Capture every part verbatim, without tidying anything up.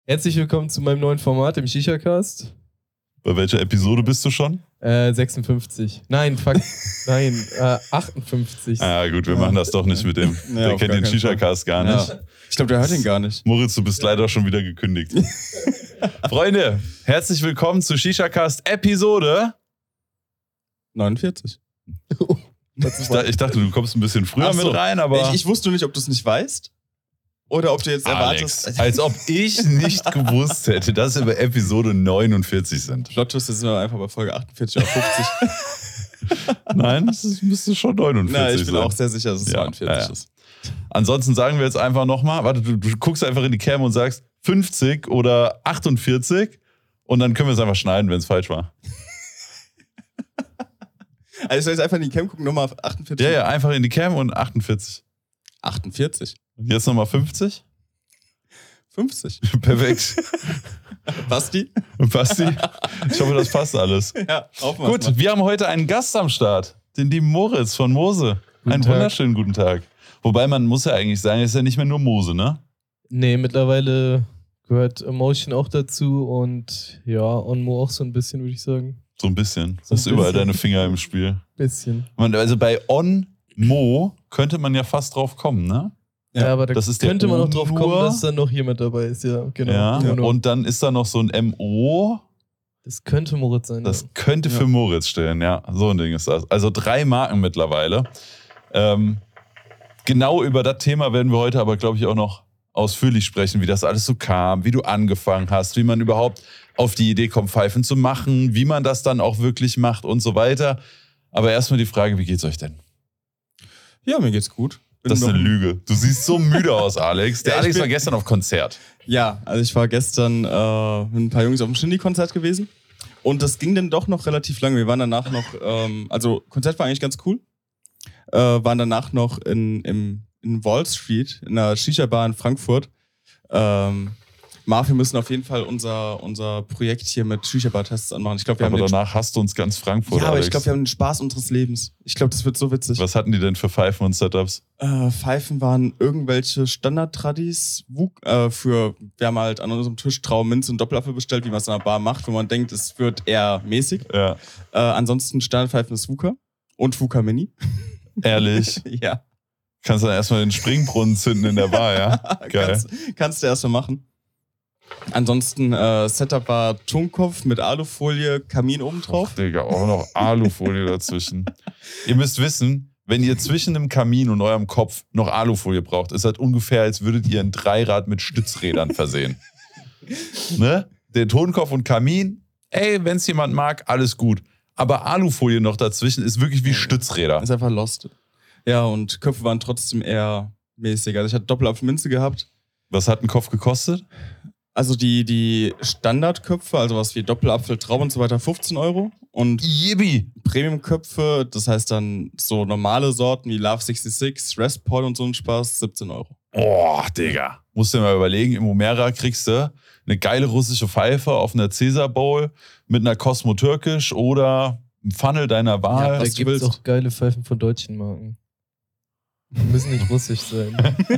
Herzlich willkommen zu meinem neuen Format, dem Shisha-Cast. Bei welcher Episode bist du schon? Äh, sechsundfünfzig. Nein, fuck. Nein, äh, achtundfünfzig. Ah gut, wir ja. machen das doch nicht mit dem. Ja, der kennt den Shisha-Cast gar nicht. Ja. Ich glaube, der hört ihn gar nicht. Moritz, du bist leider schon wieder gekündigt. Freunde, herzlich willkommen zu Shisha-Cast Episode neunundvierzig. ich, da, ich dachte, du kommst ein bisschen früher so. mit rein, aber... Ich, ich wusste nur nicht, ob du es nicht weißt. Oder ob du jetzt Alex, erwartest... als ob ich nicht gewusst hätte, dass wir bei Episode neunundvierzig sind. Plot-Twist, jetzt sind wir einfach bei Folge achtundvierzig oder fünfzig. Nein, das ist, müsste schon neunundvierzig sein. Nein, ich bin sein. auch sehr sicher, dass es ja, neunundvierzig ja, ja. ist. Ansonsten sagen wir jetzt einfach nochmal, warte, du, du guckst einfach in die Cam und sagst fünfzig oder achtundvierzig und dann können wir es einfach schneiden, wenn es falsch war. Also ich soll jetzt einfach in die Cam gucken, nochmal achtundvierzig? Ja, ja, einfach in die Cam und achtundvierzig. achtundvierzig? Jetzt nochmal fünfzig? fünfzig. Perfekt. Basti? Basti, ich hoffe, das passt alles. Ja, aufmachen. Gut, wir haben heute einen Gast am Start, den lieben Moritz von Mose. Guten einen Tag. wunderschönen guten Tag. Wobei man muss ja eigentlich sagen, er ist ja nicht mehr nur Mose, ne? Nee, mittlerweile gehört Emotion auch dazu und ja, Onmo auch so ein bisschen, würde ich sagen. So ein bisschen. So ein Hast du überall bisschen. deine Finger im Spiel. Bisschen. Man, also bei On-Mo könnte man ja fast drauf kommen, ne? Ja, Ja, aber da das ist der könnte man auch drauf Onur. kommen, dass da noch jemand dabei ist, ja, genau. Ja. Onur. Und dann ist da noch so ein M O. Das könnte Moritz sein. Das ja. könnte für Ja. Moritz stehen, ja. So ein Ding ist das. Also drei Marken mittlerweile. Ähm, genau über das Thema werden wir heute aber, glaube ich, auch noch ausführlich sprechen, wie das alles so kam, wie du angefangen hast, wie man überhaupt auf die Idee kommt, Pfeifen zu machen, wie man das dann auch wirklich macht und so weiter. Aber erstmal die Frage, wie geht's euch denn? Ja, mir geht's gut. Bin Das ist eine noch- Lüge. Du siehst so müde aus, Alex. Der Ja, ich Alex bin- war gestern auf Konzert. Ja, also ich war gestern äh, mit ein paar Jungs auf dem Shindy-Konzert gewesen. Und das ging dann doch noch relativ lange. Wir waren danach noch, ähm, also Konzert war eigentlich ganz cool. Äh, waren danach noch in, im, in Wall Street, in einer Shisha-Bar in Frankfurt. Ähm, Marv, wir müssen auf jeden Fall unser, unser Projekt hier mit Shisha-Bar-Tests anmachen. Ich glaube, wir Aber haben den, danach hast du uns ganz Frankfurt, ja, aber Alex. ich glaube, wir haben den Spaß unseres Lebens. Ich glaube, das wird so witzig. Was hatten die denn für Pfeifen und Setups? Äh, Pfeifen waren irgendwelche Standard-Tradis. Wuk- Äh, für, wir haben halt an unserem Tisch Traum, Minze und Doppelapfel bestellt, wie man es in einer Bar macht, wo man denkt, es wird eher mäßig. Ja, Äh, ansonsten Standardpfeifen ist Wuka und Wuka Mini. ehrlich. Ja. Kannst dann erstmal den Springbrunnen zünden in der Bar, ja? Geil. kannst, kannst du erstmal machen. Ansonsten äh, Setup war Tonkopf mit Alufolie, Kamin oben drauf. Och, Digga, auch noch Alufolie dazwischen. Ihr müsst wissen, wenn ihr zwischen dem Kamin und eurem Kopf noch Alufolie braucht, ist das ungefähr, als würdet ihr ein Dreirad mit Stützrädern versehen. Ne? Der Tonkopf und Kamin, ey, wenn es jemand mag, alles gut. Aber Alufolie noch dazwischen ist wirklich wie Stützräder. Ist einfach lost. Ja, und Köpfe waren trotzdem eher mäßig. Also ich hatte Doppelapfelminze gehabt. Was hat ein Kopf gekostet? Also die, die Standardköpfe, also was wie Doppelapfel, Traum und so weiter, fünfzehn Euro. Und Yibi! Premiumköpfe, das heißt dann so normale Sorten wie Love sechsundsechzig, Rest Paul und so ein Spaß, siebzehn Euro. Boah, Digga. Musst du dir mal überlegen, im Umera kriegst du eine geile russische Pfeife auf einer Caesar Bowl mit einer Cosmo Türkisch oder ein Funnel deiner Wahl. Da was du gibt es willst. auch geile Pfeifen von deutschen Marken. Die müssen nicht russisch sein.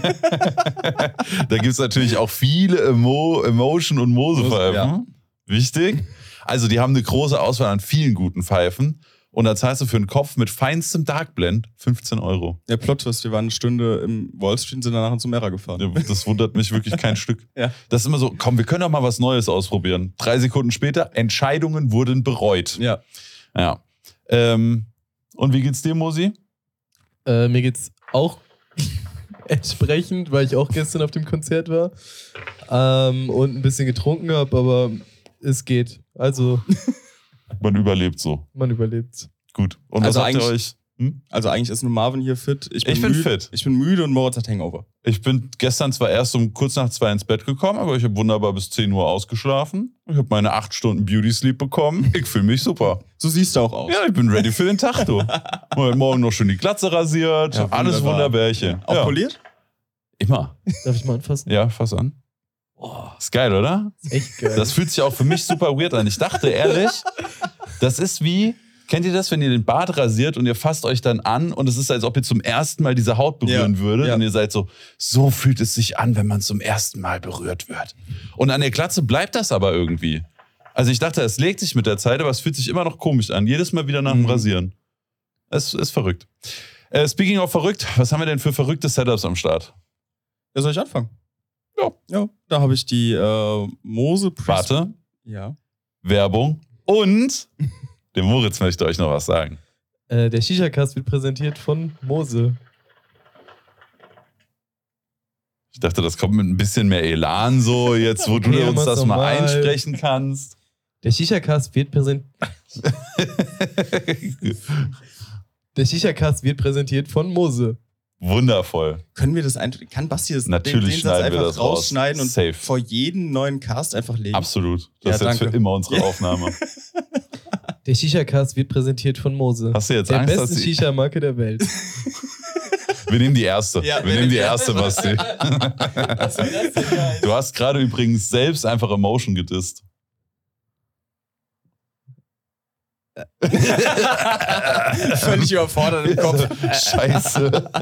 Da gibt es natürlich auch viele Emo, Emotion und Mose-Pfeifen. Ja. Wichtig. Also die haben eine große Auswahl an vielen guten Pfeifen. Und da zahlst du für einen Kopf mit feinstem Darkblend fünfzehn Euro. Der Plot-Twist, wir waren eine Stunde im Wall Street und sind danach ins Umera gefahren. Ja, das wundert mich wirklich kein Stück. Ja. Das ist immer so, komm, wir können doch mal was Neues ausprobieren. Drei Sekunden später, Entscheidungen wurden bereut. Ja. Ja. Ähm, und wie geht's dir, Mosi? Äh, mir geht's auch entsprechend, weil ich auch gestern auf dem Konzert war ähm, und ein bisschen getrunken habe, aber es geht. Also, Man überlebt so. man überlebt. Gut. Und Also was habt ihr eigentlich- euch? Hm? Also eigentlich ist nur Marvin hier fit. Ich bin, Ich bin müde, fit. Ich bin müde und Moritz hat Hangover. Ich bin gestern zwar erst um kurz nach zwei ins Bett gekommen, aber ich habe wunderbar bis zehn Uhr ausgeschlafen. Ich habe meine acht Stunden Beauty Sleep bekommen. Ich fühle mich super. So siehst du auch aus. Ja, ich bin ready für den Tag, du. Heute Morgen noch schön die Glatze rasiert. Ja, alles wunderbar. Wunderbärchen. Auch ja. poliert? Immer. Darf ich mal anfassen? Ja, fass an. Boah, Ist geil, oder? ist echt geil. Das fühlt sich auch für mich super weird an. Ich dachte ehrlich, das ist wie, Kennt ihr das, wenn ihr den Bart rasiert und ihr fasst euch dann an und es ist, als ob ihr zum ersten Mal diese Haut berühren Ja. würdet Ja. und ihr seid so, so fühlt es sich an, wenn man zum ersten Mal berührt wird. Und an der Glatze bleibt das aber irgendwie. Also ich dachte, es legt sich mit der Zeit, aber es fühlt sich immer noch komisch an. Jedes Mal wieder nach dem Mhm. Rasieren. Es ist verrückt. Äh, speaking of verrückt, was haben wir denn für verrückte Setups am Start? Ja, soll ich anfangen? Ja. Ja, da habe ich die äh, Mose Priest. Warte, Ja. Werbung und der Moritz möchte euch noch was sagen. Äh, der Shisha-Cast wird präsentiert von Mose. Ich dachte, das kommt mit ein bisschen mehr Elan so, jetzt wo du Okay, uns mach's das mal normal. einsprechen kannst. Der Shisha-Cast wird präsentiert. Der Shisha-Cast wird präsentiert von Mose. Wundervoll. Können wir das einfach, kann Basti das Natürlich den, den Satz schneiden wir einfach das raus. rausschneiden und Safe. vor jeden neuen Cast einfach legen? Absolut. Das Ja, ist jetzt danke. für immer unsere Ja. Aufnahme. Der Shisha-Cast wird präsentiert von Mose. Hast du jetzt der Angst, dass besten sie- Shisha-Marke der Welt. Wir nehmen die erste. Ja, wir nehmen die erste, Basti. Du hast gerade übrigens selbst einfach Emotion gedisst. Völlig überfordert im Kopf. Scheiße.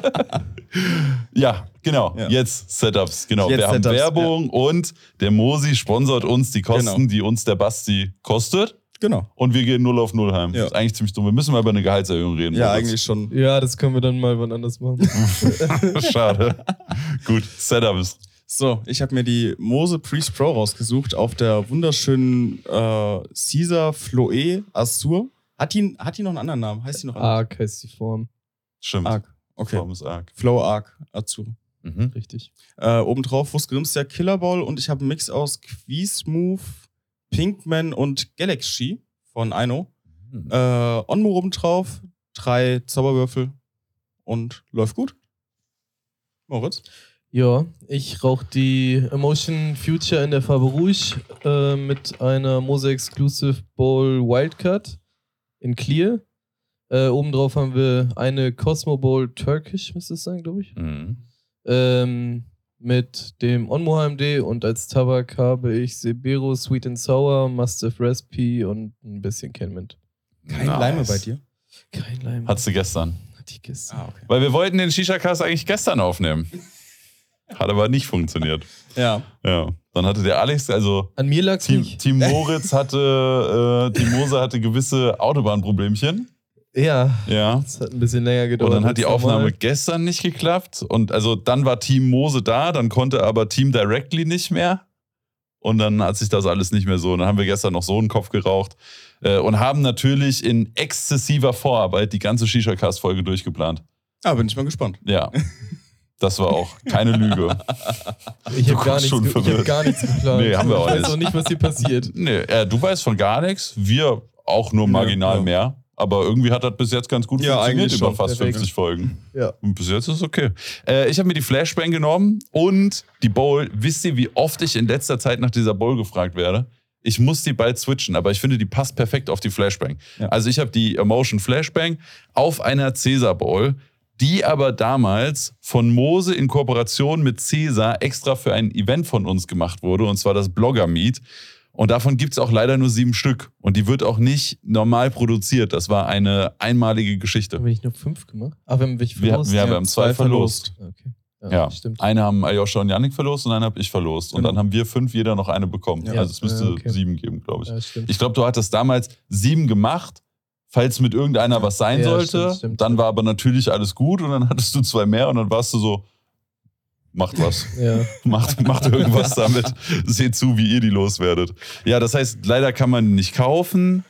Ja, genau. Ja. Jetzt Setups. Genau. Jetzt wir haben Setups, Werbung und der Mosi sponsert uns die Kosten, Genau. die uns der Basti kostet. Genau. Und wir gehen null auf null heim. Ja. Das ist eigentlich ziemlich dumm. Wir müssen mal über eine Gehaltserhöhung reden. Ja, Moritz. eigentlich schon. Ja, das können wir dann mal wann anders machen. Schade. Gut, Setups. So, ich habe mir die Mose Priest Pro rausgesucht auf der wunderschönen äh, Caesar Floe Azur. Hat die, hat die noch einen anderen Namen? Heißt die noch anders? Arc heißt die Form. Stimmt. Arc. Okay. Form ist arg. Flow Arc Azur. Mhm. Richtig. Äh, obendrauf Wurstgrimster Killer Ball und ich habe einen Mix aus Queesmooth, Pinkman und Galaxy von Aino. Mhm. Äh, Onmo obendrauf, drei Zauberwürfel und läuft gut. Moritz? Ja, ich rauche die Emotion Future in der Farbe Rouge äh, mit einer Mose Exclusive Bowl Wildcard in Clear. Äh, obendrauf haben wir eine Cosmo Bowl Turkish, müsste es sein, glaube ich. Mhm. Ähm, mit dem Onmo H M D und als Tabak habe ich Sebero Sweet and Sour, Mastiff Recipe und ein bisschen Kenmint. Kein Nice. Leime bei dir? Kein Leim. Hat sie gestern. Hat die gestern. Ah, okay. Weil wir wollten den Shisha-Cast eigentlich gestern aufnehmen. Hat aber nicht funktioniert. Ja. Ja. Dann hatte der Alex, also An mir lag's Team, nicht. Team Moritz hatte, äh, die Mose hatte gewisse Autobahnproblemchen. Ja, Ja. das hat ein bisschen länger gedauert. Und dann hat die als normal. Aufnahme gestern nicht geklappt. Und also dann war Team Mose da, dann konnte aber Team Directly nicht mehr. Und dann hat sich das alles nicht mehr so. Und dann haben wir gestern noch so einen Kopf geraucht äh, und haben natürlich in exzessiver Vorarbeit die ganze Shisha-Cast-Folge durchgeplant. Ah, bin ich mal gespannt. Ja. Das war auch keine Lüge. Ich Du habe gar, guckst nichts schon ge- ich hab verwirrt. gar nichts geplant. Nee, haben wir auch ich weiß nicht. auch nicht, was hier passiert. Nee, äh, du weißt von gar nichts, wir auch nur marginal ja. mehr. Aber irgendwie hat das bis jetzt ganz gut Ja, funktioniert eigentlich über schon. fast Perfekt. fünfzig Folgen. Ja. Und bis jetzt ist es okay. Äh, ich habe mir die Flashbang genommen und die Bowl. Wisst ihr, wie oft ich in letzter Zeit nach dieser Bowl gefragt werde? Ich muss die bald switchen, aber ich finde, die passt perfekt auf die Flashbang. Ja. Also ich habe die Emotion Flashbang auf einer Caesar Bowl, die aber damals von Mose in Kooperation mit Caesar extra für ein Event von uns gemacht wurde, und zwar das Blogger Meet. Und davon gibt es auch leider nur sieben Stück. Und die wird auch nicht normal produziert. Das war eine einmalige Geschichte. Haben wir nicht nur fünf gemacht? Ach, wir haben welche Wir, verlost? wir Ja, haben zwei zwei verlost. Okay. Ja, Ja, stimmt. eine haben Aljoscha und Yannick verlost und eine habe ich verlost. Und Genau. dann haben wir fünf, jeder noch eine bekommen. Ja. Also es müsste Ja, okay. sieben geben, glaube ich. Ja, stimmt. Ich glaube, du hattest damals sieben gemacht, falls mit irgendeiner was sein Ja, sollte. stimmt, stimmt. Dann war aber natürlich alles gut und dann hattest du zwei mehr und dann warst du so, macht was. ja. macht, macht irgendwas damit. Seht zu, wie ihr die loswerdet. Ja, das heißt, leider kann man die nicht kaufen.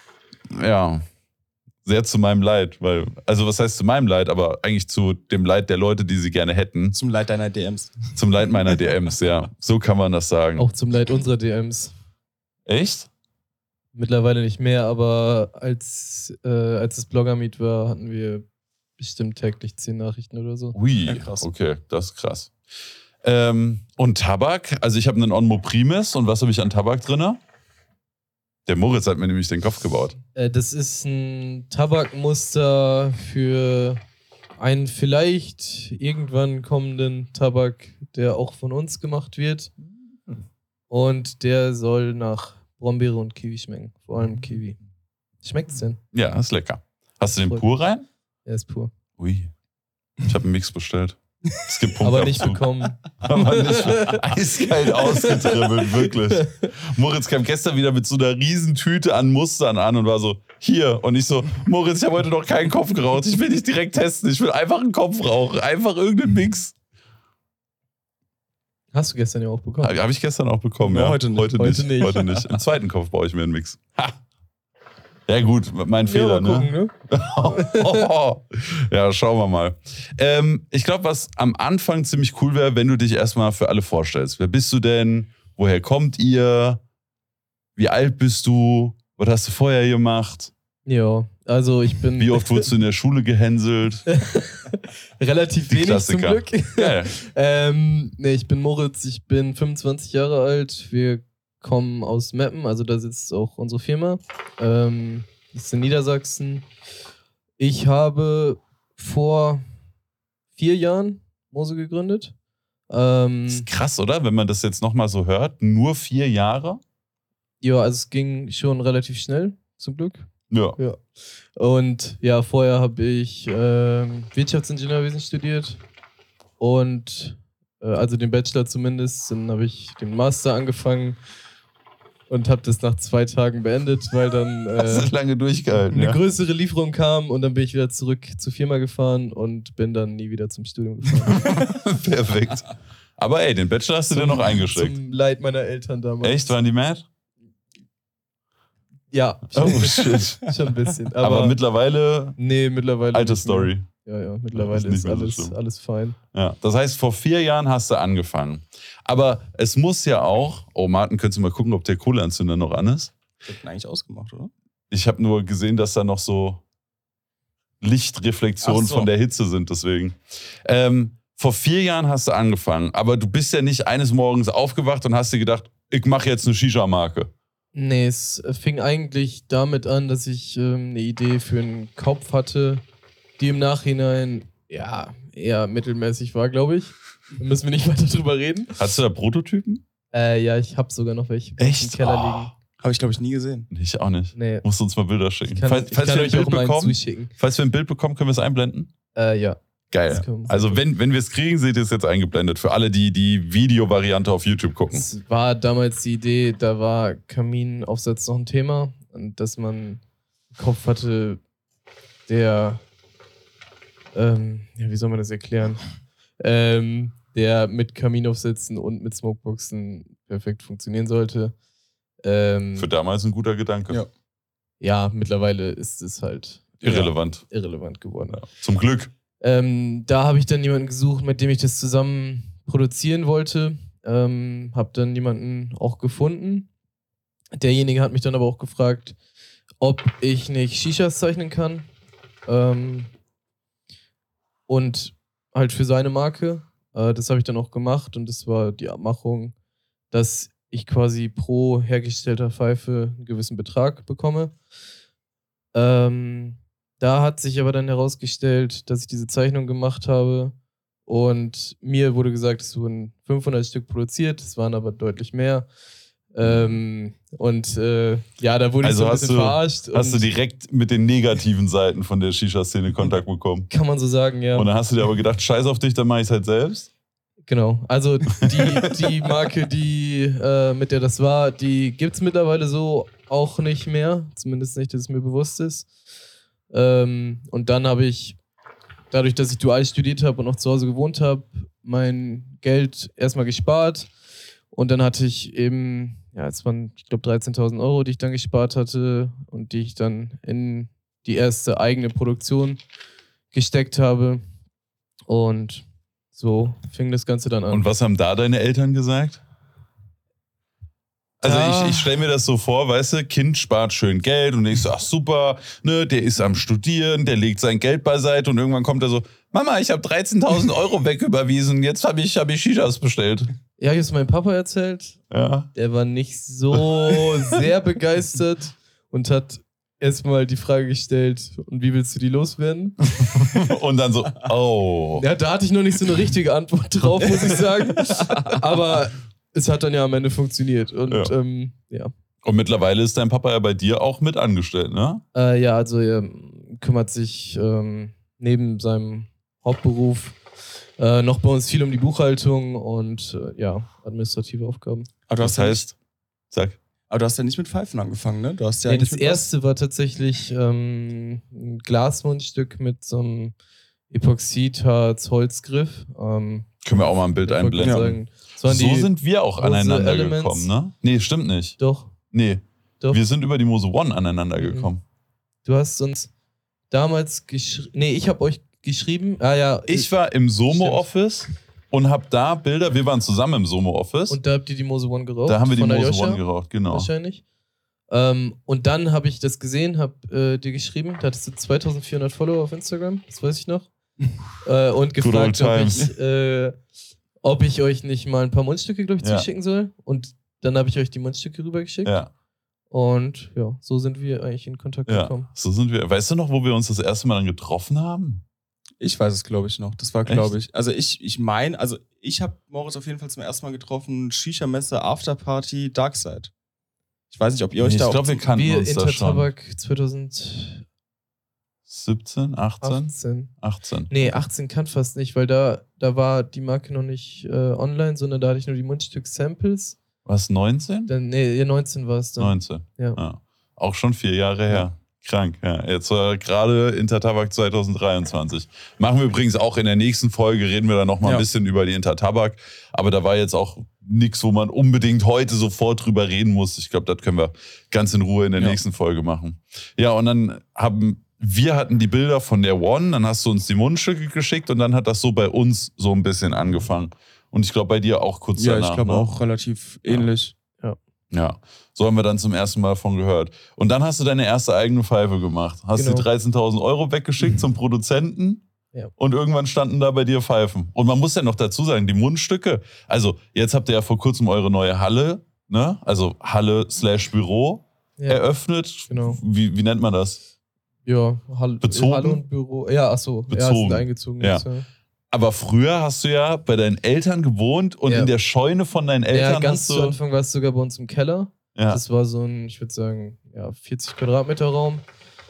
Ja, sehr zu meinem Leid. Weil, also was heißt zu meinem Leid, aber eigentlich zu dem Leid der Leute, die sie gerne hätten. Zum Leid deiner D Ms. Zum Leid meiner D Ms, ja. So kann man das sagen. Auch zum Leid unserer D Ms. Echt? Mittlerweile nicht mehr, aber als, äh, als das Blogger-Meet war, hatten wir bestimmt täglich zehn Nachrichten oder so. Ui, Ja, krass. okay, das ist krass. Ähm, und Tabak, also ich habe einen Onmo Primus und was habe ich an Tabak drin? Der Moritz hat mir nämlich den Kopf gebaut. Äh, das ist ein Tabakmuster für einen vielleicht irgendwann kommenden Tabak, der auch von uns gemacht wird. Und der soll nach Brombeere und Kiwi schmecken. Vor allem Kiwi. Schmeckt es denn? Ja, ist lecker. Hast du den Freut pur rein? Er ist pur. Ui. Ich habe einen Mix bestellt. Es gibt Punkte Aber nicht Abzug. bekommen. Aber nicht eiskalt ausgetribbelt, wirklich. Moritz kam gestern wieder mit so einer riesen Tüte an Mustern an und war so, hier. Und ich so, Moritz, ich habe heute noch keinen Kopf geraucht. Ich will nicht direkt testen. Ich will einfach einen Kopf rauchen. Einfach irgendeinen Mix. Hast du gestern ja auch bekommen. Habe ich gestern auch bekommen, Ja, ja. heute nicht. Heute, Heute nicht. nicht. heute nicht. Im zweiten Kopf baue ich mir einen Mix. Ha. Ja gut, mein Fehler, ja, mal ne? gucken, ne? Ja, schauen wir mal. Ähm, ich glaube, was am Anfang ziemlich cool wäre, wenn du dich erstmal für alle vorstellst. Wer bist du denn? Woher kommt ihr? Wie alt bist du? Was hast du vorher gemacht? Ja, also ich bin Wie oft wurdest du in der Schule gehänselt? relativ Die wenig Klassiker. zum Glück. Ja, ja. ähm, nee, ich bin Moritz, ich bin fünfundzwanzig Jahre alt. Wir kommen aus Meppen, also da sitzt auch unsere Firma. Ähm, das ist in Niedersachsen. Ich habe vor vier Jahren Mose gegründet. Ähm, Das ist krass, oder? Wenn man das jetzt nochmal so hört. Nur vier Jahre? ja, also es ging schon relativ schnell, zum Glück. Ja. Ja. Und ja, vorher habe ich ähm, Wirtschaftsingenieurwesen studiert und äh, also den Bachelor zumindest. Dann habe ich den Master angefangen und habe das nach zwei Tagen beendet, weil dann Hast äh, du lange durchgehalten, eine ja? größere Lieferung kam und dann bin ich wieder zurück zur Firma gefahren und bin dann nie wieder zum Studium gefahren. Perfekt. Aber ey, den Bachelor hast du dir noch eingesteckt. Zum Leid meiner Eltern damals. Echt? Waren die mad? Ja, schon, Oh shit. schon ein bisschen. Aber, Aber, mittlerweile nee, mittlerweile alte nicht mehr. Story. Ja, ja, mittlerweile Ist nicht ist mehr so alles, schlimm. alles fein. Ja, das heißt, vor vier Jahren hast du angefangen. Aber es muss ja auch, oh Martin, könntest du mal gucken, ob der Kohleanzünder noch an ist? Ich hab ihn eigentlich ausgemacht, oder? Ich habe nur gesehen, dass da noch so Lichtreflexionen Ach so. von der Hitze sind, deswegen. Ähm, vor vier Jahren hast du angefangen, aber du bist ja nicht eines Morgens aufgewacht und hast dir gedacht, ich mache jetzt eine Shisha-Marke. Nee, es fing eigentlich damit an, dass ich ähm, eine Idee für einen Kopf hatte, die im Nachhinein ja eher mittelmäßig war, glaube ich. Da müssen wir nicht weiter drüber reden. Hast du da Prototypen? Äh, ja, ich habe sogar noch welche Echt? im Keller liegen. Habe ich, glaube ich, nie gesehen. Oh, ich auch nicht. Nee, Musst du uns mal Bilder schicken. ich kann, falls ich falls kann wir ein euch auch Bild mal einen bekommen, zuschicken. falls wir ein Bild bekommen, können wir es einblenden? Äh, ja. Geil. Das können wir Also machen. wenn, wenn wir es kriegen, seht ihr es jetzt eingeblendet. Für alle, die die Videovariante auf YouTube gucken. Es war damals die Idee, da war Kaminaufsatz noch ein Thema und dass man einen Kopf hatte, der, ähm, ja, wie soll man das erklären? Ähm, der mit Kaminaufsätzen und mit Smokeboxen perfekt funktionieren sollte. Ähm, Für damals ein guter Gedanke. Ja. ja, mittlerweile ist es halt Irrelevant. irrelevant geworden. Ja. Zum Glück. Ähm, da habe ich dann jemanden gesucht, mit dem ich das zusammen produzieren wollte. Ähm, habe dann jemanden auch gefunden. Derjenige hat mich dann aber auch gefragt, ob ich nicht Shishas zeichnen kann. Ähm, und halt für seine Marke. Äh, das habe ich dann auch gemacht und das war die Abmachung, dass ich quasi pro hergestellter Pfeife einen gewissen Betrag bekomme. Ähm, da hat sich aber dann herausgestellt, dass ich diese Zeichnung gemacht habe und mir wurde gesagt, es wurden fünfhundert Stück produziert, es waren aber deutlich mehr. Ähm, und äh, ja, da wurde Also ich so ein hast bisschen du- verarscht. Hast du und direkt mit den negativen Seiten von der Shisha-Szene Kontakt bekommen. kann man so sagen, ja. Und dann hast du dir aber gedacht, scheiß auf dich, dann mach ich es halt selbst. Genau, also die, die Marke, die, äh, mit der das war, die gibt es mittlerweile so auch nicht mehr. Zumindest nicht, dass es mir bewusst ist. Ähm, und dann habe ich, dadurch, dass ich dual studiert habe und noch zu Hause gewohnt habe, mein Geld erstmal gespart. Und dann hatte ich eben, ja, es waren, ich glaube, dreizehntausend Euro, die ich dann gespart hatte und die ich dann in die erste eigene Produktion gesteckt habe. Und so fing das Ganze dann an. Und was haben da deine Eltern gesagt? Also Da- ich, ich stelle mir das so vor, weißt du, Kind spart schön Geld und ich so, ach super, ne, der ist am Studieren, der legt sein Geld beiseite und irgendwann kommt er so, Mama, ich habe dreizehntausend Euro wegüberwiesen, jetzt habe ich, hab ich Shishas bestellt. Ja, ich habe es meinem Papa erzählt. Ja. Der war nicht so sehr begeistert und hat erstmal die Frage gestellt, und wie willst du die loswerden? Und dann so, oh. Ja, da hatte ich noch nicht so eine richtige Antwort drauf, muss ich sagen. Aber es hat dann ja am Ende funktioniert. Und Ja. ja, ähm, ja Und mittlerweile ist dein Papa ja bei dir auch mit angestellt, ne? Äh, ja, also er kümmert sich ähm, neben seinem Hauptberuf äh, noch bei uns viel um die Buchhaltung und äh, ja, administrative Aufgaben. Aber du Das hast ja heißt, sag. nicht, aber du hast ja nicht mit Pfeifen angefangen, ne? Du hast ja Nee, eigentlich das mit was- erste war tatsächlich ähm, ein Glasmundstück mit so einem Epoxidharz-Holzgriff. Ähm, Können wir auch mal ein Bild ich wollte gerade einblenden. sagen, das waren So die, sind wir auch Mose aneinander Elements. gekommen, ne? Nee, stimmt nicht. Doch, Nee, doch. wir sind über die Mose One aneinander Mhm. gekommen. Du hast uns damals geschrieben. Nee, ich habe euch geschrieben. Ah ja. Ich war im Stimmt. Somo-Office und hab da Bilder, wir waren zusammen im Somo-Office. Und da habt ihr die Mose One geraucht. Da haben wir die von Mose Aljoscha One geraucht, genau. Wahrscheinlich. Ähm, und dann habe ich das gesehen, habe äh, dir geschrieben. Da hattest du zweitausendvierhundert Follower auf Instagram. Das weiß ich noch. äh, und Good old gefragt, ob times. ich, äh, ob ich euch nicht mal ein paar Mundstücke, glaube ich, Ja. zuschicken soll. Und dann habe ich euch die Mundstücke rübergeschickt. Ja, Und ja, so sind wir eigentlich in Kontakt ja, gekommen. so sind wir. Weißt du noch, wo wir uns das erste Mal dann getroffen haben? Ich weiß es, glaube ich, noch. Das war, Echt? glaube ich. Also ich, ich meine, also ich habe Moritz auf jeden Fall zum ersten Mal getroffen, Shisha-Messe, Afterparty, Darkside. Ich weiß nicht, ob ihr euch Nee, da ich auch... glaube, wir kannten Wir uns da schon. Intertabak zweitausendachtzehn. siebzehn, achtzehn? achtzehn. Nee, achtzehn kann fast nicht, weil da, da war die Marke noch nicht äh, online, sondern da hatte ich nur die Mundstück-Samples. Was, neunzehn? Dann, nee, ja, neunzehn war es dann. neunzehn. Ja. Ja. Auch schon vier Jahre her. Krank, ja. Jetzt äh, gerade Intertabak zwanzig dreiundzwanzig. Machen wir übrigens auch in der nächsten Folge, reden wir dann nochmal Ja. ein bisschen über die Intertabak. Aber da war jetzt auch nichts, wo man unbedingt heute sofort drüber reden muss. Ich glaube, das können wir ganz in Ruhe in der Ja. nächsten Folge machen. Ja, und dann haben wir hatten die Bilder von der One, dann hast du uns die Mundstücke geschickt und dann hat das so bei uns so ein bisschen angefangen. Und ich glaube, bei dir auch kurz Ja, danach. ich glaube ne? auch relativ ähnlich. Ja, so haben wir dann zum ersten Mal von gehört. Und dann hast du deine erste eigene Pfeife gemacht. Hast Genau. die dreizehntausend Euro weggeschickt zum Produzenten Ja. und irgendwann standen da bei dir Pfeifen. Und man muss ja noch dazu sagen, die Mundstücke, also jetzt habt ihr ja vor kurzem eure neue Halle, ne? Also Halle slash Büro Ja, eröffnet. genau. Wie, wie nennt man das? Ja, Hall Bezogen? Halle und Büro. Ja, achso. Ja, Bezogen. sind eingezogen. Ja. jetzt, ja. Aber früher hast du ja bei deinen Eltern gewohnt und Ja. in der Scheune von deinen Eltern Ja, ganz hast zu du... Anfang war es sogar bei uns im Keller. Ja, Das war so ein, ich würde sagen, ja, vierzig Quadratmeter Raum.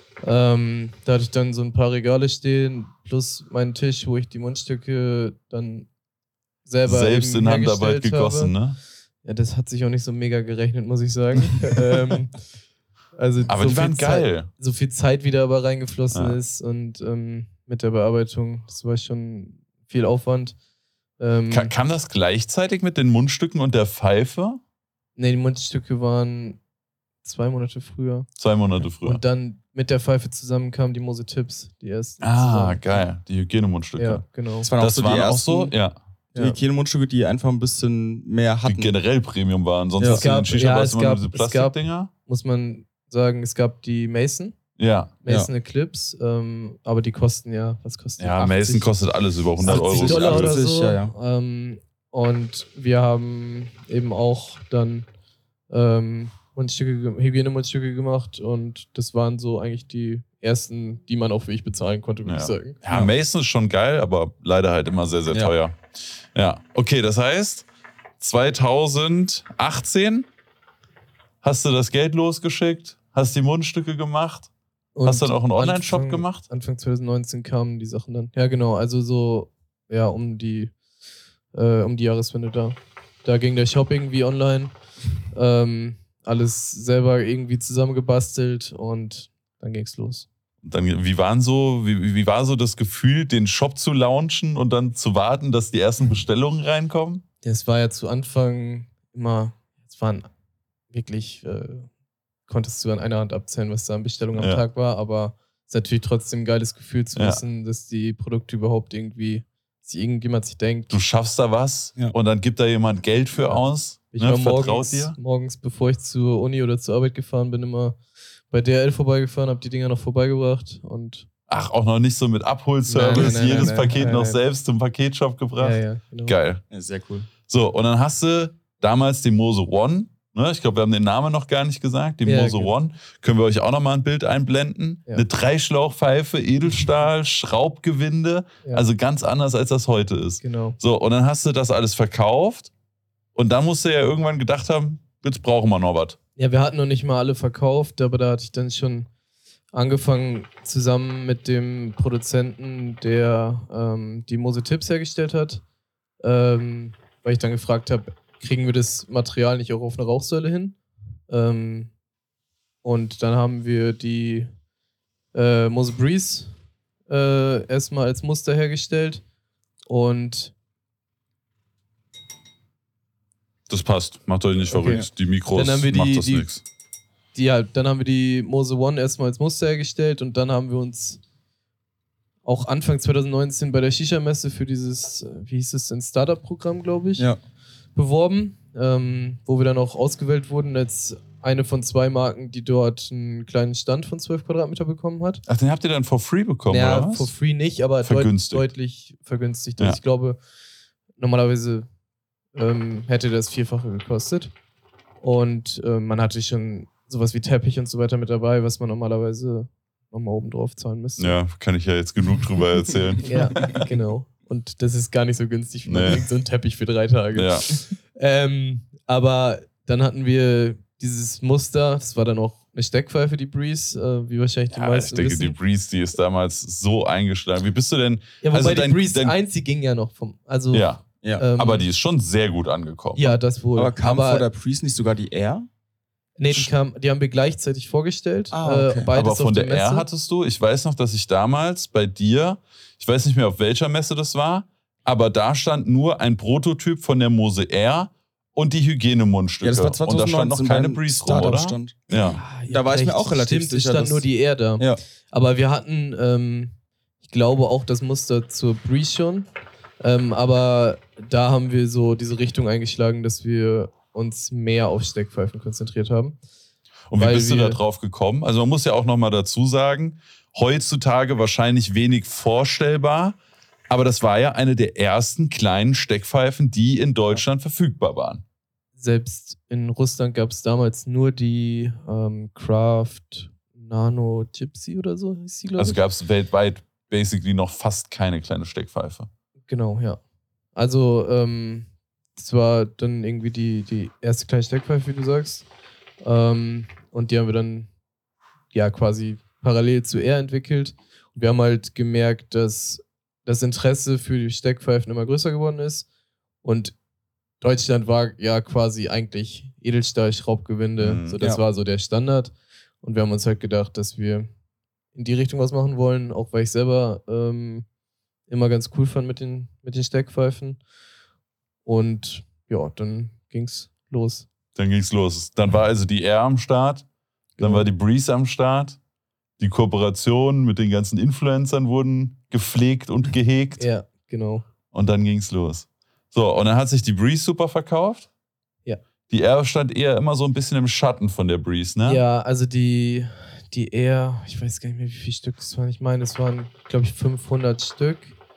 Ähm, da hatte ich dann so ein paar Regale stehen, plus meinen Tisch, wo ich die Mundstücke dann selber selbst eben in Handarbeit hergestellt gegossen, habe. ne? Ja, das hat sich auch nicht so mega gerechnet, muss ich sagen. ähm, also Aber so die waren viel geil. Zeit, so viel Zeit wieder aber reingeflossen Ja. ist und ähm, mit der Bearbeitung, das war schon viel Aufwand. Ähm, Ka- Kam das gleichzeitig mit den Mundstücken und der Pfeife? nee, die Mundstücke waren zwei Monate früher. Zwei Monate früher. Und dann mit der Pfeife zusammen kamen die Mose Tips, die ersten. ah, zusammen. geil. Die Hygienemundstücke. Ja, genau. Das waren Das auch so waren die auch ersten so, ja, die Ja. Hygienemundstücke, die einfach ein bisschen mehr die hatten. generell Premium waren. Sonst Ja. hast du in den Es gab- Shisha-Bars ja, immer nur es diese gab- es gab- Plastikdinger. Muss man sagen, es gab die Mason, Ja. Mason Eclipse, ähm, aber die kosten ja, was kosten die? Ja, achtzig Mason kostet alles über hundert Euro. achtzig Dollar oder achtzig, so. ja, ja. Ähm, und wir haben eben auch dann ähm, Mundstücke, ge- Hygienemundstücke gemacht und das waren so eigentlich die ersten, die man auch wirklich bezahlen konnte, würde Ja. ich sagen. Ja, Mason ist schon geil, aber leider halt immer sehr, sehr Ja. teuer. Ja, okay, das heißt, zweitausendachtzehn hast du das Geld losgeschickt, hast die Mundstücke gemacht. Und Hast du dann auch einen Online-Shop Anfang- gemacht? Anfang zwanzig neunzehn kamen die Sachen dann. Ja, genau. Also so, ja, um die, äh, um die Jahreswende da. Da ging der Shop irgendwie online. Ähm, alles selber irgendwie zusammengebastelt und dann ging's los. Dann, wie, waren so, wie, wie war so das Gefühl, den Shop zu launchen und dann zu warten, dass die ersten Bestellungen reinkommen? Das war ja zu Anfang immer, es waren wirklich, äh, konntest du an einer Hand abzählen, was da an Bestellungen am Ja. Tag war, aber es ist natürlich trotzdem ein geiles Gefühl zu Ja. wissen, dass die Produkte überhaupt irgendwie, dass irgendjemand sich denkt, Du schaffst da was Ja. und dann gibt da jemand Geld für Ja. aus, ich ne, war vertraut morgens, dir. morgens, bevor ich zur Uni oder zur Arbeit gefahren bin, immer bei D H L vorbeigefahren, habe die Dinger noch vorbeigebracht und Ach, auch noch nicht so mit Abholservice, Nein, nein, nein, jedes nein, Paket nein, noch nein. selbst zum Paketshop gebracht. ja, ja, genau. Geil. Ja, sehr cool. So, und dann hast du damals die Mose One. Ne? Ich glaube, wir haben den Namen noch gar nicht gesagt. Die Ja, Mose genau. One. Können wir euch auch noch mal ein Bild einblenden. Ja. Eine Dreischlauchpfeife, Edelstahl, Schraubgewinde. Ja. Also ganz anders, als das heute ist. Genau. So, und dann hast du das alles verkauft. Und dann musst du ja irgendwann gedacht haben, jetzt brauchen wir noch was. Ja, wir hatten noch nicht mal alle verkauft, aber da hatte ich dann schon angefangen, zusammen mit dem Produzenten, der ähm, die Mose Tips hergestellt hat, ähm, weil ich dann gefragt habe, kriegen wir das Material nicht auch auf eine Rauchsäule hin? Ähm, und dann haben wir die äh, Mose Breeze äh, erstmal als Muster hergestellt und Das passt, macht euch nicht Okay. verrückt. Die Mikros Dann haben wir die- macht das die- nichts. die, ja, dann haben wir die Mose One erstmal als Muster hergestellt und dann haben wir uns auch Anfang zwanzig neunzehn bei der Shisha-Messe für dieses, äh, wie hieß es denn, Startup-Programm, glaube ich, Ja. beworben, ähm, wo wir dann auch ausgewählt wurden als eine von zwei Marken, die dort einen kleinen Stand von zwölf Quadratmeter bekommen hat. Ach, den habt ihr dann for free bekommen, Ja, oder was? for free nicht, aber deut Vergünstigt. deutlich vergünstigt. Ja. Also ich glaube, normalerweise ähm, hätte das Vierfache gekostet. Und ähm, man hatte schon sowas wie Teppich und so weiter mit dabei, was man normalerweise nochmal oben drauf zahlen müsste. Ja, kann ich ja jetzt genug drüber erzählen. Ja, genau. Und das ist gar nicht so günstig, wie man Nee. denkt, so ein Teppich für drei Tage. Ja. Ähm, aber dann hatten wir dieses Muster, das war dann auch eine Steckpfeife, die Breeze, äh, wie wahrscheinlich die Ja, ich meisten denke, wissen. die Breeze, die ist damals so eingeschlagen. Wie bist du denn? ja, wobei also die dein- Breeze dein- eins, die ging ja noch vom, also Ja, Ja. ähm, aber die ist schon sehr gut angekommen. ja, das wohl. Aber kam aber, vor der Breeze nicht sogar die Air? nee, die, kam, die haben wir gleichzeitig vorgestellt. Ah, okay. äh, beides Aber von auf der der Messe. R hattest du, ich weiß noch, dass ich damals bei dir, ich weiß nicht mehr auf welcher Messe das war, aber da stand nur ein Prototyp von der Mose R und die Hygienemundstücke. Ja, das war und da zwanzig neunzehn stand noch keine beim Breeze rum, oder? Startup-Stand. Ja. Ah, Da war ich mir auch relativ Stimmt, es sicher, stand dass- nur die R da. Ja. Aber wir hatten, ähm, ich glaube auch das Muster zur Breeze schon. Ähm, aber da haben wir so diese Richtung eingeschlagen, dass wir uns mehr auf Steckpfeifen konzentriert haben. Und wie Weil bist du wir- da drauf gekommen? Also man muss ja auch nochmal dazu sagen, heutzutage wahrscheinlich wenig vorstellbar, aber das war ja eine der ersten kleinen Steckpfeifen, die in Deutschland verfügbar waren. Selbst in Russland gab es damals nur die ähm, Craft Nano Gypsy oder so, hieß die, glaube Also ich. gab es weltweit basically noch fast keine kleine Steckpfeife. Genau, ja. Also, ähm, das war dann irgendwie die, die erste kleine Steckpfeife, wie du sagst. Ähm, und die haben wir dann ja quasi parallel zu R entwickelt. Und wir haben halt gemerkt, dass das Interesse für die Steckpfeifen immer größer geworden ist. Und Deutschland war ja quasi eigentlich Edelstahl, Schraubgewinde. Mhm. So, das Ja. war so der Standard. Und wir haben uns halt gedacht, dass wir in die Richtung was machen wollen, auch weil ich selber ähm, immer ganz cool fand mit den, mit den Steckpfeifen. Und ja, dann ging's los. Dann ging's los. Dann war also die R am Start, dann Genau. war die Breeze am Start. Die Kooperationen mit den ganzen Influencern wurden gepflegt und gehegt. Ja, genau. Und dann ging's los. So, und dann hat sich die Breeze super verkauft. Ja. Die R stand eher immer so ein bisschen im Schatten von der Breeze, ne? Ja, also die, die Air, ich weiß gar nicht mehr, wie viele Stück es waren. Ich meine, es waren, glaube ich, fünfhundert Stück.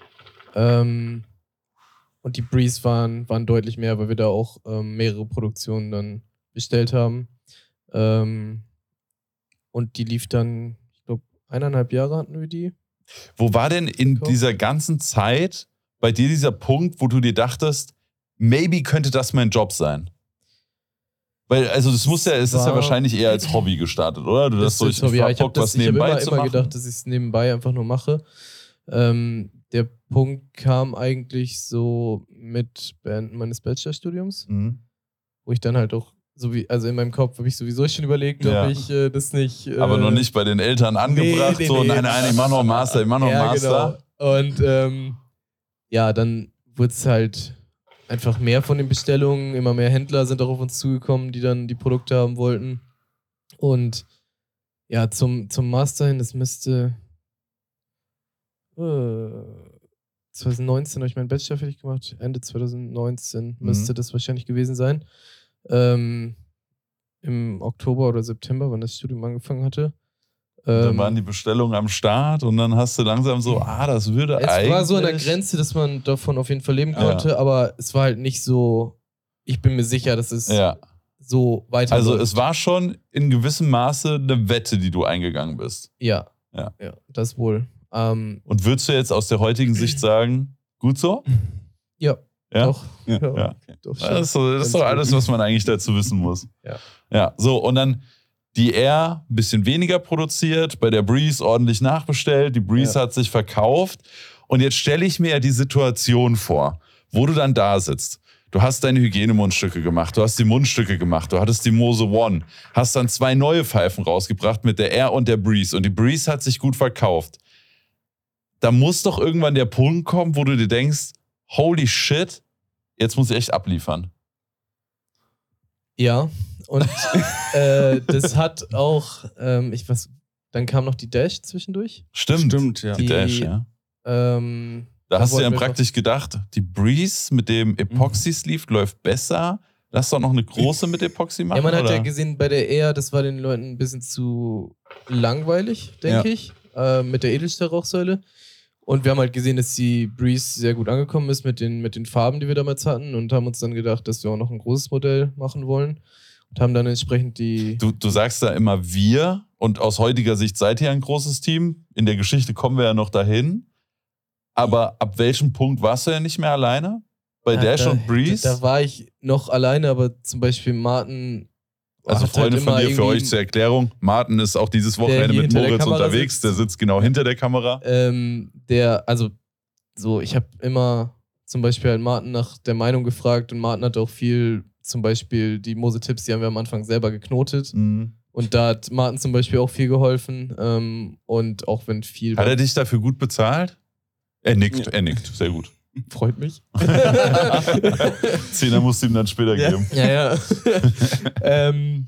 Ähm, und die Breeze waren, waren deutlich mehr, weil wir da auch ähm, mehrere Produktionen dann bestellt haben. Ähm, und die lief dann, ich glaube, eineinhalb Jahre hatten wir die. Wo war denn in Verkauft. dieser ganzen Zeit bei dir dieser Punkt, wo du dir dachtest, maybe könnte das mein Job sein? Weil, also das muss ja, es ist ja war- wahrscheinlich eher als Hobby gestartet, oder? Du hast so, ich, ist Hobby. Ja, hab ich habe Bock, was hab nebenbei immer, zu immer machen. gedacht, dass ich es nebenbei einfach nur mache. Ähm, der Punkt kam eigentlich so mit Beenden meines Bachelorstudiums, Mhm. wo ich dann halt auch, so wie, also in meinem Kopf habe ich sowieso schon überlegt, Ja. ob ich äh, das nicht. Äh, Aber noch nicht bei den Eltern angebracht, nee, so, nee. nein, nein, ich mach noch einen Master, ich mach noch einen ja, Master. Genau. Und ähm, ja, dann wurde es halt einfach mehr von den Bestellungen, immer mehr Händler sind auch auf uns zugekommen, die dann die Produkte haben wollten. Und ja, zum, zum Master hin, das müsste äh, zwanzig neunzehn habe ich meinen Bachelor fertig gemacht, Ende zwanzig neunzehn Mhm. müsste das wahrscheinlich gewesen sein. Ähm, Im Oktober oder September, wann das Studium angefangen hatte. Dann Ähm, waren die Bestellungen am Start und dann hast du langsam so, ah, das würde Es eigentlich... war so an der Grenze, dass man davon auf jeden Fall leben Ja. konnte, aber es war halt nicht so, ich bin mir sicher, dass es Ja, so weiter also läuft. es war schon in gewissem Maße eine Wette, die du eingegangen bist. Ja, Ja. ja, das wohl. Ähm, Und würdest du jetzt aus der heutigen Sicht sagen, gut so? ja, Ja? Doch. Ja. Ja. Ja. Doch schon. Das ist, so, das ist doch alles, was man eigentlich dazu wissen muss. Ja. Ja, so, und dann die Air ein bisschen weniger produziert, bei der Breeze ordentlich nachbestellt, die Breeze Ja. hat sich verkauft. Und jetzt stelle ich mir ja die Situation vor, wo du dann da sitzt. Du hast deine Hygienemundstücke gemacht, du hast die Mundstücke gemacht, du hattest die Mose One, hast dann zwei neue Pfeifen rausgebracht mit der Air und der Breeze. Und die Breeze hat sich gut verkauft. Da muss doch irgendwann der Punkt kommen, wo du dir denkst, holy shit, jetzt muss ich echt abliefern. Ja, und äh, das hat auch, ähm, ich was, dann kam noch die Dash zwischendurch. Stimmt. Stimmt, ja. Die Die- Dash, ja. Ähm, Da hast du ja wollten wir praktisch gedacht, die Breeze mit dem Epoxy-Sleeve läuft besser. Lass doch noch eine große mit Epoxy machen, ja, man hat oder? ja gesehen, bei der Air, das war den Leuten ein bisschen zu langweilig, denke Ja. ich, äh, mit der Edelstahl-Rauchsäule. Und wir haben halt gesehen, dass die Breeze sehr gut angekommen ist mit den, mit den Farben, die wir damals hatten, und haben uns dann gedacht, dass wir auch noch ein großes Modell machen wollen. Und haben dann entsprechend die. Du, du sagst da immer wir und aus heutiger Sicht seid ihr ein großes Team. In der Geschichte kommen wir ja noch dahin. Aber ab welchem Punkt warst du ja nicht mehr alleine? Bei Ja, Dash da, und Breeze? Da, da war ich noch alleine, aber zum Beispiel Martin. Also hat Freunde halt von immer dir, für irgendwie- euch zur Erklärung. Martin ist auch dieses Der Wochenende hier mit hinter der Moritz Kamera unterwegs. sitzt. Der sitzt genau hinter der Kamera. Ähm, der, also, so, ich habe immer zum Beispiel halt Martin nach der Meinung gefragt, und Martin hat auch viel, zum Beispiel die Mose-Tipps, die haben wir am Anfang selber geknotet. Mhm. Und da hat Martin zum Beispiel auch viel geholfen. Ähm, und auch wenn viel. Hat er dich dafür gut bezahlt? Er nickt, Ja. er nickt. Sehr gut. Freut mich. Zehner musst du ihm dann später Ja. geben. Ja, ja. ähm,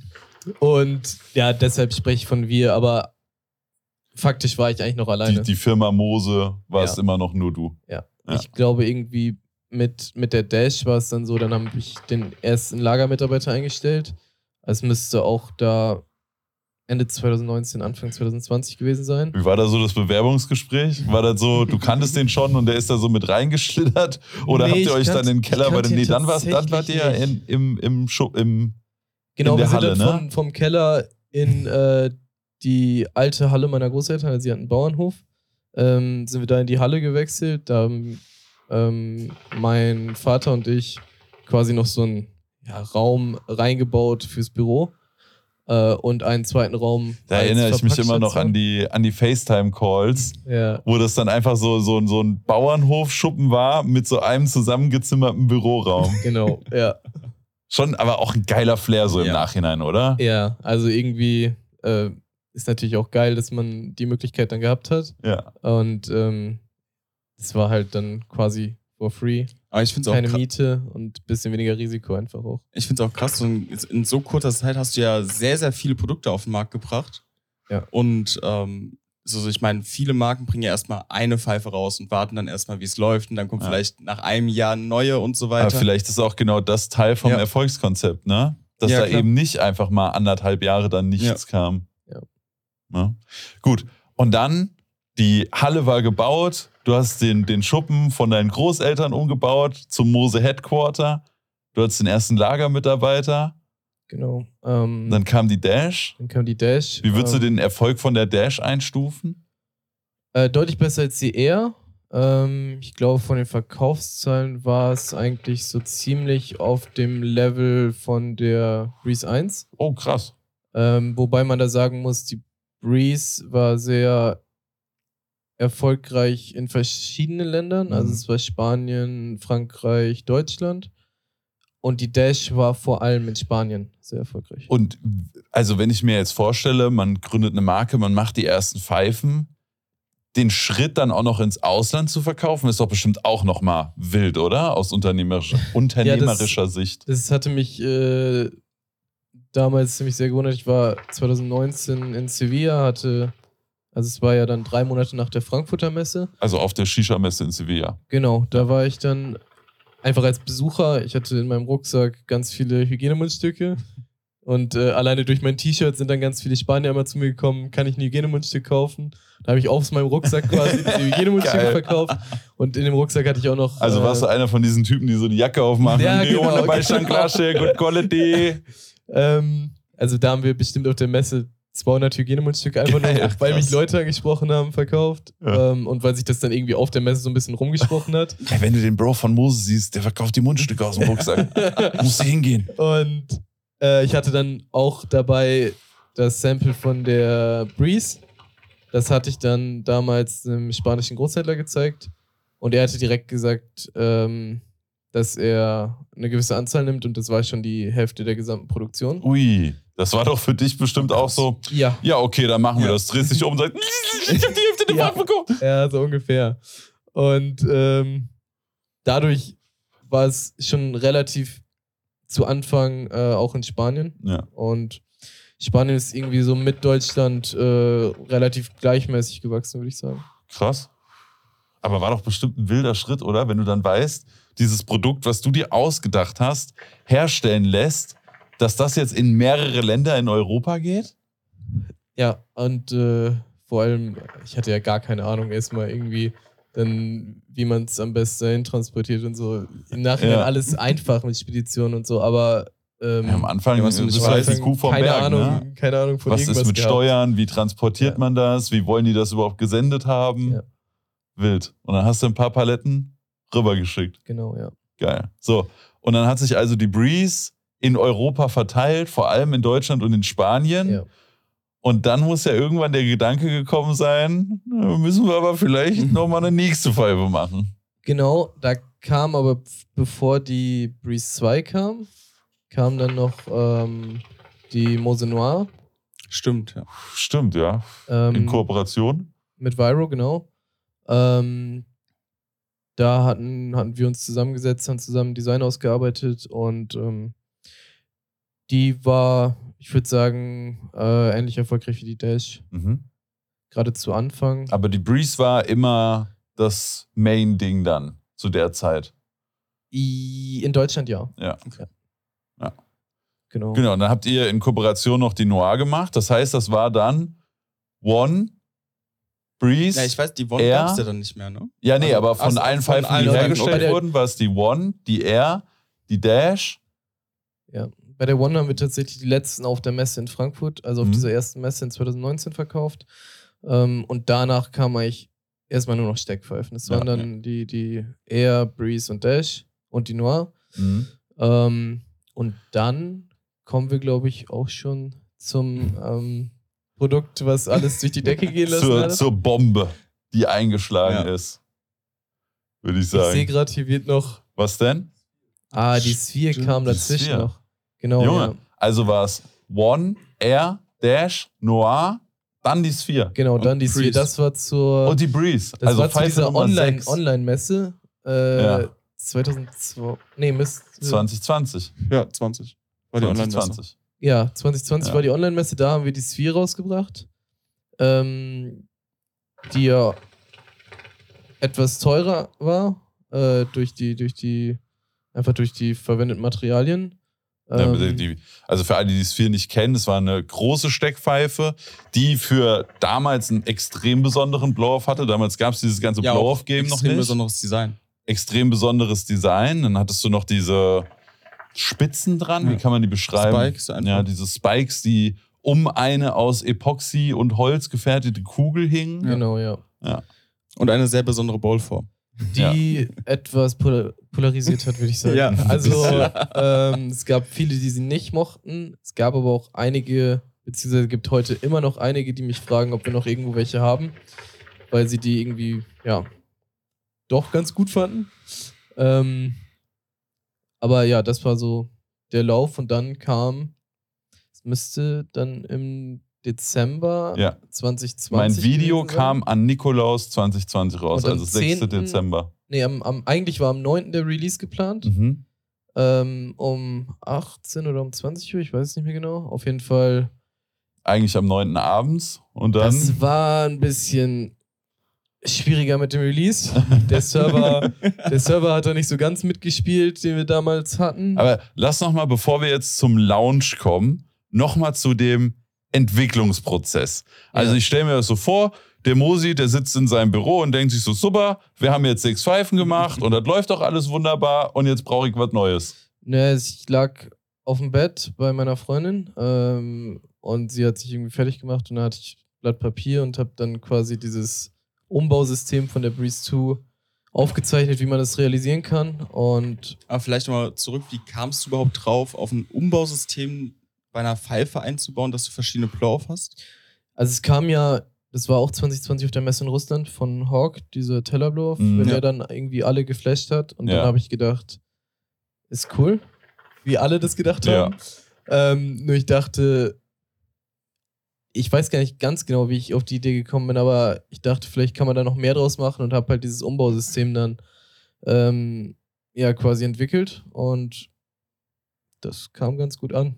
und ja, deshalb spreche ich von wir, aber faktisch war ich eigentlich noch Die, alleine. die Firma Mose war es Ja. immer noch nur du. Ja. Ich glaube, irgendwie mit, mit der Dash war es dann so, dann habe ich den ersten Lagermitarbeiter eingestellt. Es müsste auch da Ende zwanzig neunzehn, Anfang zwanzig zwanzig gewesen sein. Wie war da so das Bewerbungsgespräch? War das so, du kanntest den schon und der ist da so mit reingeschlittert? Oder Nee, habt ich ihr euch kannte- dann in den Keller ich bei kannte den. Nee, ihn dann, war's, dann wart ihr ja tatsächlich in, im, im, Schu- im Genau, in der wir sind Halle, dann ne? vom, vom Keller in äh, die alte Halle meiner Großeltern, also sie hatten einen Bauernhof, ähm, sind wir da in die Halle gewechselt. Da haben ähm, mein Vater und ich quasi noch so einen ja, Raum reingebaut fürs Büro äh, und einen zweiten Raum. Da als erinnere ich mich immer noch an Verpackstation. die, an die FaceTime-Calls, Ja, wo das dann einfach so, so, so ein Bauernhofschuppen war mit so einem zusammengezimmerten Büroraum. genau, ja. Schon, aber auch ein geiler Flair so im Ja. Nachhinein, oder? Ja, also irgendwie äh, ist natürlich auch geil, dass man die Möglichkeit dann gehabt hat. Ja. Und ähm, es war halt dann quasi for free. Aber ich finde es auch, Keine kra- Miete und ein bisschen weniger Risiko einfach auch. ich find's auch krass, so in, in so kurzer Zeit hast du ja sehr, sehr viele Produkte auf den Markt gebracht. Ja. Und ähm, so, ich meine, viele Marken bringen ja erstmal eine Pfeife raus und warten dann erstmal, wie es läuft. Und dann kommt Ja. vielleicht nach einem Jahr eine neue und so Aber weiter. vielleicht ist auch genau das Teil vom Ja. Erfolgskonzept, ne? Dass Ja, da klar. eben nicht einfach mal anderthalb Jahre dann nichts kam. Ja. Ne? Gut. Und dann, die Halle war gebaut, du hast den, den Schuppen von deinen Großeltern umgebaut zum Mose Headquarter, du hattest den ersten Lagermitarbeiter, Genau. Ähm, dann kam die Dash. dann kam die Dash. Wie würdest ähm, du den Erfolg von der Dash einstufen? Äh, deutlich besser als die Air. Ähm, ich glaube, von den Verkaufszahlen war es eigentlich so ziemlich auf dem Level von der Breeze eins. Oh, krass. Ähm, wobei man da sagen muss, die Breeze war sehr erfolgreich in verschiedenen Ländern. Also Mhm. es war Spanien, Frankreich, Deutschland. Und die Dash war vor allem in Spanien sehr erfolgreich. Und also wenn ich mir jetzt vorstelle, man gründet eine Marke, man macht die ersten Pfeifen, den Schritt dann auch noch ins Ausland zu verkaufen, ist doch bestimmt auch nochmal wild, oder? Aus unternehmerischer, unternehmerischer Sicht. Das hatte mich äh, damals ziemlich sehr gewundert. Ich war zwanzig neunzehn in Sevilla, hatte, also es war ja dann drei Monate nach der Frankfurter Messe. Also auf der Shisha-Messe in Sevilla. Genau, da war ich dann einfach als Besucher. Ich hatte in meinem Rucksack ganz viele Hygienemundstücke. Und äh, alleine durch mein T-Shirt sind dann ganz viele Spanier immer zu mir gekommen, kann ich ein Hygienemundstück kaufen? Da habe ich aus meinem Rucksack quasi die Hygienemundstücke Geil. verkauft. Und in dem Rucksack hatte ich auch noch... Also äh, warst du einer von diesen Typen, die so die Jacke aufmachen? Ja, Nee, genau, ohne bei genau. Chanclasche, good quality. Ähm, also da haben wir bestimmt auf der Messe zweihundert Hygienemundstücke einfach nur, Ja, weil mich krass. Leute angesprochen haben, verkauft. Ja. Ähm, und weil sich das dann irgendwie auf der Messe so ein bisschen rumgesprochen hat. Ja, wenn du den Bro von Moses siehst, der verkauft die Mundstücke aus dem Rucksack. Musst du hingehen. Und äh, ich hatte dann auch dabei das Sample von der Breeze. Das hatte ich dann damals einem spanischen Großhändler gezeigt. Und er hatte direkt gesagt, ähm, dass er eine gewisse Anzahl nimmt. Und das war schon die Hälfte der gesamten Produktion. Ui, das war doch für dich bestimmt auch so. Ja, Ja, okay, dann machen wir Ja. das. Drehst dich um und sagst, ich hab die Hälfte der Ja. Wand bekommen. ja, so ungefähr. Und ähm, dadurch war es schon relativ zu Anfang äh, auch in Spanien. Ja. Und Spanien ist irgendwie so mit Deutschland äh, relativ gleichmäßig gewachsen, würde ich sagen. Krass. Aber war doch bestimmt ein wilder Schritt, oder? Wenn du dann weißt, dieses Produkt, was du dir ausgedacht hast, herstellen lässt, dass das jetzt in mehrere Länder in Europa geht? Ja, und äh, vor allem, ich hatte ja gar keine Ahnung erstmal irgendwie, dann, wie man es am besten dahin transportiert und so. Im Nachhinein Ja. alles einfach mit Speditionen und so, aber ähm, Ja, am Anfang Ja, ja, was du nicht bist du halt weißt, die Kuh vom keine Berg, Ahnung, ne? keine Ahnung von Was irgendwas ist mit gehabt. Steuern? Wie transportiert Ja. man das? Wie wollen die das überhaupt gesendet haben? Ja. Wild. Und dann hast du ein paar Paletten rübergeschickt. Genau, ja. Geil. So, und dann hat sich also die Breeze in Europa verteilt, vor allem in Deutschland und in Spanien. ja. Und dann muss ja irgendwann der Gedanke gekommen sein, na, müssen wir aber vielleicht nochmal eine nächste Pfeife machen. Genau, da kam aber, bevor die Breeze zwei kam, kam dann noch ähm, die Mose Noir Stimmt, ja. Stimmt, ja. ähm, In Kooperation. mit Viro, genau. Ähm, da hatten, hatten wir uns zusammengesetzt, haben zusammen ein Design ausgearbeitet und ähm, die war, ich würde sagen, äh, ähnlich erfolgreich wie die Dash. Mhm. Gerade zu Anfang. Aber die Breeze war immer das Main-Ding dann, zu der Zeit. I, in Deutschland ja. Ja. Genau. Genau, und dann habt ihr in Kooperation noch die Noir gemacht. Das heißt, das war dann One, Breeze. Ja, ich weiß, die One Air. gab es ja dann nicht mehr, ne? Ja, nee, Also, aber von ach so, allen von Pfeifen, allen die Pfeifen, hergestellt okay. wurden, war es die One, die Air, die Dash. Ja. Bei der One haben wir tatsächlich die letzten auf der Messe in Frankfurt, also auf Mhm. dieser ersten Messe in zwanzig neunzehn verkauft. Ähm, und danach kam eigentlich erstmal nur noch Steckpfeifen. Es Ja, waren dann die, die Air, Breeze und Dash und die Noir. Mhm. Ähm, und dann kommen wir, glaube ich, auch schon zum ähm, Produkt, was alles durch die Decke gehen lassen Zur, hat. zur Bombe, die eingeschlagen Ja. ist. Würde ich Ich sehe sagen. gerade, hier wird noch. Was denn? Ah, die Sphere Stimmt, kam die dazwischen Sphere. noch. Genau. Junge, Ja. also war es One, Air, Dash, Noir, dann die Sphere. Genau, dann die Sphere. Breeze. Das war zur. Und die Breeze. das also war zu Pfeife dieser Nummer Online- sechs. Online-Messe. Äh, Ja. zweitausendzwei. Nee, Mist. zwanzig zwanzig. Ja, zwanzig. War die zwanzig Online-Messe. zwanzig. Ja, zwanzig zwanzig Ja. war die Online-Messe, da haben wir die Sphere rausgebracht. Ähm, die ja etwas teurer war, äh, durch die, durch die, einfach durch die verwendeten Materialien. Ja, Ähm, die, also für alle, die die Sphere nicht kennen, es war eine große Steckpfeife, die für damals einen extrem besonderen Blow-Off hatte. Damals gab es dieses ganze Ja, auch Blow-Off-Game noch extrem nicht. besonderes Design. Extrem besonderes Design. Dann hattest du noch diese Spitzen dran, wie Ja. kann man die beschreiben? Spikes einfach. Ja, diese Spikes, die um eine aus Epoxy und Holz gefertigte Kugel hingen. Genau, ja. Und eine sehr besondere Bowlform. Die etwas polar polarisiert hat, würde ich sagen. Ja, ein also bisschen. ähm, es gab viele, die sie nicht mochten. Es gab aber auch einige, beziehungsweise gibt heute immer noch einige, die mich fragen, ob wir noch irgendwo welche haben, weil sie die irgendwie, ja, doch ganz gut fanden. Ähm, aber ja, das war so der Lauf und dann kam, es müsste dann im Dezember Ja. zwanzig zwanzig Mein Video gewesen sein. kam an Nikolaus zwanzig zwanzig raus, Und am also sechster zehnten Dezember. Nee, am, am, eigentlich war am neunten der Release geplant. Mhm. Ähm, um achtzehn oder um zwanzig Uhr, ich weiß es nicht mehr genau. Auf jeden Fall. Eigentlich am neunten abends und dann. Das war ein bisschen schwieriger mit dem Release. Der Server, der Server hat da nicht so ganz mitgespielt, den wir damals hatten. Aber lass noch mal, bevor wir jetzt zum Launch kommen, noch mal zu dem Entwicklungsprozess. Also Ja. ich stelle mir das so vor, der Mosi, der sitzt in seinem Büro und denkt sich so, super, wir haben jetzt sechs Pfeifen gemacht und das läuft doch alles wunderbar und jetzt brauche ich was Neues. Ne, ich lag auf dem Bett bei meiner Freundin ähm, und sie hat sich irgendwie fertig gemacht und dann hatte ich Blatt Papier und habe dann quasi dieses Umbausystem von der Breeze zwei aufgezeichnet, wie man das realisieren kann. Und Aber vielleicht nochmal zurück, wie kamst du überhaupt drauf, auf ein Umbausystem bei einer Pfeife einzubauen, dass du verschiedene Blow-Off hast? Also es kam ja, das war auch zwanzig zwanzig auf der Messe in Russland von Hawk, dieser Teller-Blow-Off, Mhm. wenn Ja. der dann irgendwie alle geflasht hat. Und Ja. dann habe ich gedacht, ist cool, wie alle das gedacht Ja. haben. Ähm, nur ich dachte, ich weiß gar nicht ganz genau, wie ich auf die Idee gekommen bin, aber ich dachte, vielleicht kann man da noch mehr draus machen und habe halt dieses Umbausystem dann ähm, ja quasi entwickelt und das kam ganz gut an.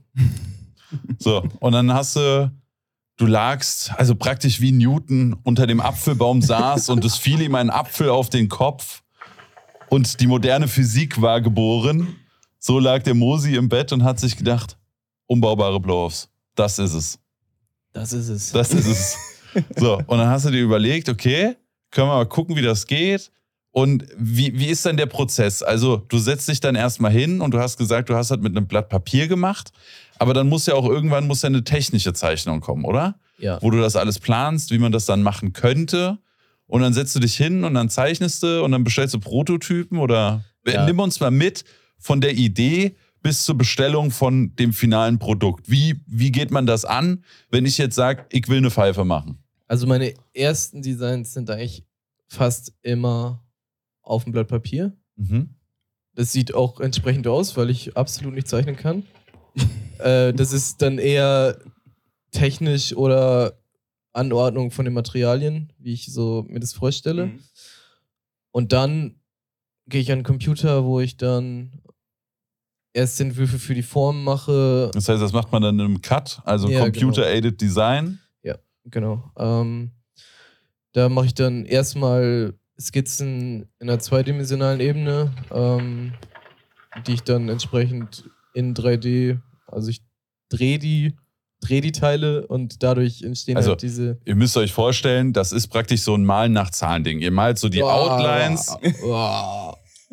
So, und dann hast du, du lagst, also praktisch wie Newton unter dem Apfelbaum saß und es fiel ihm ein Apfel auf den Kopf und die moderne Physik war geboren. So lag der Mosi im Bett und hat sich gedacht, umbaubare Blow-Offs, das ist es. Das ist es. Das ist es. So, und dann hast du dir überlegt, okay, können wir mal gucken, wie das geht. Und wie, wie ist dann der Prozess? Also, du setzt dich dann erstmal hin und du hast gesagt, du hast das mit einem Blatt Papier gemacht. Aber dann muss ja auch irgendwann muss ja eine technische Zeichnung kommen, oder? Ja. Wo du das alles planst, wie man das dann machen könnte. Und dann setzt du dich hin und dann zeichnest du und dann bestellst du Prototypen oder Ja. nimm uns mal mit von der Idee bis zur Bestellung von dem finalen Produkt. Wie, wie geht man das an, wenn ich jetzt sage, ich will eine Pfeife machen? Also meine ersten Designs sind eigentlich fast immer auf dem Blatt Papier. Mhm. Das sieht auch entsprechend aus, weil ich absolut nicht zeichnen kann. äh, das ist dann eher technisch oder Anordnung von den Materialien, wie ich so mir das vorstelle. Mhm. Und dann gehe ich an den Computer, wo ich dann erst Entwürfe für die Form mache. Das heißt, das macht man dann in einem Cut, also Ja, Computer-Aided Design. Genau. Ähm, da mache ich dann erstmal Skizzen in einer zweidimensionalen Ebene, ähm, die ich dann entsprechend in drei D, also ich drehe die, drehe die Teile und dadurch entstehen Also, halt diese. Ihr müsst euch vorstellen, das ist praktisch so ein Malen nach Zahlen-Ding. Ihr malt so die Outlines. Oh.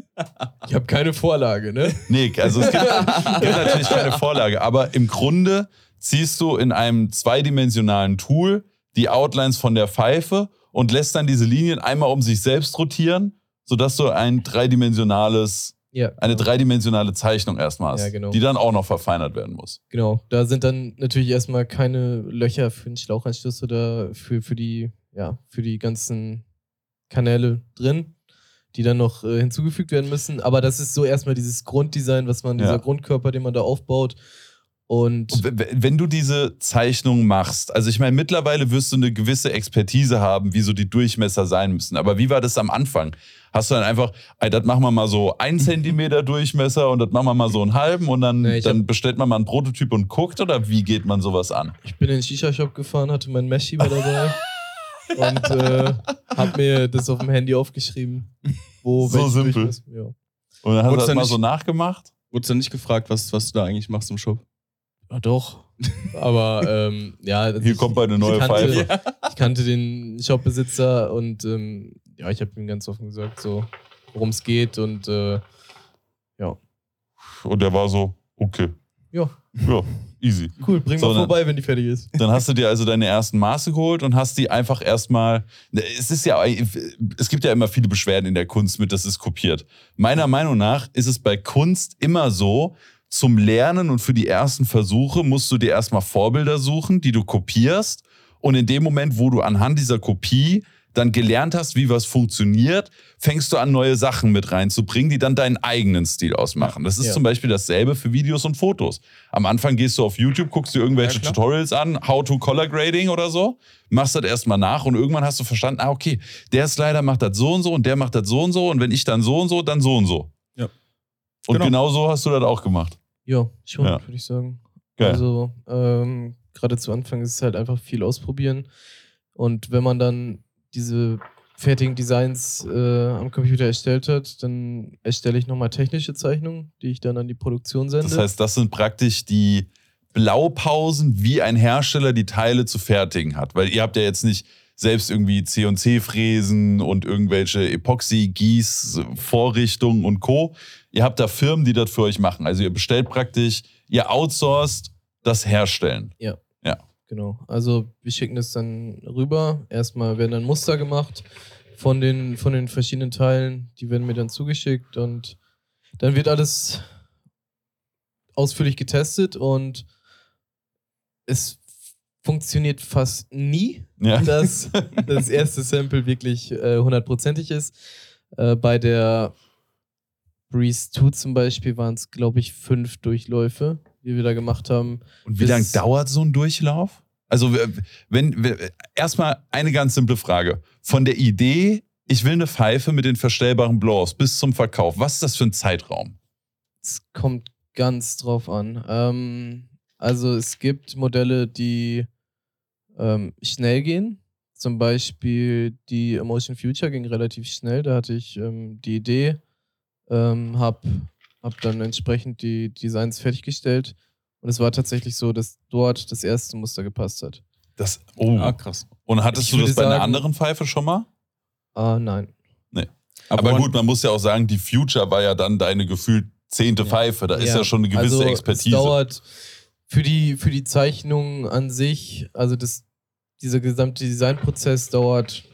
Ich habe keine Vorlage, ne? Nee, also es gibt, gibt natürlich keine Vorlage, aber im Grunde ziehst du in einem zweidimensionalen Tool die Outlines von der Pfeife und lässt dann diese Linien einmal um sich selbst rotieren, sodass du ein dreidimensionales, Ja. eine dreidimensionale Zeichnung erstmal hast, Ja, genau. die dann auch noch verfeinert werden muss. Genau, da sind dann natürlich erstmal keine Löcher für den Schlauchanschluss oder für, für, die, ja, für die ganzen Kanäle drin, die dann noch äh, hinzugefügt werden müssen. Aber das ist so erstmal dieses Grunddesign, was man, dieser Ja. Grundkörper, den man da aufbaut. Und Und w- w- wenn du diese Zeichnung machst, also ich meine, mittlerweile wirst du eine gewisse Expertise haben, wie so die Durchmesser sein müssen. Aber wie war das am Anfang? Hast du dann einfach, ey, das machen wir mal so ein Zentimeter Durchmesser und das machen wir mal so einen halben und dann, Nee, ich dann hab- bestellt man mal einen Prototyp und guckt, oder wie geht man sowas an? ich bin in den Shisha-Shop gefahren, hatte meinen Mesh-Schieber dabei und äh, hab mir das auf dem Handy aufgeschrieben. Wo So welche simpel. Durchmesser- Ja. Und dann hast du Wurdest das du mal nicht- so nachgemacht? Wurdest du nicht gefragt, was, was du da eigentlich machst im Shop? Ja, doch. Aber ähm, ja, also Hier ich- kommt bald eine neue ich kannte, Pfeife. Ich kannte den Shopbesitzer und ähm, ja, ich habe ihm ganz offen gesagt, so worum es geht und äh, ja. Und der war so, okay, Ja, ja, easy. cool, bring So, mal ne- vorbei, wenn die fertig ist. Dann hast du dir also deine ersten Maße geholt und hast die einfach erstmal. Es ist ja, es gibt ja immer viele Beschwerden in der Kunst mit, das ist kopiert. Meiner Meinung nach ist es bei Kunst immer so, zum Lernen und für die ersten Versuche musst du dir erstmal Vorbilder suchen, die du kopierst. Und in dem Moment, wo du anhand dieser Kopie dann gelernt hast, wie was funktioniert, fängst du an, neue Sachen mit reinzubringen, die dann deinen eigenen Stil ausmachen. Das ist Ja. zum Beispiel dasselbe für Videos und Fotos. Am Anfang gehst du auf YouTube, guckst dir irgendwelche Ja, klar. Tutorials an, How to Color Grading oder so, machst das erstmal nach und irgendwann hast du verstanden, ah, okay, der Slider macht das so und so und der macht das so und so und wenn ich dann so und so, dann so und so. Ja. Und Genau. genau so hast du das auch gemacht. Ja, schon, Ja. würde ich sagen. Geil. Also, ähm, gerade zu Anfang ist es halt einfach viel ausprobieren. Und wenn man dann diese fertigen Designs äh, am Computer erstellt hat, dann erstelle ich nochmal technische Zeichnungen, die ich dann an die Produktion sende. Das heißt, das sind praktisch die Blaupausen, wie ein Hersteller die Teile zu fertigen hat. Weil ihr habt ja jetzt nicht selbst irgendwie C und C-Fräsen und irgendwelche Epoxy-Gieß-Vorrichtungen und Co. Ihr habt da Firmen, die das für euch machen. Also ihr bestellt praktisch, ihr outsourced das Herstellen. Ja. Ja. Genau. Also wir schicken das dann rüber. Erstmal werden dann Muster gemacht von den, von den verschiedenen Teilen. Die werden mir dann zugeschickt und dann wird alles ausführlich getestet und es funktioniert fast nie, Ja. dass das erste Sample wirklich äh, hundertprozentig ist. Äh, bei der Breeze zwei zum Beispiel waren es, glaube ich, fünf Durchläufe, die wir da gemacht haben. Und wie lange dauert so ein Durchlauf? Also, wenn, wenn erstmal eine ganz simple Frage. Von der Idee, ich will eine Pfeife mit den verstellbaren Blow-Offs bis zum Verkauf, was ist das für ein Zeitraum? Es kommt ganz drauf an. Ähm, also, es gibt Modelle, die ähm, schnell gehen. Zum Beispiel die Emotion Future ging relativ schnell. Da hatte ich ähm, die Idee, ähm, hab, hab dann entsprechend die Designs fertiggestellt. Und es war tatsächlich so, dass dort das erste Muster gepasst hat. Das, oh, Ah, krass. Und hattest Ich du das würde bei einer sagen- anderen Pfeife schon mal? Ah, nein. Nee. Aber Aber woran- gut, man muss ja auch sagen, die Future war ja dann deine gefühlt zehnte Pfeife. Da ist ja schon eine gewisse also Expertise. Es dauert für die, für die Zeichnung an sich, also das, dieser gesamte Designprozess dauert,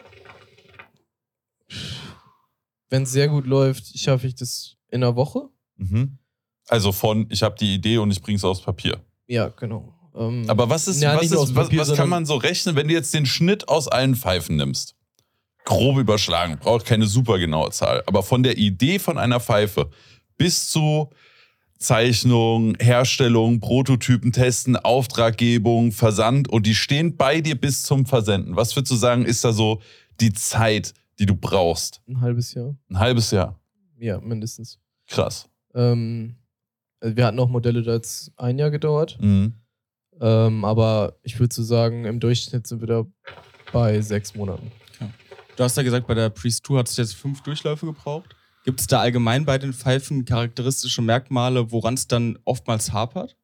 wenn es sehr gut läuft, schaffe ich das in einer Woche. Mhm. Also von, ich habe die Idee und ich bring's aufs Papier. Ja, genau. Ähm, Aber was ist, ja, was, nicht nur ist aufs was, Papier, was kann sondern- man so rechnen, wenn du jetzt den Schnitt aus allen Pfeifen nimmst? Grob überschlagen, braucht keine super genaue Zahl. Aber von der Idee von einer Pfeife bis zu Zeichnung, Herstellung, Prototypen testen, Auftraggebung, Versand und die stehen bei dir bis zum Versenden. Was würdest du sagen, ist da so die Zeit, die du brauchst? Ein halbes Jahr. Ein halbes Jahr. Ja, mindestens. Krass. Ähm, also wir hatten auch Modelle, da hat es ein Jahr gedauert. Mhm. Ähm, aber ich würde so sagen, im Durchschnitt sind wir da bei sechs Monaten. Du hast ja gesagt, bei der Priest zwei hat es jetzt fünf Durchläufe gebraucht. Gibt es da allgemein bei den Pfeifen charakteristische Merkmale, woran es dann oftmals hapert?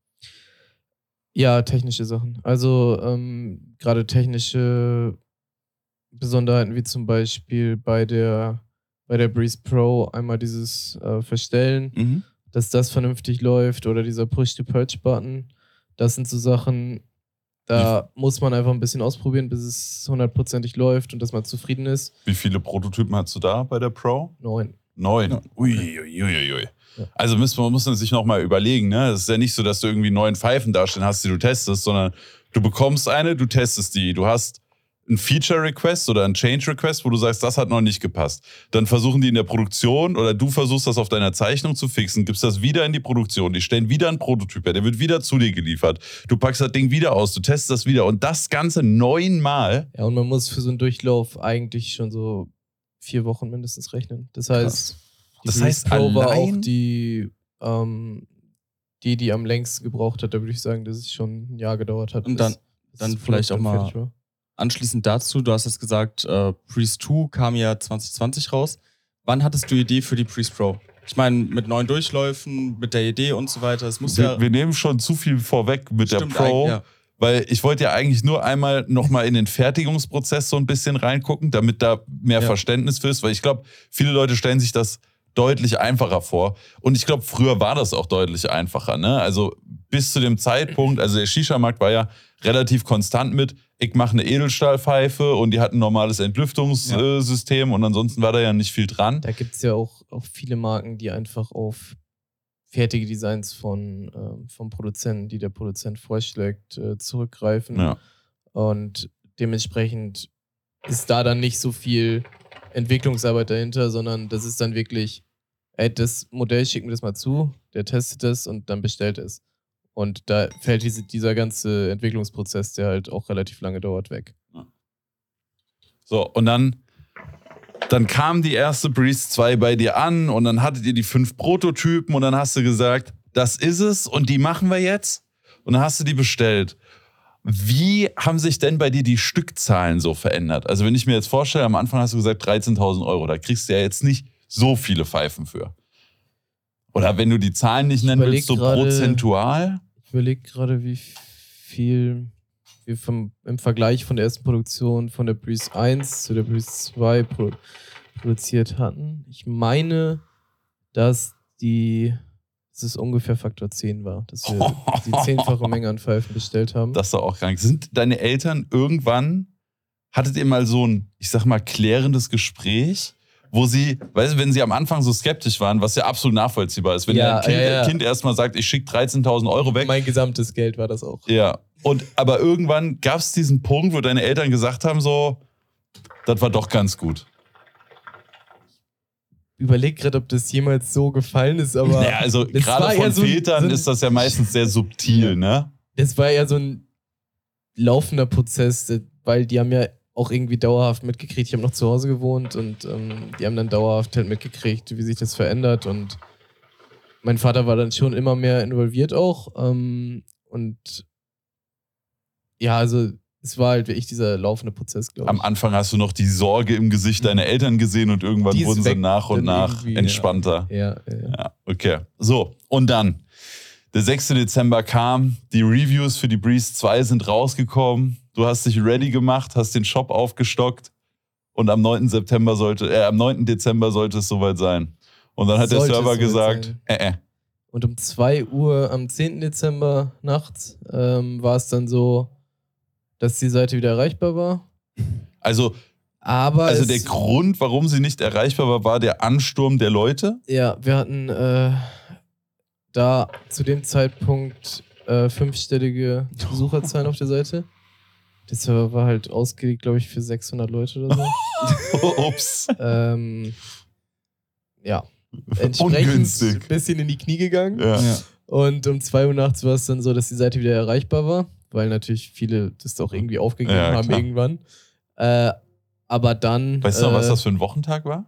Ja, technische Sachen. Also ähm, gerade technische Besonderheiten, wie zum Beispiel bei der, bei der Breeze Pro einmal dieses äh, Verstellen, Mhm. dass das vernünftig läuft oder dieser Push-to-Purge-Button. Das sind so Sachen, da muss man einfach ein bisschen ausprobieren, bis es hundertprozentig läuft und dass man zufrieden ist. Wie viele Prototypen hast du da bei der Pro? Neun. Neun. Ja. Uiuiuiui. Ja. Also muss man, muss man sich nochmal überlegen, ne? Es ist ja nicht so, dass du irgendwie neun Pfeifen dastehen hast, die du testest, sondern du bekommst eine, du testest die. Du hast ein Feature-Request oder ein Change-Request, wo du sagst, das hat noch nicht gepasst. Dann versuchen die in der Produktion oder du versuchst das auf deiner Zeichnung zu fixen, gibst das wieder in die Produktion, die stellen wieder einen Prototyp her, der wird wieder zu dir geliefert. Du packst das Ding wieder aus, du testest das wieder und das Ganze neunmal. Ja, und man muss für so einen Durchlauf eigentlich schon so vier Wochen mindestens rechnen. Das heißt, die Das Breeze heißt, Pro war auch allein- die, ähm, die, die am längsten gebraucht hat. Da würde ich sagen, dass es schon ein Jahr gedauert hat. Und bis dann- das dann Produkt vielleicht auch mal- fertig war. Anschließend dazu, du hast jetzt gesagt, äh, Priest zwei kam ja zwanzig zwanzig raus. Wann hattest du die Idee für die Priest Pro? Ich meine, mit neun Durchläufen, mit der Idee und so weiter. Es muss Wir, ja. wir nehmen schon zu viel vorweg mit der Stimmt, Pro. eigentlich, ja. Weil ich wollte ja eigentlich nur einmal nochmal in den Fertigungsprozess so ein bisschen reingucken, damit da mehr Ja. Verständnis für ist. Weil ich glaube, viele Leute stellen sich das deutlich einfacher vor. Und ich glaube, früher war das auch deutlich einfacher. Ne? Also bis zu dem Zeitpunkt, also der Shisha-Markt war ja relativ konstant mit, ich mache eine Edelstahlpfeife und die hat ein normales Entlüftungssystem und ansonsten war da ja nicht viel dran. Da gibt es ja auch, auch viele Marken, die einfach auf fertige Designs von, ähm, vom Produzenten, die der Produzent vorschlägt, äh, zurückgreifen. Ja. Und dementsprechend ist da dann nicht so viel Entwicklungsarbeit dahinter, sondern das ist dann wirklich, ey, das Modell schickt mir das mal zu, der testet es und dann bestellt es. Und da fällt diese, dieser ganze Entwicklungsprozess, der halt auch relativ lange dauert, weg. So, und dann, dann kam die erste Breeze zwei bei dir an und dann hattet ihr die fünf Prototypen und dann hast du gesagt, das ist es und die machen wir jetzt. Und dann hast du die bestellt. Wie haben sich denn bei dir die Stückzahlen so verändert? Also wenn ich mir jetzt vorstelle, am Anfang hast du gesagt dreizehntausend Euro, da kriegst du ja jetzt nicht so viele Pfeifen für. Oder wenn du die Zahlen nicht nennen überleg willst, so gerade- prozentual? Ich überlege gerade, wie viel wir vom, im Vergleich von der ersten Produktion von der Breeze eins zu der Breeze zwei pro, produziert hatten. Ich meine, dass die dass es ungefähr Faktor zehn war, dass wir die zehnfache Menge an Pfeifen bestellt haben. Das ist doch auch krank. Sind deine Eltern irgendwann, hattet ihr mal so ein, ich sag mal, klärendes Gespräch, wo sie, weißt du, wenn sie am Anfang so skeptisch waren, was ja absolut nachvollziehbar ist, wenn Ja, ein kind, ja, ja. Kind erstmal sagt, ich schicke dreizehntausend Euro weg. Mein gesamtes Geld war das auch. Ja, und aber irgendwann gab es diesen Punkt, wo deine Eltern gesagt haben, so, das war doch ganz gut. Überleg gerade, ob das jemals so gefallen ist, aber Ja, also das gerade war von eher so ein- Vätern so ein- ist das ja meistens sehr subtil, ne? das war ja so ein laufender Prozess, weil die haben ja auch irgendwie dauerhaft mitgekriegt, ich habe noch zu Hause gewohnt und ähm, die haben dann dauerhaft halt mitgekriegt, wie sich das verändert und mein Vater war dann schon immer mehr involviert auch ähm, und ja, also es war halt wirklich dieser laufende Prozess, glaube ich. Am Anfang hast du noch die Sorge im Gesicht deiner Eltern gesehen und irgendwann Die ist wurden sie weg, nach und dann nach irgendwie, entspannter. Ja, ja, ja. Ja, okay. So, und dann. Der sechster Dezember kam, die Reviews für die Breeze zwei sind rausgekommen. Du hast dich ready gemacht, hast den Shop aufgestockt und am neunten September sollte, äh, am neunten Dezember sollte es soweit sein. Und dann hat Sollte der es Server soweit gesagt, sein. äh, äh. Und um zwei Uhr am zehnten Dezember nachts ähm, war es dann so, dass die Seite wieder erreichbar war. Also, Aber also es, der Grund, warum sie nicht erreichbar war, war der Ansturm der Leute. ja, wir hatten äh, da zu dem Zeitpunkt äh, fünfstellige Besucherzahlen auf der Seite. Der Server war halt ausgelegt, glaube ich, für sechshundert Leute oder so. Ups. ähm, ja, entsprechend Ungünstig. ein bisschen in die Knie gegangen. Ja. Ja. Und um zwei Uhr nachts war es dann so, dass die Seite wieder erreichbar war, weil natürlich viele das auch irgendwie aufgegeben Ja, haben klar. irgendwann. Äh, aber dann. Weißt du noch, äh, was das für ein Wochentag war?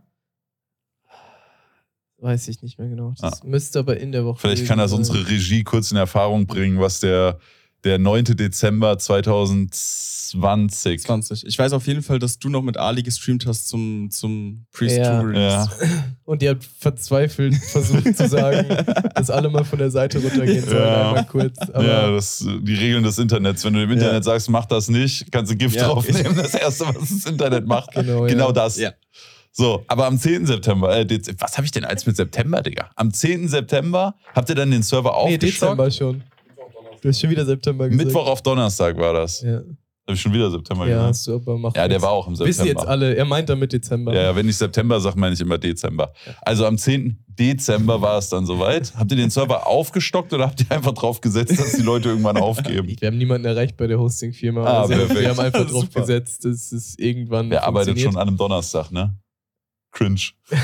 Weiß ich nicht mehr genau. Das müsste aber in der Woche. Vielleicht kann das gewesen sein. unsere Regie kurz in Erfahrung bringen, was der, der neunte Dezember zweitausendzwanzig. zwanzig. Ich weiß auf jeden Fall, dass du noch mit Ali gestreamt hast zum, zum Priest Ja. to Release. Und die hat verzweifelt versucht zu sagen, dass alle mal von der Seite runtergehen sollen, Ja. einmal kurz. Aber Ja, das, die Regeln des Internets. Wenn du im Internet Ja. sagst, mach das nicht, kannst du Gift Ja. draufnehmen. Das Erste, was das Internet macht. Genau, Genau ja. das. Ja. So, aber am zehnten September, äh, Dez- was habe ich denn als mit September, Digga? Am zehnten September habt ihr dann den Server nee, aufgestockt? Dezember schon. Du hast schon wieder September gesagt. Mittwoch auf Donnerstag war das. Ja, Habe ich schon wieder September ja gesagt? hast du aber macht Ja, der nichts. war auch im Wisst ihr jetzt September. alle, er meint damit Dezember. Ja, ja, wenn ich September sage, meine ich immer Dezember. Also am zehnten Dezember war es dann soweit. Habt ihr den Server aufgestockt oder habt ihr einfach drauf gesetzt, dass die Leute irgendwann aufgeben? Wir haben niemanden erreicht bei der Hosting-Firma. Ah, also perfekt. wir haben einfach drauf Super. gesetzt, dass es irgendwann Wer arbeitet funktioniert. schon an einem Donnerstag, ne? Cringe.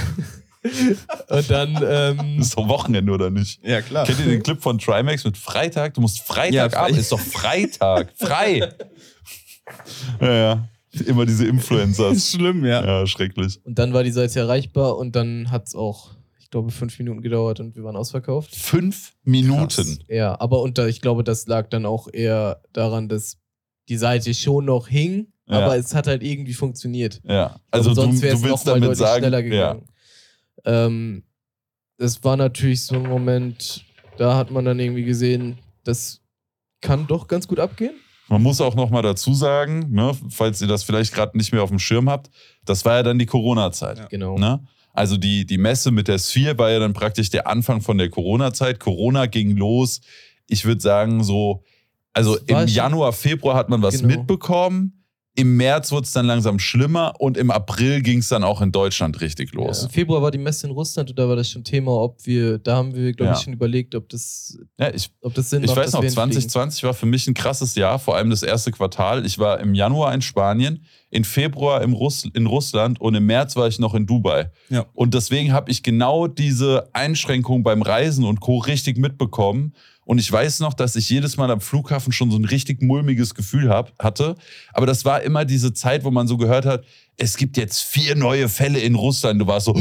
Und dann, ähm, Ist doch Wochenende, oder nicht? Ja, klar. Kennt ihr den Clip von Trimax mit Freitag? Du musst Freitag Ja, frei. arbeiten. Ist doch Freitag. Frei. Ja, ja. Immer diese Influencers. ist schlimm, ja. Ja, schrecklich. und dann war die Seite erreichbar und dann hat es auch, ich glaube, fünf Minuten gedauert und wir waren ausverkauft. Fünf Minuten. Krass. Ja, aber unter, ich glaube, das lag dann auch eher daran, dass die Seite schon noch hing, Ja. aber es hat halt irgendwie funktioniert. Ja. Also Aber du, sonst wäre du es willst noch mal damit deutlich sagen, schneller ja, gegangen. Ähm, das war natürlich so ein Moment, da hat man dann irgendwie gesehen, das kann doch ganz gut abgehen. man muss auch noch mal dazu sagen, ne, falls ihr das vielleicht gerade nicht mehr auf dem Schirm habt, das war ja dann die Corona-Zeit. Ja. Genau. Ne? Also die, die Messe mit der Sphere war ja dann praktisch der Anfang von der Corona-Zeit. Corona ging los, ich würde sagen so, also Es war im schon- Januar, Februar hat man was Genau. mitbekommen, im März wurde es dann langsam schlimmer und im April ging es dann auch in Deutschland richtig Ja, los. Im Februar war die Messe in Russland und da war das schon Thema, ob wir, da haben wir, glaube ich, Ja. schon überlegt, ob das, Ja, ich ob das Sinn Ich macht, weiß dass noch, wir hinfliegen. zwanzig zwanzig war für mich ein krasses Jahr, vor allem das erste Quartal. Ich war im Januar in Spanien, im Februar im Russ in Russland und im März war ich noch in Dubai. Ja. Und deswegen habe ich genau diese Einschränkungen beim Reisen und Co. richtig mitbekommen. Und ich weiß noch, dass ich jedes Mal am Flughafen schon so ein richtig mulmiges Gefühl hab, hatte. Aber das war immer diese Zeit, wo man so gehört hat, es gibt jetzt vier neue Fälle in Russland. Du warst so,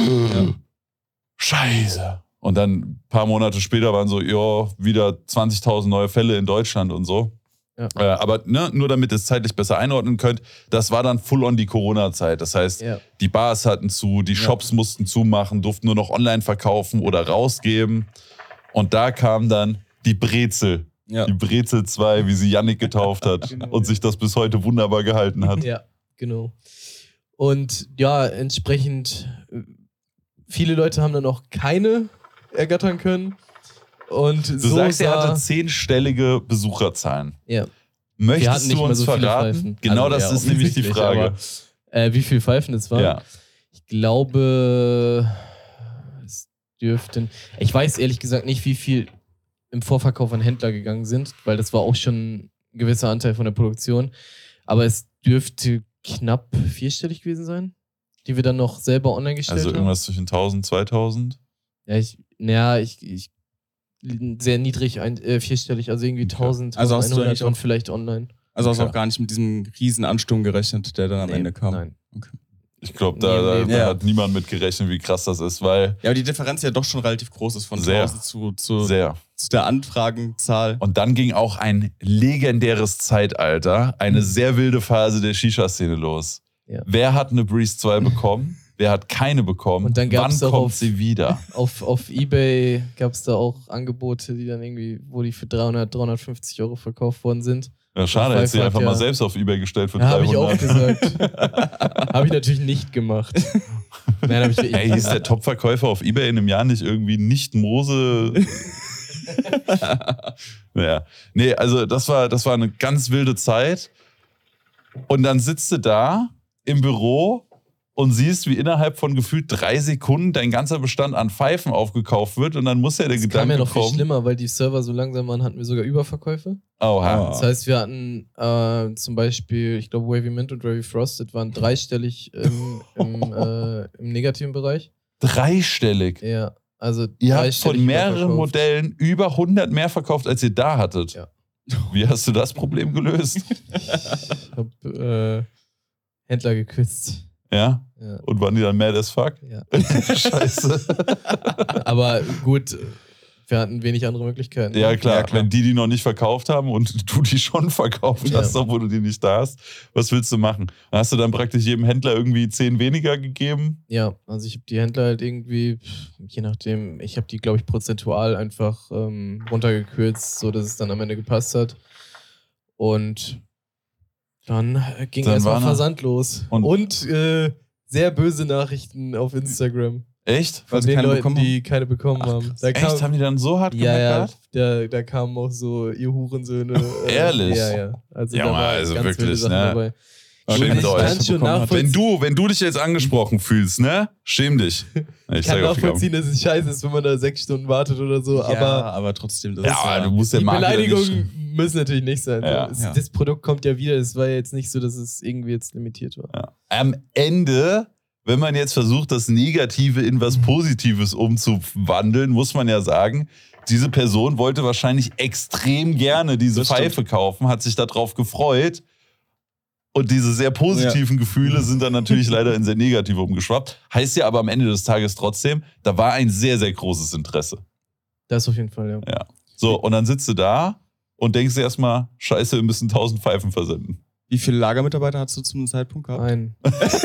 Scheiße. Und dann ein paar Monate später waren so, ja, wieder zwanzigtausend neue Fälle in Deutschland und so. Ja. Äh, aber ne, nur damit ihr es zeitlich besser einordnen könnt, das war dann full on die Corona-Zeit. Das heißt, Ja. die Bars hatten zu, die Shops mussten zumachen, durften nur noch online verkaufen oder rausgeben. Und da kam dann die Brezel. Ja. Die Brezel zwei, wie sie Yannick getauft hat Genau, und ja. sich das bis heute wunderbar gehalten hat. Ja, genau. Und ja, entsprechend, äh, viele Leute haben dann auch keine ergattern können. Und Du so sagst, er sah, hatte zehnstellige Besucherzahlen. ja. Wir Möchtest hatten nicht du mehr uns so viele verraten? Pfeifen. Genau, Also, das ja, ist nämlich die offensichtlich, Frage. aber, Äh, wie viele Pfeifen es waren? Ja. Ich glaube, es dürften. Ich weiß ehrlich gesagt nicht, wie viel im Vorverkauf an Händler gegangen sind, weil das war auch schon ein gewisser Anteil von der Produktion. Aber es dürfte knapp vierstellig gewesen sein, die wir dann noch selber online gestellt Also haben. irgendwas zwischen tausend, zweitausend? Ja, ich, naja, ich, ich sehr niedrig, ein, äh, vierstellig, also irgendwie Okay. tausend, Also hast du einhundert eigentlich und auch- vielleicht online. Also hast du Okay. auch gar nicht mit diesem riesen Ansturm gerechnet, der dann am Nee, Ende kam. Nein. Ich glaube, Nee, da, da, nee. da Ja. hat niemand mit gerechnet, wie krass das ist, weil Ja, aber die Differenz ja doch schon relativ groß ist von Sehr. tausend zu, zu, sehr. zu der Anfragenzahl. Und dann ging auch ein legendäres Zeitalter, eine sehr wilde Phase der Shisha-Szene los. Ja. Wer hat eine Breeze zwei bekommen? Wer hat keine bekommen? Und dann gab's Wann auch kommt auf- sie wieder? Auf, auf Ebay gab es da auch Angebote, die dann irgendwie, wo die für dreihundert, dreihundertfünfzig Euro verkauft worden sind. Ja, schade, Auf hätte sie Pfeife einfach hat mal ja- selbst auf Ebay gestellt für Ja, habe ich auch dreihundert. gesagt. Habe ich natürlich nicht gemacht. Nein, habe ich wirklich Ey, hieß der Top-Verkäufer auf Ebay in einem Jahr nicht irgendwie nicht Mose? Ja. Nee, also das war, das war eine ganz wilde Zeit. Und dann sitzt du da im Büro und siehst, wie innerhalb von gefühlt drei Sekunden dein ganzer Bestand an Pfeifen aufgekauft wird. Und dann muss ja der Das kam Gedanke ja noch viel kommen. schlimmer, weil die Server so langsam waren, hatten wir sogar Überverkäufe. Oha. Das heißt, wir hatten äh, zum Beispiel, ich glaube, Wavy Mint und Wavy Frosted waren dreistellig im, im, äh, im negativen Bereich. Dreistellig. Ja, also Ihr habt dreistellig von mehreren überverkauft. Modellen über hundert mehr verkauft, als ihr da hattet. Ja. Wie hast du das Problem gelöst? Ich habe äh, Händler geküsst. Ja? Ja. Und waren die dann mad as fuck? Ja. Scheiße. Aber gut, wir hatten wenig andere Möglichkeiten. Ja klar, Ja, klar. wenn die die noch nicht verkauft haben und du die schon verkauft Ja. hast, obwohl du die nicht da hast, was willst du machen? Hast du dann praktisch jedem Händler irgendwie zehn weniger gegeben? Ja, also ich habe die Händler halt irgendwie, je nachdem, ich habe die, glaube ich, prozentual einfach ähm, runtergekürzt, so dass es dann am Ende gepasst hat. Und dann äh, ging Dann erstmal war noch- Versand los. Und- Und, äh, sehr böse Nachrichten auf Instagram. Echt? Von Weil sie den keine Leuten, bekommen die keine bekommen Ach, haben. krass. Da Echt? Haben die dann so hart ja, ja, gemeckert? da, da kamen auch so, ihr Hurensöhne. äh, Ehrlich? Ja, ja. Also, Junge, da war also ganz wilde wirklich, Sachen ne? dabei. Schämt ich euch. kann schon Bekommen hat. nachvollziehen. Wenn du, wenn du dich jetzt angesprochen fühlst, ne? Schäm dich. Ich Ich zeig kann auf die Kamera. nachvollziehen, dass es scheiße ist, wenn man da sechs Stunden wartet oder so, ja, aber aber trotzdem, das Ja, ist aber du musst der die Marke ja Beleidigungen nicht- müssen natürlich nicht sein. Ja. Es, Ja. Das Produkt kommt ja wieder, es war ja jetzt nicht so, dass es irgendwie jetzt limitiert war. Ja. Am Ende, wenn man jetzt versucht, das Negative in was Positives umzuwandeln, muss man ja sagen, diese Person wollte wahrscheinlich extrem gerne diese Das stimmt. Pfeife kaufen, hat sich darauf gefreut. Und diese sehr positiven Gefühle sind dann natürlich leider in sehr negative umgeschwappt. Heißt ja aber am Ende des Tages trotzdem, da war ein sehr, sehr großes Interesse. Das auf jeden Fall, ja. Ja. So, und dann sitzt du da und denkst dir erstmal, scheiße, wir müssen tausend Pfeifen versenden. Wie viele Lagermitarbeiter hast du zum Zeitpunkt gehabt? Ein.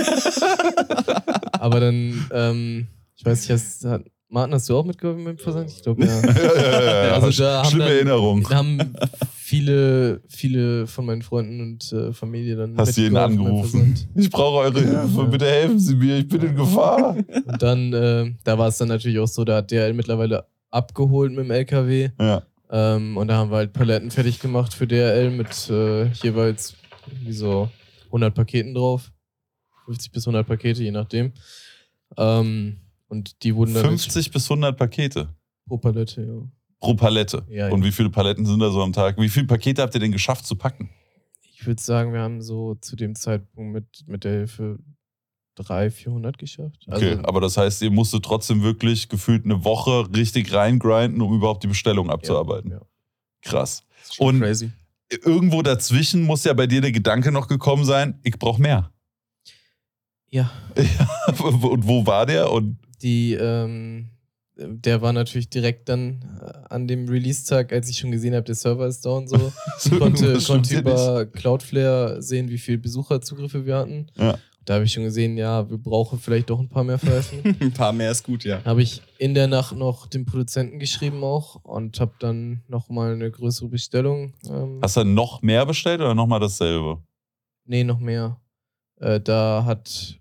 Aber dann, ähm, ich weiß nicht, hast, hat, Martin, hast du auch mitgeholfen mit dem Versand? Ich glaube, ja. Ja, ja, ja, ja. Also da haben Schlimme dann- Erinnerung. Da haben viele, viele von meinen Freunden und äh, Familie dann Hast jeden mitgeholfen beim angerufen. Versand. Ich brauche eure Hilfe, bitte helfen Sie mir, ich bin in Gefahr. Und dann, äh, da war es dann natürlich auch so, da hat D H L mittlerweile abgeholt mit dem L K W. Ja. Ähm, und da haben wir halt Paletten fertig gemacht für D H L mit äh, jeweils wie so hundert Paketen drauf. fünfzig bis hundert Pakete, je nachdem. Ähm, und die wurden dann fünfzig bis hundert Pakete pro Palette, ja. pro Palette. Ja, ja. Und wie viele Paletten sind da so am Tag? Wie viele Pakete habt ihr denn geschafft zu packen? Ich würde sagen, wir haben so zu dem Zeitpunkt mit, mit der Hilfe dreihundert, vierhundert geschafft. Okay, Also, aber das heißt, ihr musstet trotzdem wirklich gefühlt eine Woche richtig reingrinden, um überhaupt die Bestellung abzuarbeiten. Ja, ja. Krass. Das ist schon Und- crazy. Irgendwo dazwischen muss ja bei dir der Gedanke noch gekommen sein, ich brauche mehr. Ja, Und wo war der? Und die, ähm, der war natürlich direkt dann äh, an dem Release-Tag, als ich schon gesehen habe, der Server ist down so. Ich konnte, Das stimmt konnte ja über Cloudflare sehen, wie viele Besucherzugriffe wir hatten. Ja. Da habe ich schon gesehen, ja, wir brauchen vielleicht doch ein paar mehr Pfeifen. Ein paar mehr ist gut, ja. Habe ich in der Nacht noch dem Produzenten geschrieben auch und habe dann nochmal eine größere Bestellung. Ähm, Hast du noch mehr bestellt oder nochmal dasselbe? nee, noch mehr. Äh, da hat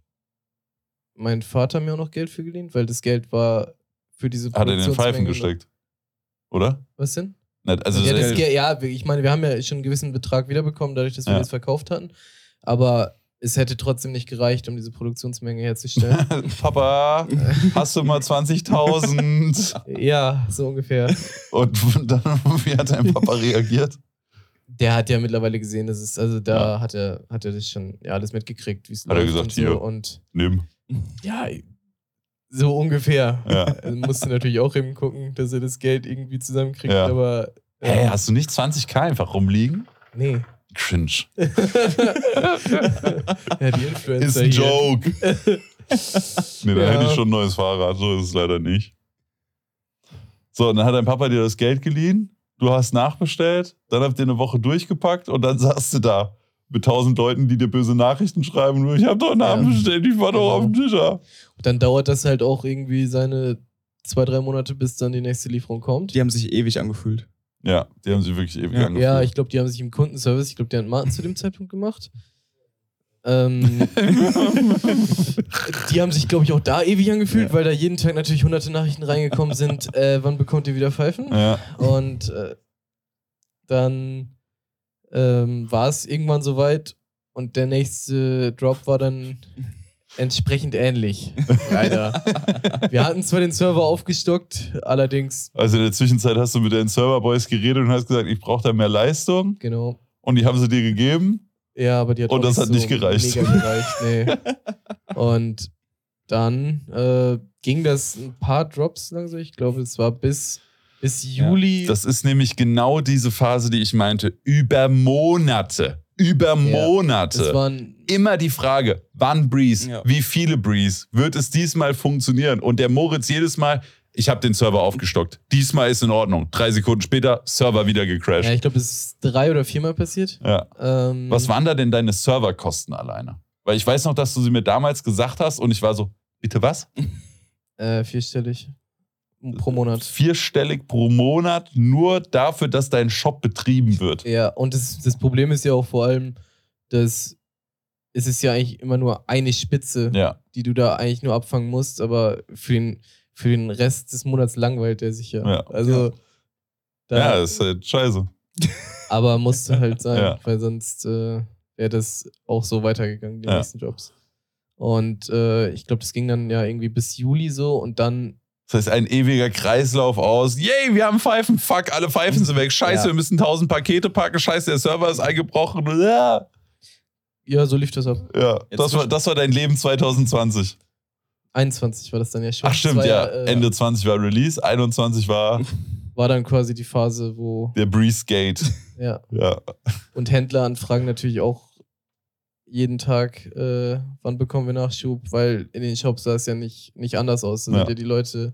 mein Vater mir auch noch Geld für geliehen, weil das Geld war für diese Hat er in den Pfeifen Produktionsmenge- gesteckt? oder? Was denn? Also ja, das das, ja, ich meine, wir haben ja schon einen gewissen Betrag wiederbekommen, dadurch, dass wir ja. das verkauft hatten. Aber es hätte trotzdem nicht gereicht, um diese Produktionsmenge herzustellen. Papa, hast du mal zwanzigtausend? Ja, so ungefähr. Und dann, wie hat dein Papa reagiert? Der hat ja mittlerweile gesehen, dass es, also da Ja. hat er, hat er das schon ja, alles mitgekriegt, wie es Hat er gesagt, und so. hier. Und Nimm. ja, so ungefähr. Ja. Also musste natürlich auch eben gucken, dass er das Geld irgendwie zusammenkriegt, Ja. aber. Hä, hey, ähm, hast du nicht zwanzig K einfach rumliegen? Nee. Cringe. Ja, die Influencer Ist ein hier. Joke. Nee, da Ja. hätte ich schon ein neues Fahrrad. So ist es leider nicht. So, und dann hat dein Papa dir das Geld geliehen. Du hast nachbestellt. Dann habt ihr eine Woche durchgepackt. Und dann saßt du da mit tausend Leuten, die dir böse Nachrichten schreiben. Nur, ich hab doch nachbestellt. Ich war doch Genau. auf dem Tischer. Und dann dauert das halt auch irgendwie seine zwei, drei Monate, bis dann die nächste Lieferung kommt. Die haben sich ewig angefühlt. Ja, die haben sie wirklich ewig Ja. angefühlt. Ja, ich glaube, die haben sich im Kundenservice, ich glaube, der hat Martin zu dem Zeitpunkt gemacht. Ähm, die haben sich, glaube ich, auch da ewig angefühlt, Ja. weil da jeden Tag natürlich hunderte Nachrichten reingekommen sind, äh, wann bekommt ihr wieder Pfeifen? Ja. Und äh, dann ähm, war es irgendwann soweit und der nächste Drop war dann entsprechend ähnlich. Leider. Wir hatten zwar den Server aufgestockt, allerdings, Also in der Zwischenzeit hast du mit deinen Serverboys geredet und hast gesagt, ich brauche da mehr Leistung. genau. Und die haben sie dir gegeben. Ja, aber die hat Und auch das nicht hat so nicht gereicht. Mega gereicht, nee. Und dann äh, ging das ein paar Drops langsam. Ich glaube, es war bis, bis Juli. Das ist nämlich genau diese Phase, die ich meinte. Über Monate. Über Monate. das waren Immer die Frage, wann Breeze? Ja. Wie viele Breeze? Wird es diesmal funktionieren? Und der Moritz jedes Mal, ich habe den Server aufgestockt. Diesmal ist in Ordnung. Drei Sekunden später, Server wieder ja, gecrashed. ich glaube, es ist drei oder viermal passiert. Ja. Ähm, Was waren da denn deine Serverkosten alleine? Weil ich weiß noch, dass du sie mir damals gesagt hast und ich war so, bitte was? Äh, vierstellig pro Monat. Vierstellig pro Monat nur dafür, dass dein Shop betrieben wird. Ja, und das, das Problem ist ja auch vor allem, dass es ist ja eigentlich immer nur eine Spitze, Ja. die du da eigentlich nur abfangen musst, aber für den, für den Rest des Monats langweilt der sich ja. Ja. Also, da, Ja, ist halt scheiße. aber musste halt sein, Ja. weil sonst äh, wäre das auch so weitergegangen, die Ja. nächsten Jobs. Und äh, ich glaube, das ging dann ja irgendwie bis Juli so und dann Das heißt, ein ewiger Kreislauf aus, yay, wir haben Pfeifen, fuck, alle Pfeifen sind weg, scheiße, Ja. wir müssen tausend Pakete packen, scheiße, der Server ist eingebrochen. Ja, ja, so lief das ab. ja das, war, das war dein Leben zwanzig zwanzig. einundzwanzig war das dann ja schon. Ach Das stimmt, war ja, äh, Ende zwanzig war Release, einundzwanzig war War dann quasi die Phase, wo, der Breeze Gate. ja, Ja. und Händler anfragen natürlich auch jeden Tag, äh, wann bekommen wir Nachschub, weil in den Shops sah es ja nicht, nicht anders aus. Da Ja. sind ja die Leute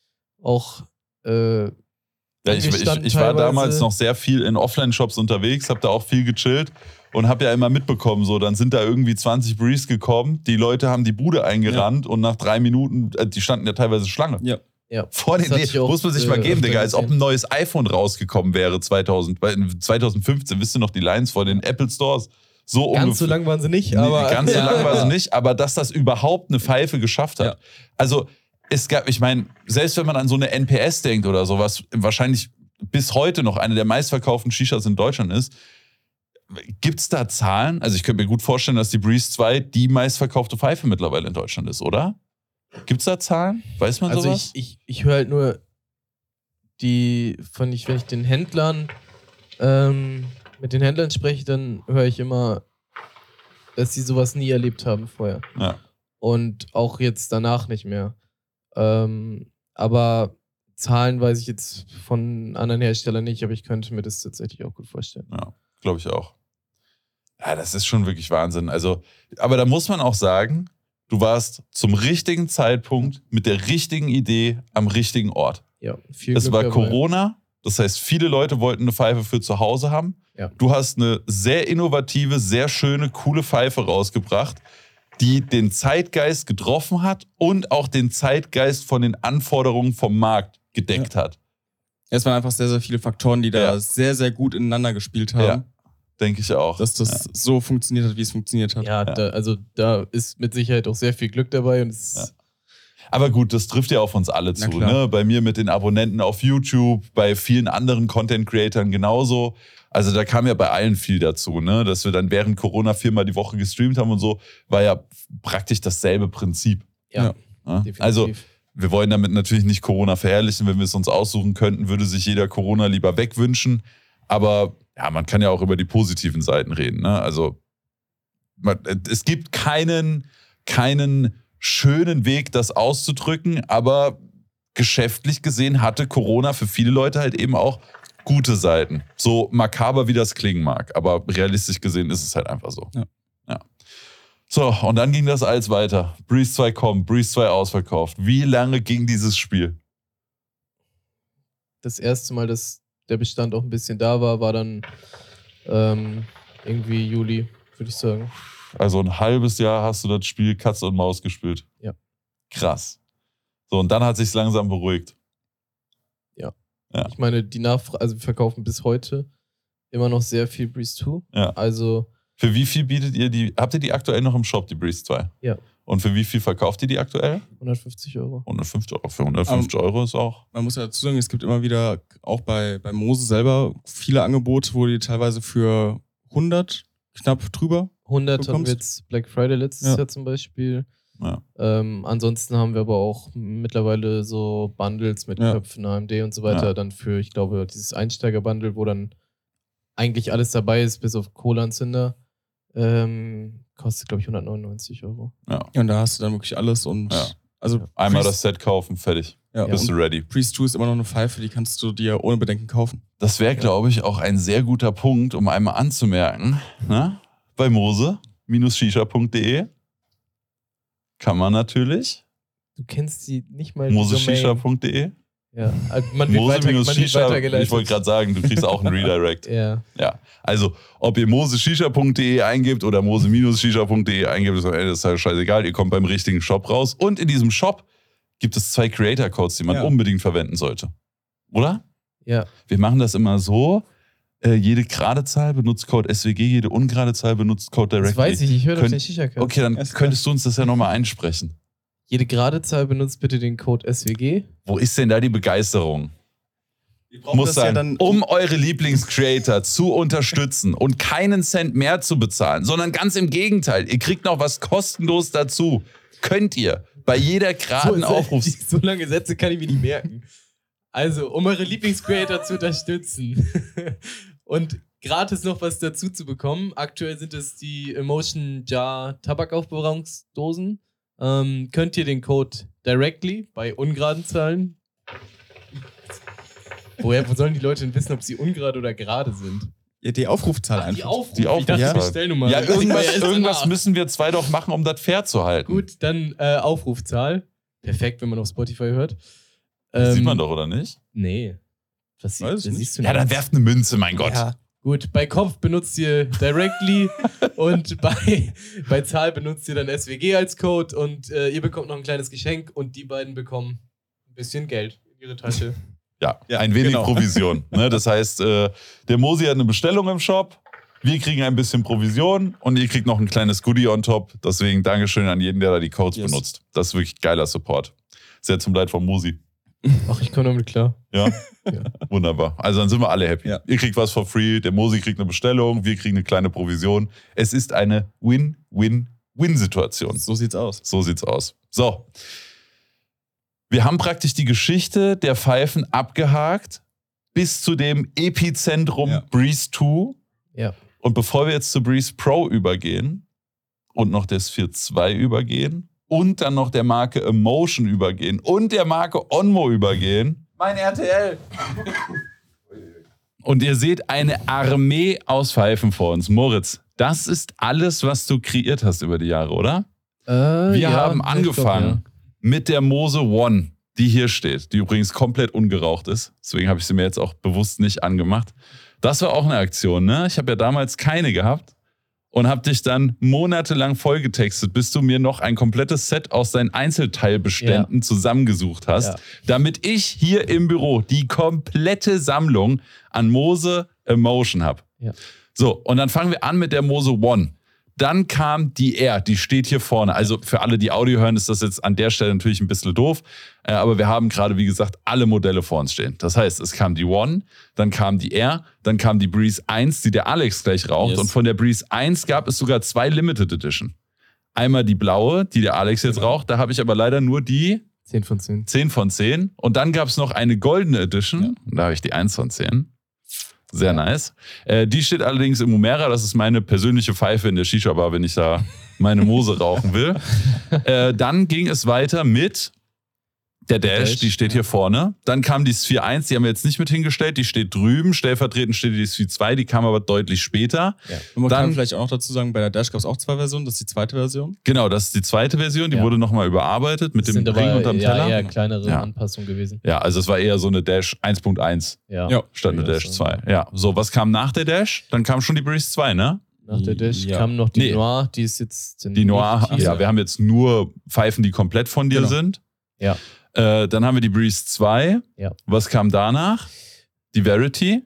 auch äh, Ja, ich, ich, angestanden ich war teilweise. damals noch sehr viel in Offline-Shops unterwegs, habe da auch viel gechillt und habe ja immer mitbekommen, so dann sind da irgendwie zwanzig Breeze gekommen, die Leute haben die Bude eingerannt und nach drei Minuten, äh, die standen ja teilweise Schlange. Ja. Ja. Vor den Das hatte ich auch, muss man sich mal äh, geben, öfter Digga, als ob gesehen. ein neues iPhone rausgekommen wäre zweitausend, weil in zwanzig fünfzehn, wisst ihr noch die Lines vor den Apple Stores? So Ganz ungefähr. so lang waren sie nicht, Nee, aber. ganz so ja. lang war sie nicht, aber dass das überhaupt eine Pfeife geschafft hat. Ja. Also, es gab, ich meine, selbst wenn man an so eine N P S denkt oder so, was wahrscheinlich bis heute noch eine der meistverkauften Shishas in Deutschland ist, gibt es da Zahlen? Also, ich könnte mir gut vorstellen, dass die Breeze zwei die meistverkaufte Pfeife mittlerweile in Deutschland ist, oder? Gibt es da Zahlen? Weiß man Also sowas? ich, ich, ich höre halt nur die, von ich, wenn ich den Händlern, ähm, mit den Händlern spreche, dann höre ich immer, dass sie sowas nie erlebt haben vorher. Ja. Und auch jetzt danach nicht mehr. Ähm, aber Zahlen weiß ich jetzt von anderen Herstellern nicht, aber ich könnte mir das tatsächlich auch gut vorstellen. Ja, glaube ich auch. Ja, das ist schon wirklich Wahnsinn. Also, aber da muss man auch sagen, du warst zum richtigen Zeitpunkt mit der richtigen Idee am richtigen Ort. Ja, viel Es Glück war dabei. Corona, das heißt, viele Leute wollten eine Pfeife für zu Hause haben. Ja. Du hast eine sehr innovative, sehr schöne, coole Pfeife rausgebracht, die den Zeitgeist getroffen hat und auch den Zeitgeist von den Anforderungen vom Markt gedeckt hat. Es waren einfach sehr, sehr viele Faktoren, die da Ja. sehr, sehr gut ineinander gespielt haben, Ja, denke ich auch. dass das Ja. so funktioniert hat, wie es funktioniert hat. Ja, Ja. Da, also da ist mit Sicherheit auch sehr viel Glück dabei und es Ja. Aber gut, das trifft ja auf uns alle Na zu. klar. Ne? Bei mir mit den Abonnenten auf YouTube, bei vielen anderen Content-Creatern genauso. Also da kam ja bei allen viel dazu, ne? Dass wir dann während Corona viermal die Woche gestreamt haben und so, war ja praktisch dasselbe Prinzip. Ja, Ja? definitiv. Also wir wollen damit natürlich nicht Corona verherrlichen. Wenn wir es uns aussuchen könnten, würde sich jeder Corona lieber wegwünschen. Aber ja, man kann ja auch über die positiven Seiten reden. Ne? Also man, es gibt keinen, keinen schönen Weg, das auszudrücken, aber geschäftlich gesehen hatte Corona für viele Leute halt eben auch gute Seiten. So makaber, wie das klingen mag. Aber realistisch gesehen ist es halt einfach so. Ja. Ja. So, und dann ging das alles weiter. Breeze zwei kommt, Breeze zwei ausverkauft. Wie lange ging dieses Spiel? Das erste Mal, dass der Bestand auch ein bisschen da war, war dann ähm, irgendwie Juli, würde ich sagen. Also ein halbes Jahr hast du das Spiel Katze und Maus gespielt. Ja. Krass. So, und dann hat sich's langsam beruhigt. Ja. Ja. Ich meine, die Nachfrage, also wir verkaufen bis heute immer noch sehr viel Breeze zwei. Ja. Also Für wie viel bietet ihr die? Habt ihr die aktuell noch im Shop, die Breeze zwei? Ja. Und für wie viel verkauft ihr die aktuell? hundertfünfzig Euro. hundertfünfzig Euro. Für hundertfünfzig Euro ist auch. Man muss ja dazu sagen, es gibt immer wieder, auch bei, bei Mose selber, viele Angebote, wo die teilweise für hundert, knapp drüber. hundert hatten bekommst. wir jetzt Black Friday letztes Ja. Jahr zum Beispiel. Ja. Ähm, ansonsten haben wir aber auch mittlerweile so Bundles mit Ja. Köpfen, A M D und so weiter. Ja. Dann für, ich glaube, dieses Einsteiger-Bundle, wo dann eigentlich alles dabei ist, bis auf Kohleanzünder. Ähm, kostet, glaube ich, hundertneunundneunzig Euro. Ja. Ja, und da hast du dann wirklich alles und Ja. also Einmal Priest- das Set kaufen, fertig. ja, Bist und du ready. Priest zwei ist immer noch eine Pfeife, die kannst du dir ohne Bedenken kaufen. Das wäre, glaube ich, auch ein sehr guter Punkt, um einmal anzumerken. Ne? Bei Mose Shisha punkt de kann man natürlich. Du kennst die nicht mal. die Mose Domain. Shisha punkt de Ja, also man wird, weiter, man wird Mose-Shisha. weitergeleitet. Ich wollte gerade sagen, du kriegst auch einen Redirect. Ja. Ja, also ob ihr Mose Shisha punkt de eingebt oder Mose Shisha punkt de eingebt, ist am Ende des Tages scheißegal. Ihr kommt beim richtigen Shop raus. Und in diesem Shop gibt es zwei Creator-Codes, die man Ja. unbedingt verwenden sollte. Oder? Ja. Wir machen das immer so. Äh, jede gerade Zahl benutzt Code S W G, jede ungerade Zahl benutzt Code Directly. Das weiß ich, ich höre doch Könnt- den Shisha-Cast. Okay, dann Alles klar. könntest du uns das ja nochmal einsprechen. Jede gerade Zahl benutzt bitte den Code S W G. Wo ist denn da die Begeisterung? Ich Muss sagen, um eure Lieblingscreator zu unterstützen und keinen Cent mehr zu bezahlen, sondern ganz im Gegenteil, ihr kriegt noch was kostenlos dazu. Könnt ihr bei jeder geraden so, Aufrufs... so lange Sätze kann ich mir nicht merken. Also, um eure Lieblingscreator zu unterstützen und gratis noch was dazu zu bekommen. Aktuell sind es die Emotion Jar Tabakaufbewahrungsdosen. Ähm, könnt ihr den Code Directly bei ungeraden Zahlen. Woher wo sollen die Leute denn wissen, ob sie ungerade oder gerade sind? Ja, die Aufrufzahl Die einfach. Aufrufe. Die Ich dachte, Aufrufzahl. die Stellnummer. Ja, irgendwas, Erst irgendwas danach. müssen wir zwei doch machen, um das fair zu halten. Gut, dann äh, Aufrufzahl. Perfekt, wenn man auf Spotify hört. Das sieht Ähm, man doch, oder nicht? Nee. Was sie- Weiß das nicht. siehst du Ja, nicht. dann werft eine Münze, mein Gott. Ja, gut. Bei Kopf benutzt ihr Directly und bei, bei Zahl benutzt ihr dann S W G als Code und äh, ihr bekommt noch ein kleines Geschenk und die beiden bekommen ein bisschen Geld in ihre Tasche. Ja, Ja, ein wenig genau. Provision. Ne? Das heißt, äh, der Mosi hat eine Bestellung im Shop, wir kriegen ein bisschen Provision und ihr kriegt noch ein kleines Goodie on top. Deswegen Dankeschön an jeden, der da die Codes Yes. benutzt. Das ist wirklich geiler Support. Sehr zum Leid von Mosi. Ach, ich komme damit klar. Ja? Ja. Wunderbar. Also dann sind wir alle happy. Ja. Ihr kriegt was for free, der Mosi kriegt eine Bestellung, wir kriegen eine kleine Provision. Es ist eine Win-Win-Win-Situation. So sieht's aus. So sieht's aus. So. Wir haben praktisch die Geschichte der Pfeifen abgehakt bis zu dem Epizentrum Ja. Breeze zwei. Ja. Und bevor wir jetzt zu Breeze Pro übergehen und noch der Sphere zwei übergehen und dann noch der Marke Emotion übergehen und der Marke Onmo übergehen, mein R T L. Und ihr seht eine Armee aus Pfeifen vor uns. Moritz, das ist alles, was du kreiert hast über die Jahre, oder? Äh, Wir ja, haben ich angefangen glaub, mit der Mose One, die hier steht, die übrigens komplett ungeraucht ist. Deswegen habe ich sie mir jetzt auch bewusst nicht angemacht. Das war auch eine Aktion, ne? Ich habe ja damals keine gehabt und habe dich dann monatelang vollgetextet, bis du mir noch ein komplettes Set aus deinen Einzelteilbeständen zusammengesucht hast, Ja. damit ich hier im Büro die komplette Sammlung an Mose Emotion habe. Ja. So, und dann fangen wir an mit der Mose One. Dann kam die R, die steht hier vorne. Also für alle, die Audio hören, ist das jetzt an der Stelle natürlich ein bisschen doof. Äh, aber wir haben gerade, wie gesagt, alle Modelle vor uns stehen. Das heißt, es kam die One, dann kam die R, dann kam die Breeze eins, die der Alex gleich raucht. Yes. Und von der Breeze eins gab es sogar zwei Limited Edition. Einmal die blaue, die der Alex jetzt genau. raucht. Da habe ich aber leider nur die zehn von zehn. zehn von zehn. Und dann gab es noch eine goldene Edition. Ja. Und da habe ich die eins von zehn. Sehr nice. Äh, die steht allerdings im Umera. Das ist meine persönliche Pfeife in der Shisha-Bar, wenn ich da meine Mose rauchen will. Äh, dann ging es weiter mit der Dash, Dash, die steht ja. hier vorne. Dann kam die Sphere eins, die haben wir jetzt nicht mit hingestellt. Die steht drüben. Stellvertretend steht die Sphere zwei, die kam aber deutlich später. Ja. Und man dann, kann vielleicht auch noch dazu sagen, bei der Dash gab es auch zwei Versionen. Das ist die zweite Version. Genau, das ist die zweite Version. Die ja. wurde nochmal überarbeitet mit das dem sind Ring aber unterm ja, Teller. eher kleinere ja. Anpassungen gewesen. Ja, also es war eher so eine Dash eins Punkt eins ja. statt eine Dash zwei. Ja, so, was kam nach der Dash? Dann kam schon die Breeze zwei, ne? Nach der Dash ja. kam noch die nee. Noir, die ist jetzt... Die Noir, ja, ja, wir haben jetzt nur Pfeifen, die komplett von dir genau. sind. Ja. Äh, dann haben wir die Breeze zwei. Ja. Was kam danach? Die Verity.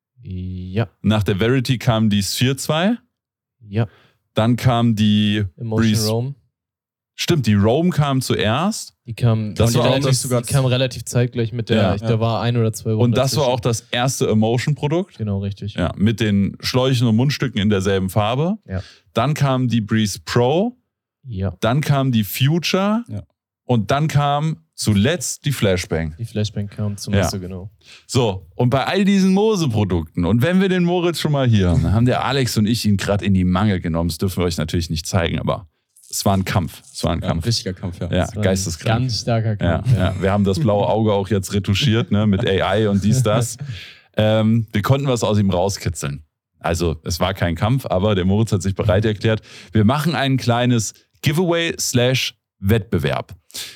Ja. Nach der Verity kam die Sphere zwei. Ja. Dann kam die Emotion Breeze. Roam. Stimmt, die Roam kam zuerst. Die kam, das die war relativ, auch das, sogar die kam relativ zeitgleich mit der, ja, ich, ja. da war ein oder zwei Wochen Und das dazwischen. war auch das erste Emotion-Produkt. Genau, richtig. Ja, mit den Schläuchen und Mundstücken in derselben Farbe. Ja. Dann kam die Breeze Pro. Ja. Dann kam die Future. Ja. Und dann kam zuletzt die Flashbang. Die Flashbang kam zum ja. Masse, genau. So, und bei all diesen Mose-Produkten, und wenn wir den Moritz schon mal hier haben, dann haben der Alex und ich ihn gerade in die Mangel genommen. Das dürfen wir euch natürlich nicht zeigen, aber es war ein Kampf. Es war ein ja, Kampf. Ein richtiger Kampf, ja. Ja, geisteskrank. Ganz starker Kampf. Ja, ja. Ja. Wir haben das blaue Auge auch jetzt retuschiert, ne, mit A I und dies, das. ähm, wir konnten was aus ihm rauskitzeln. Also, es war kein Kampf, aber der Moritz hat sich bereit erklärt. Wir machen ein kleines Giveaway slash Wettbewerb.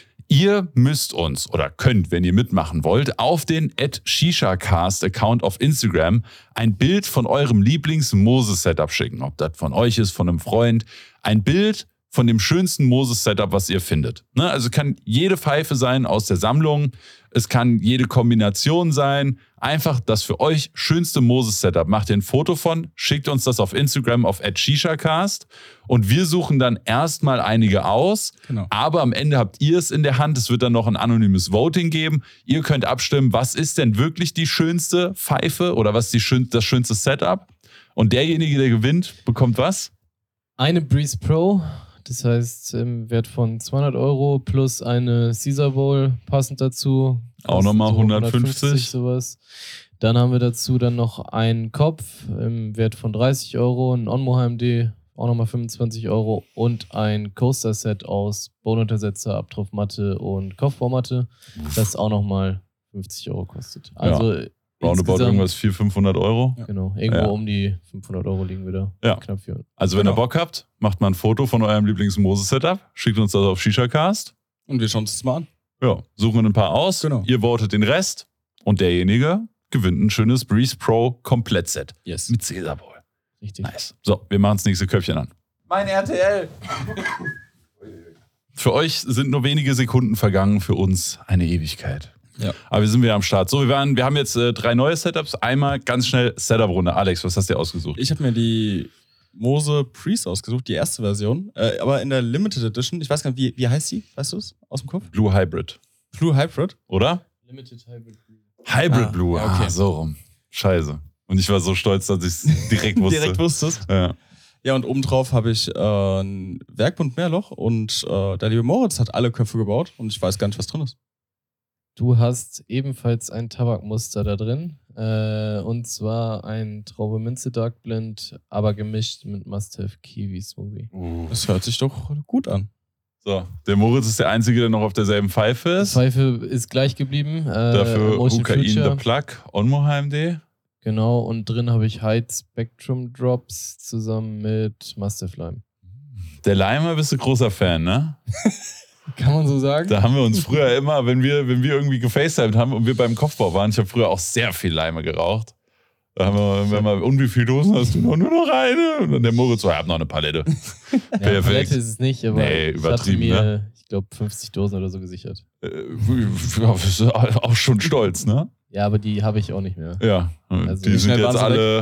Ihr müsst uns oder könnt, wenn ihr mitmachen wollt, auf den at ShishaCast-Account auf Instagram ein Bild von eurem Lieblings-Moses-Setup schicken. Ob das von euch ist, von einem Freund. Ein Bild von dem schönsten Moses-Setup, was ihr findet. Ne? Also kann jede Pfeife sein aus der Sammlung. Es kann jede Kombination sein. Einfach das für euch schönste Moses-Setup. Macht ihr ein Foto von, schickt uns das auf Instagram auf at ShishaCast und wir suchen dann erstmal einige aus. Genau. Aber am Ende habt ihr es in der Hand. Es wird dann noch ein anonymes Voting geben. Ihr könnt abstimmen, was ist denn wirklich die schönste Pfeife oder was ist die schön, das schönste Setup. Und derjenige, der gewinnt, bekommt was? Eine Breeze Pro. Das heißt, im Wert von zweihundert Euro plus eine Caesar Bowl passend dazu. Auch nochmal so hundertfünfzig. Sowas. Dann haben wir dazu dann noch einen Kopf im Wert von dreißig Euro, ein Onmo H M D, auch nochmal fünfundzwanzig Euro und ein Coaster-Set aus Bodenuntersetzer, Abtropfmatte und Kopfbaumatte, das auch nochmal fünfzig Euro kostet. Also ja. Roundabout irgendwas vierhundert, fünfhundert Euro. Genau, irgendwo ja. um die fünfhundert Euro liegen wir da. Ja. Knapp für. Also wenn genau. ihr Bock habt, macht mal ein Foto von eurem Lieblings-Moses-Setup, schickt uns das auf ShishaCast. Und wir schauen uns das mal an. Ja, suchen ein paar aus, genau. Ihr votet den Rest und derjenige gewinnt ein schönes Breeze Pro Komplettset. Yes. Mit Caesar Bowl. Richtig. Nice. So, wir machen das nächste Köpfchen an. Mein R T L! Für euch sind nur wenige Sekunden vergangen, für uns eine Ewigkeit. Ja. Aber wir sind wieder am Start. So, wir, waren, wir haben jetzt äh, drei neue Setups. Einmal ganz schnell Setup-Runde. Alex, was hast du dir ausgesucht? Ich habe mir die Mose Priest ausgesucht, die erste Version. Äh, aber in der Limited Edition. Ich weiß gar nicht, wie, wie heißt die? Weißt du es aus dem Kopf? Blue Hybrid. Blue Hybrid? Oder? Limited Hybrid Blue. Hybrid ah, Blue. Ja, okay. Ah, so rum. Scheiße. Und ich war so stolz, dass ich es direkt wusste. direkt wusstest? Ja. Ja, und obendrauf habe ich äh, ein Werkbund Mehrloch und äh, der liebe Moritz hat alle Köpfe gebaut und ich weiß gar nicht, was drin ist. Du hast ebenfalls ein Tabakmuster da drin. Äh, und zwar ein Traube Minze Dark Blend, aber gemischt mit Must-Have Kiwi Smoothie. Uh. Das hört sich doch gut an. So, der Moritz ist der Einzige, der noch auf derselben Pfeife ist. Die Pfeife ist gleich geblieben. Äh, Dafür Emotion Hukain Future. The Plug, Onmo H M D. Genau, und drin habe ich Height Spectrum Drops zusammen mit Must-Have Lime. Der Limer bist du großer Fan, ne? Kann man so sagen? Da haben wir uns früher immer, wenn wir, wenn wir irgendwie gefacetimed haben und wir beim Kopfbau waren, ich habe früher auch sehr viel Lime geraucht. Da haben wir, wenn wir, und wie viele Dosen hast du noch? Nur noch eine? Und dann der Moritz so, ich hab noch eine Palette. Ja, Perfekt. Palette ist es nicht, aber Nee, ich übertrieben, hatte mir, ne? ich glaube, fünfzig Dosen oder so gesichert. Äh, ja, bist du auch schon stolz, ne? Ja, aber die habe ich auch nicht mehr. Ja, Also die wie sind schnell jetzt waren sie alle,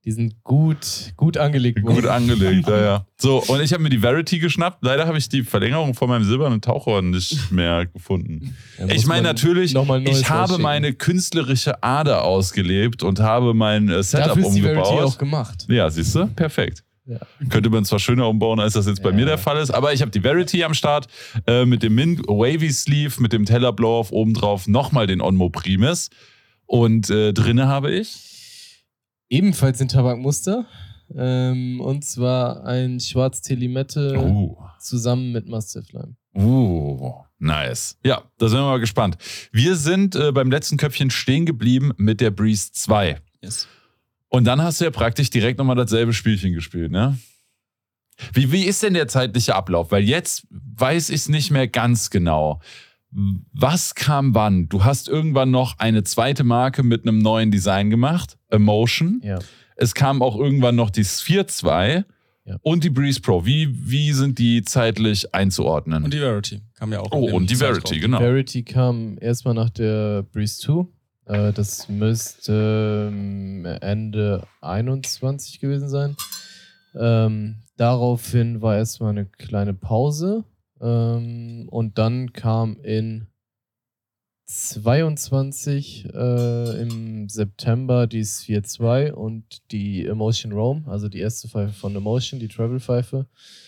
Die sind gut, gut angelegt worden. Gut angelegt, ja, ja. So, und ich habe mir die Verity geschnappt. Leider habe ich die Verlängerung von meinem silbernen Taucher nicht mehr gefunden. Ja, ich meine natürlich, ich habe meine künstlerische Ader ausgelebt und habe mein äh, Setup Dafür ist die umgebaut. Verity auch gemacht. Ja, siehst du? Perfekt. Ja. Könnte man zwar schöner umbauen, als das jetzt bei ja. mir der Fall ist, aber ich habe die Verity am Start äh, mit dem Mint Wavy Sleeve, mit dem Teller Blow-Off oben drauf, nochmal den Onmo Primus und äh, drinne habe ich ebenfalls ein Tabakmuster. Ähm, und zwar ein Schwarz-Telimette uh. zusammen mit Mastiff Lime. Uh, nice. Ja, da sind wir mal gespannt. Wir sind äh, beim letzten Köpfchen stehen geblieben mit der Breeze zwei. Yes. Und dann hast du ja praktisch direkt nochmal dasselbe Spielchen gespielt, ne? Wie, wie ist denn der zeitliche Ablauf? Weil jetzt weiß ich es nicht mehr ganz genau. Was kam wann? Du hast irgendwann noch eine zweite Marke mit einem neuen Design gemacht, Emotion. Ja. Es kam auch irgendwann noch die Sphere zwei ja. und die Breeze Pro. Wie, wie sind die zeitlich einzuordnen? Und die Verity kam ja auch. Oh, und die Zeitraum. Verity, genau. Die Verity kam erstmal nach der Breeze zwei. Äh, das müsste ähm, Ende einundzwanzig gewesen sein. Ähm, daraufhin war erstmal eine kleine Pause. Ähm, und dann kam in zweiundzwanzig äh, im September die Sphere zwei und die Emotion Roam, also die erste Pfeife von Emotion, die Travel-Pfeife.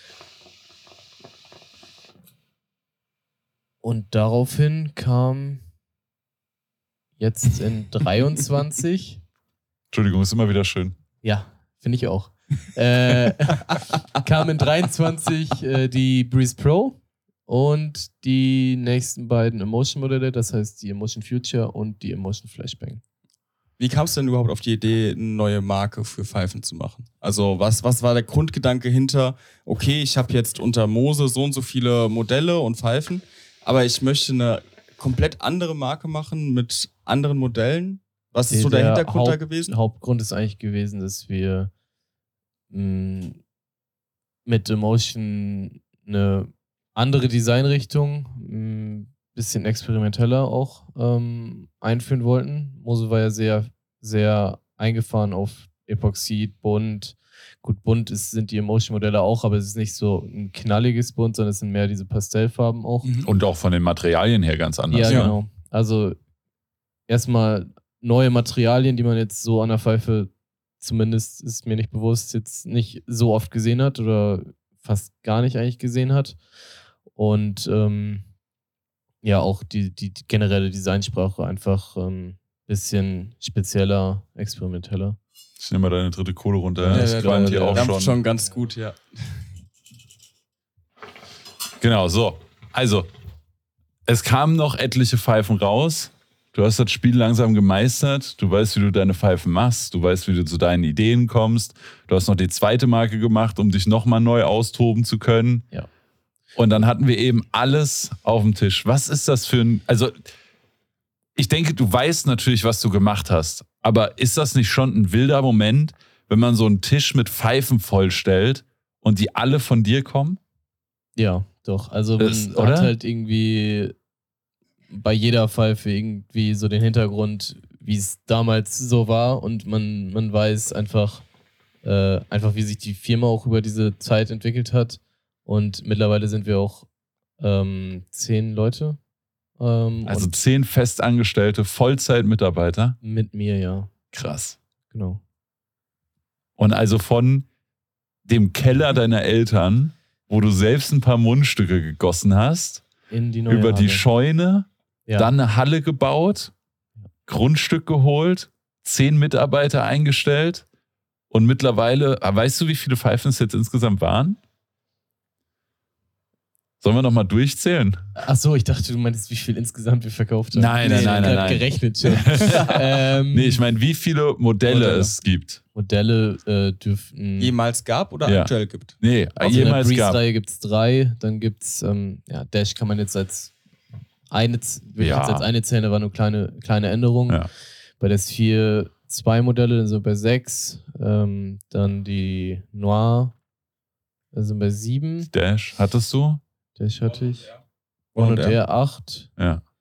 Und daraufhin kam jetzt in dreiundzwanzig. Entschuldigung, ist immer wieder schön. Ja, finde ich auch. äh, kam in dreiundzwanzig äh, die Breeze Pro. Und die nächsten beiden Emotion-Modelle, das heißt die Emotion Future und die Emotion Flashbang. Wie kamst du denn überhaupt auf die Idee, eine neue Marke für Pfeifen zu machen? Also was, was war der Grundgedanke hinter, okay, ich habe jetzt unter Mose so und so viele Modelle und Pfeifen, aber ich möchte eine komplett andere Marke machen mit anderen Modellen? Was ist so der, der Hintergrund Haupt, da gewesen? Hauptgrund ist eigentlich gewesen, dass wir mh, mit Emotion eine andere Designrichtung, ein bisschen experimenteller auch ähm, einführen wollten. Mose war ja sehr, sehr eingefahren auf Epoxid, bunt. Gut, bunt ist, sind die Emotion-Modelle auch, aber es ist nicht so ein knalliges Bunt, sondern es sind mehr diese Pastellfarben auch. Mhm. Und auch von den Materialien her ganz anders. Ja, genau. Also erstmal neue Materialien, die man jetzt so an der Pfeife, zumindest ist mir nicht bewusst, jetzt nicht so oft gesehen hat oder fast gar nicht eigentlich gesehen hat. Und ähm, ja, auch die, die, die generelle Designsprache einfach ein ähm, bisschen spezieller, experimenteller. Ich nehme mal deine dritte Kohle runter. Ja, das ja, qualmt der, hier auch der schon. schon ganz gut, ja. Genau, so. Also, es kamen noch etliche Pfeifen raus. Du hast das Spiel langsam gemeistert. Du weißt, wie du deine Pfeifen machst. Du weißt, wie du zu deinen Ideen kommst. Du hast noch die zweite Marke gemacht, um dich nochmal neu austoben zu können. Ja. Und dann hatten wir eben alles auf dem Tisch. Was ist das für ein... Also, ich denke, du weißt natürlich, was du gemacht hast. Aber ist das nicht schon ein wilder Moment, wenn man so einen Tisch mit Pfeifen vollstellt und die alle von dir kommen? Ja, doch. Also man das, hat oder? halt irgendwie bei jeder Pfeife irgendwie so den Hintergrund, wie es damals so war. Und man, man weiß einfach, äh, einfach, wie sich die Firma auch über diese Zeit entwickelt hat. Und mittlerweile sind wir auch ähm, zehn Leute. Ähm, Also zehn festangestellte Vollzeitmitarbeiter? Mit mir, ja. Krass. Genau. Und also von dem Keller deiner Eltern, wo du selbst ein paar Mundstücke gegossen hast, in die neue über Halle. die Scheune, ja. dann eine Halle gebaut, Grundstück geholt, zehn Mitarbeiter eingestellt und mittlerweile, weißt du, wie viele Pfeifen es jetzt insgesamt waren? Sollen wir nochmal durchzählen? Ach so, ich dachte, du meintest, wie viel insgesamt wir verkauft haben. Nein, nein, nee, nein, nein, nein. gerechnet schon. ähm, Nee, ich meine, wie viele Modelle, Modelle. es gibt. Modelle äh, dürften... Jemals gab oder Ja. aktuell gibt? Nee, Also jemals in der gab. Breeze-Reihe gibt es drei, dann gibt es, ähm, ja, Dash kann man jetzt als eine, würde ich Ja. jetzt als eine zählen, da war nur kleine, kleine Änderungen. Ja. Bei der Sphere zwei Modelle, dann sind wir bei sechs, ähm, dann die Noir, da sind wir bei sieben, Dash, hattest du? Dash hatte ich, Und und R. R acht, Ja.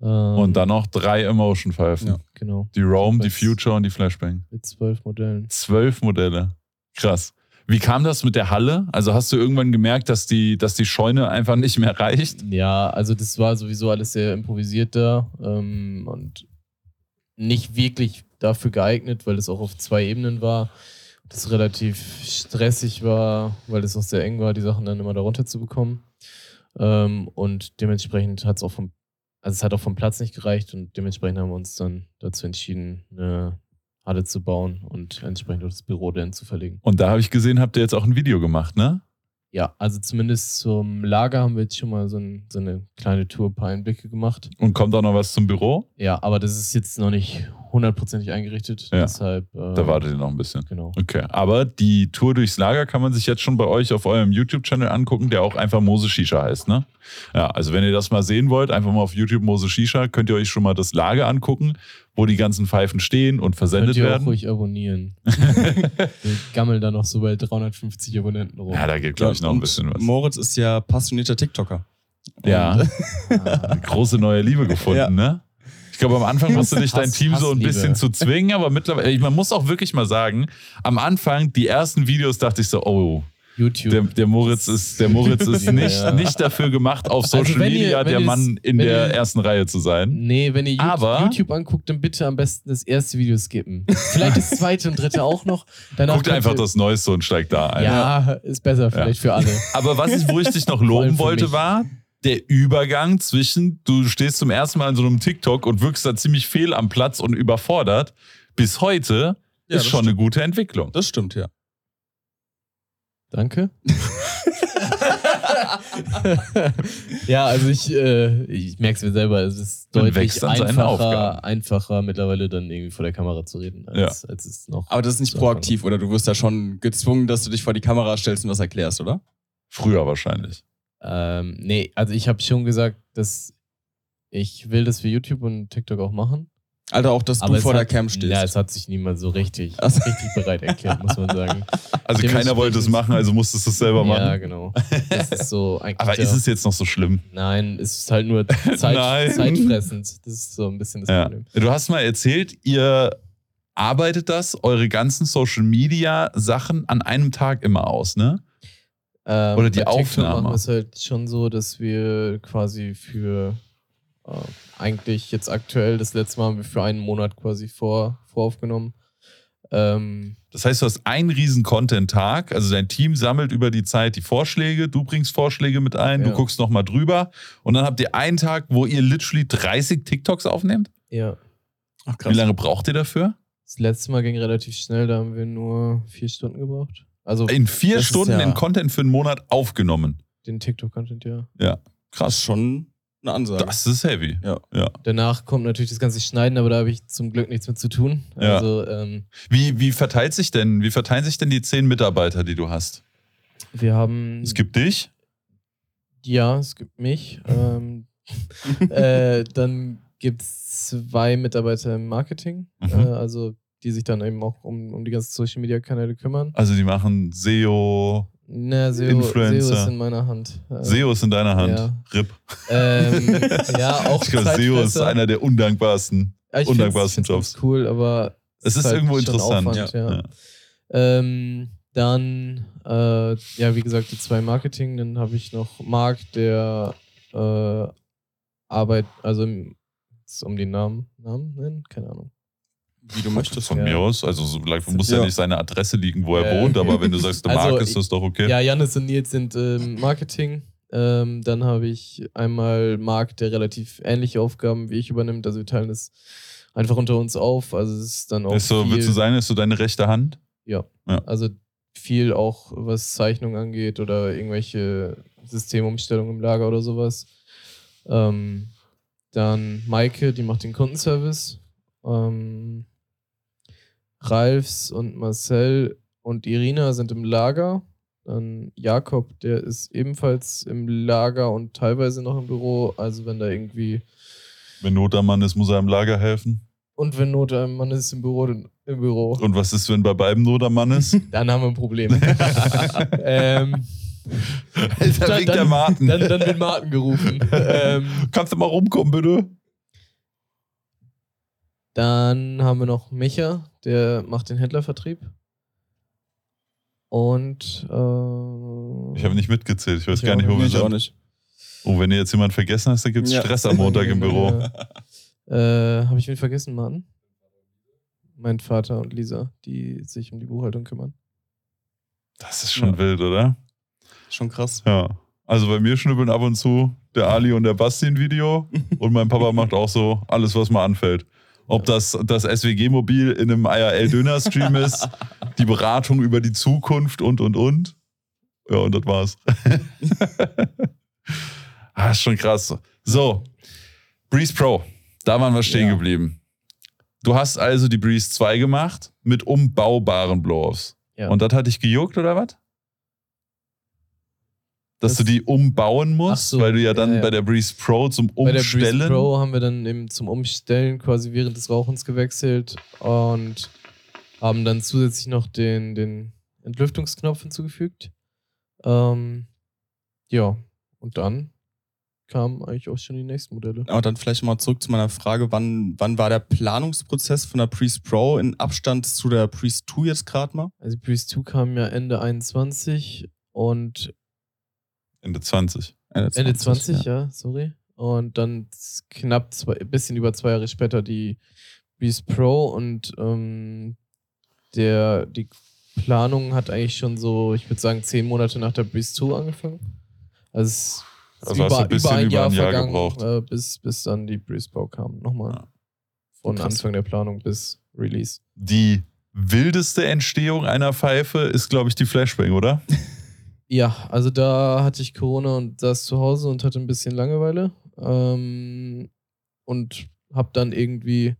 Ähm, Und dann noch drei Emotion-Pfeifen. Ja. Genau. Die Roam, die Mit- Future und die Flashbang. Mit zwölf Modellen. Zwölf Modelle. Krass. Wie kam das mit der Halle? Also hast du irgendwann gemerkt, dass die, dass die Scheune einfach nicht mehr reicht? Ja, also das war sowieso alles sehr improvisiert da ähm, und nicht wirklich dafür geeignet, weil es auch auf zwei Ebenen war. Das relativ stressig war, weil es auch sehr eng war, die Sachen dann immer darunter zu bekommen. Ähm, und dementsprechend hat es auch vom, also es hat auch vom Platz nicht gereicht und dementsprechend haben wir uns dann dazu entschieden, eine Halle zu bauen und entsprechend auch das Büro dann zu verlegen. Und da habe ich gesehen, habt ihr jetzt auch ein Video gemacht, ne? Ja, also zumindest zum Lager haben wir jetzt schon mal so, ein, so eine kleine Tour, ein paar Einblicke gemacht. Und kommt auch noch was zum Büro? Ja, aber das ist jetzt noch nicht hundertprozentig eingerichtet. Ja. Deshalb, äh, Da wartet ihr noch ein bisschen. Genau. Okay, aber die Tour durchs Lager kann man sich jetzt schon bei euch auf eurem YouTube-Channel angucken, der auch einfach Mose Shisha heißt, ne? Ja, also wenn ihr das mal sehen wollt, einfach mal auf YouTube Mose Shisha, könnt ihr euch schon mal das Lager angucken, wo die ganzen Pfeifen stehen und versendet Könnt ihr werden. auch ruhig abonnieren. Wir gammeln da noch so bei dreihundertfünfzig Abonnenten rum. Ja, da geht, glaube ich, noch ein Und bisschen was. Moritz ist ja passionierter TikToker. Ja, Und, eine große neue Liebe gefunden, Ja. ne? Ich glaube, am Anfang musste dich dein Hass- Team so ein Hassliebe. bisschen zu zwingen, aber mittlerweile, man muss auch wirklich mal sagen, am Anfang, die ersten Videos dachte ich so, oh, YouTube. der, der Moritz ist, der Moritz ist Ja, nicht, ja. nicht dafür gemacht, auf Social Also wenn ihr- Media wenn der ihr Mann es- in wenn der ihr- ersten Reihe zu sein. Nee, wenn ihr YouTube, Aber- YouTube anguckt, dann bitte am besten das erste Video skippen. Vielleicht das zweite und dritte auch noch. Danach Guckt könnt einfach ihr- das Neueste und steigt da ein. Ja, ist besser vielleicht für alle. Aber was ich, wo ich dich noch Vor allem loben für wollte, mich. war der Übergang zwischen, du stehst zum ersten Mal in so einem TikTok und wirkst da ziemlich fehl am Platz und überfordert, bis heute Ja, ist das schon stimmt. eine gute Entwicklung. Das stimmt, ja. Danke. Ja, also ich, äh, ich merke es mir selber, es ist Man deutlich wächst an seinen einfacher, Aufgaben. einfacher mittlerweile dann irgendwie vor der Kamera zu reden, als, als es noch. Aber das ist nicht so proaktiv, oder? Du wirst da schon gezwungen, dass du dich vor die Kamera stellst und was erklärst, oder? Früher wahrscheinlich. Ähm, nee, also ich habe schon gesagt, dass ich will, dass wir YouTube und TikTok auch machen. Alter, auch, dass Aber du es vor hat, der Cam stehst. Ja, es hat sich niemand so richtig, Ach so. richtig bereit erklärt, muss man sagen. Also keiner wollte es Dementsprechend- machen, also musstest du es selber machen. Ja, genau. Das ist so eigentlich. Aber der, ist es jetzt noch so schlimm? Nein, es ist halt nur Nein. Zeit, zeitfressend. Das ist so ein bisschen das Ja. Problem. Du hast mal erzählt, ihr arbeitet das, eure ganzen Social Media Sachen an einem Tag immer aus, ne? Ähm, Oder die bei TikTok Aufnahme. machen wir es halt schon so, dass wir quasi für äh, eigentlich jetzt aktuell, das letzte Mal haben wir für einen Monat quasi vor, voraufgenommen. Ähm, Das heißt, du hast einen riesen Content-Tag, also dein Team sammelt über die Zeit die Vorschläge, du bringst Vorschläge mit ein, du Ja. guckst nochmal drüber und dann habt ihr einen Tag, wo ihr literally dreißig TikToks aufnehmt? ja. Ach, Wie lange braucht ihr dafür? Das letzte Mal ging relativ schnell, da haben wir nur vier Stunden gebraucht. Also In vier Das ist Stunden ja- in Content für einen Monat aufgenommen. den TikTok-Content, ja. Das ist Krass. schon eine Ansage. Das ist heavy. Ja. ja. Danach kommt natürlich das ganze Schneiden, aber da habe ich zum Glück nichts mit zu tun. Ja. Also ähm, Wie, wie verteilt sich denn, wie verteilen sich denn die zehn Mitarbeiter, die du hast? wir haben... Es gibt dich. Ja, es gibt mich. Ähm, äh, dann gibt es zwei Mitarbeiter im Marketing, Mhm. äh, also die sich dann eben auch um, um die ganzen Social Media Kanäle kümmern. Also die machen S E O. Na, S E O, Influencer. S E O ist in meiner Hand. Äh, S E O ist in deiner Hand. Ja. R I P. Ähm, ja, auch Ich glaube, S E O ist Zeitfresser. einer der undankbarsten. Ja, ich undankbarsten find's- ich find's Jobs. Cool, aber Es ist halt irgendwo schon interessant. Aufwand, ja. ja. Ja. Ähm, dann, äh, ja, wie gesagt, die zwei Marketing. Dann habe ich noch Marc, der äh, Arbeit, also im- jetzt um den Namen, Namen nennen? Keine Ahnung. Wie du möchtest. Von Ja. mir aus, also so, like, muss ja. Ja. nicht seine Adresse liegen, wo er Ja, wohnt, okay. aber wenn du sagst, der Also, Marc ist das doch okay. Ja, Jannis und Nils sind ähm, Marketing. Ähm, dann habe ich einmal Marc, der relativ ähnliche Aufgaben wie ich übernimmt. Also wir teilen das einfach unter uns auf. Also es ist dann auch Ist so, viel, willst du sein, ist so deine rechte Hand? Ja. Ja. Also viel auch, was Zeichnung angeht oder irgendwelche Systemumstellungen im Lager oder sowas. Ähm, dann Maike, die macht den Kundenservice. Ähm, Ralfs und Marcel und Irina sind im Lager. Dann Jakob, der ist ebenfalls im Lager und teilweise noch im Büro. Also wenn da irgendwie... Wenn Not am Mann ist, muss er im Lager helfen. Und wenn Not am Mann ist im Büro, dann im Büro. Und was ist, wenn bei beiden Not am Mann ist? Dann haben wir ein Problem. ähm, Alter, dann, winkt der dann, Martin. dann, dann wird Martin gerufen. ähm, Kannst du mal rumkommen, bitte? Dann haben wir noch Micha, der macht den Händlervertrieb. Und äh, Ich habe nicht mitgezählt, ich weiß Ich gar auch nicht, wo wir Nee, ich auch sind. nicht. Oh, wenn ihr jetzt jemanden vergessen hast, dann gibt es Ja. Stress am Montag im Büro. Äh, habe ich wen vergessen, Mann? Mein Vater und Lisa, die sich um die Buchhaltung kümmern. Das ist schon Ja. wild, oder? Schon krass. Ja. Also bei mir schnüppeln ab und zu der Ali und der Basti ein Video und mein Papa macht auch so alles, was mir anfällt. Ob das das S W G-Mobil in einem I R L-Döner-Stream ist, die Beratung über die Zukunft und, und, und. Ja, und das war's. Ah, ist schon krass. So, Breeze Pro, da waren wir stehen Ja. geblieben. Du hast also die Breeze zwei gemacht mit umbaubaren Blow-Offs. Ja. Und das hat dich gejuckt, oder was? Dass Das- du die umbauen musst, Ach so, weil du ja dann ja, ja. bei der Breeze Pro zum Bei der Breeze Umstellen... Pro haben wir dann eben zum Umstellen quasi während des Rauchens gewechselt und haben dann zusätzlich noch den, den Entlüftungsknopf hinzugefügt. Ähm, ja, und dann kamen eigentlich auch schon die nächsten Modelle. Aber dann vielleicht mal zurück zu meiner Frage, wann, wann war der Planungsprozess von der Breeze Pro in Abstand zu der Breeze zwei jetzt gerade mal? Also die Breeze zwei kam ja Ende einundzwanzig und Ende zwanzig. Ende zwanzig, ja. sorry. Und dann knapp zwei, ein bisschen über zwei Jahre später die Breeze Pro und ähm, der, die Planung hat eigentlich schon so, ich würde sagen, zehn Monate nach der Breeze zwei angefangen. Also es ist Also hast du ein bisschen ein über Jahr ein Jahr vergangen, gebraucht. äh, bis, bis dann die Breeze Pro kam. Nochmal Ja. von Krass. Anfang der Planung bis Release. Die wildeste Entstehung einer Pfeife ist, glaube ich, die Flashbang, oder? Ja, also da hatte ich Corona und saß zu Hause und hatte ein bisschen Langeweile. Ähm, und hab dann irgendwie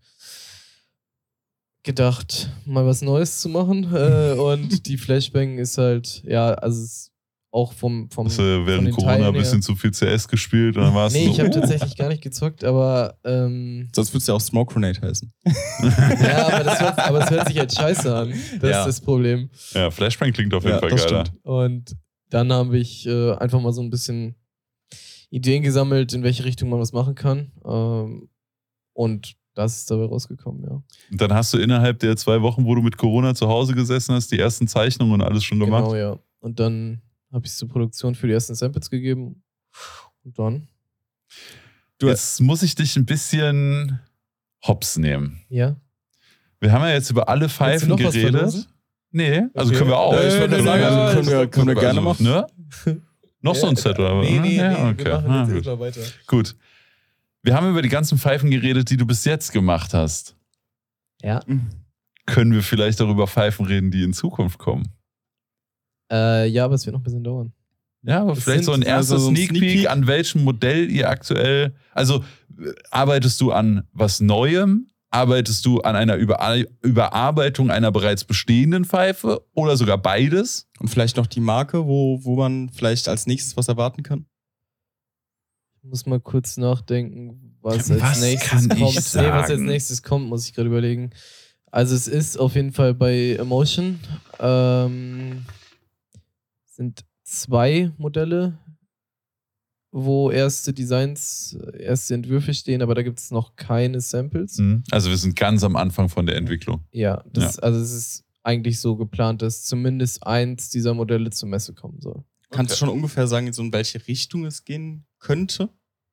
gedacht, mal was Neues zu machen. Äh, und die Flashbang ist halt, ja, also es ist auch vom, vom Hast du von während den Corona ein Teilen her- bisschen zu viel C S gespielt und dann warst Nee, du ich so, habe oh. tatsächlich gar nicht gezockt, aber ähm, Sonst würde es ja auch Smoke Grenade heißen. ja, aber das hört, aber es hört sich halt scheiße an. Das Ja. ist das Problem. Ja, Flashbang klingt auf jeden Ja, Fall das geiler. stimmt. Und dann habe ich äh, einfach mal so ein bisschen Ideen gesammelt, in welche Richtung man was machen kann. Ähm, und das ist dabei rausgekommen, ja. Und dann hast du innerhalb der zwei Wochen, wo du mit Corona zu Hause gesessen hast, die ersten Zeichnungen und alles schon gemacht. Genau, ja. Und dann habe ich es zur Produktion für die ersten Samples gegeben. Und dann, Du Jetzt muss ich dich ein bisschen hops nehmen. ja. Wir haben ja jetzt über alle Willst du Pfeifen noch was geredet. verlosen? Nee, also Okay. können wir auch. Ja, ich wollte Können nur wir- sagen, also können wir- können wir gerne also, machen. Ne? Noch so ein Set, oder was? Nee, nee, ja, nee, okay. wir machen Ah, jetzt gut. erstmal weiter. Gut. Wir haben über die ganzen Pfeifen geredet, die du bis jetzt gemacht hast. Ja. Können wir vielleicht darüber Pfeifen reden, die in Zukunft kommen? Äh, ja, aber es wird noch ein bisschen dauern. Ja, aber Es vielleicht so ein sind erster also so ein Sneak Sneak Peek, Peek. an welchem Modell ihr aktuell, also äh, arbeitest du an was Neuem? Arbeitest du an einer Über- Überarbeitung einer bereits bestehenden Pfeife oder sogar beides? Und vielleicht noch die Marke, wo, wo man vielleicht als nächstes was erwarten kann? Ich muss mal kurz nachdenken, was als Was nächstes kann ich kommt. Nee, was als sagen? nächstes kommt, muss ich gerade überlegen. Also es ist auf jeden Fall bei Emotion. Ähm, sind zwei Modelle, wo erste Designs, erste Entwürfe stehen, aber da gibt es noch keine Samples. Mhm. Also wir sind ganz am Anfang von der Entwicklung. Ja, das, also es ist eigentlich so geplant, dass zumindest eins dieser Modelle zur Messe kommen soll. Kannst Okay. du schon ungefähr sagen, so in welche Richtung es gehen könnte?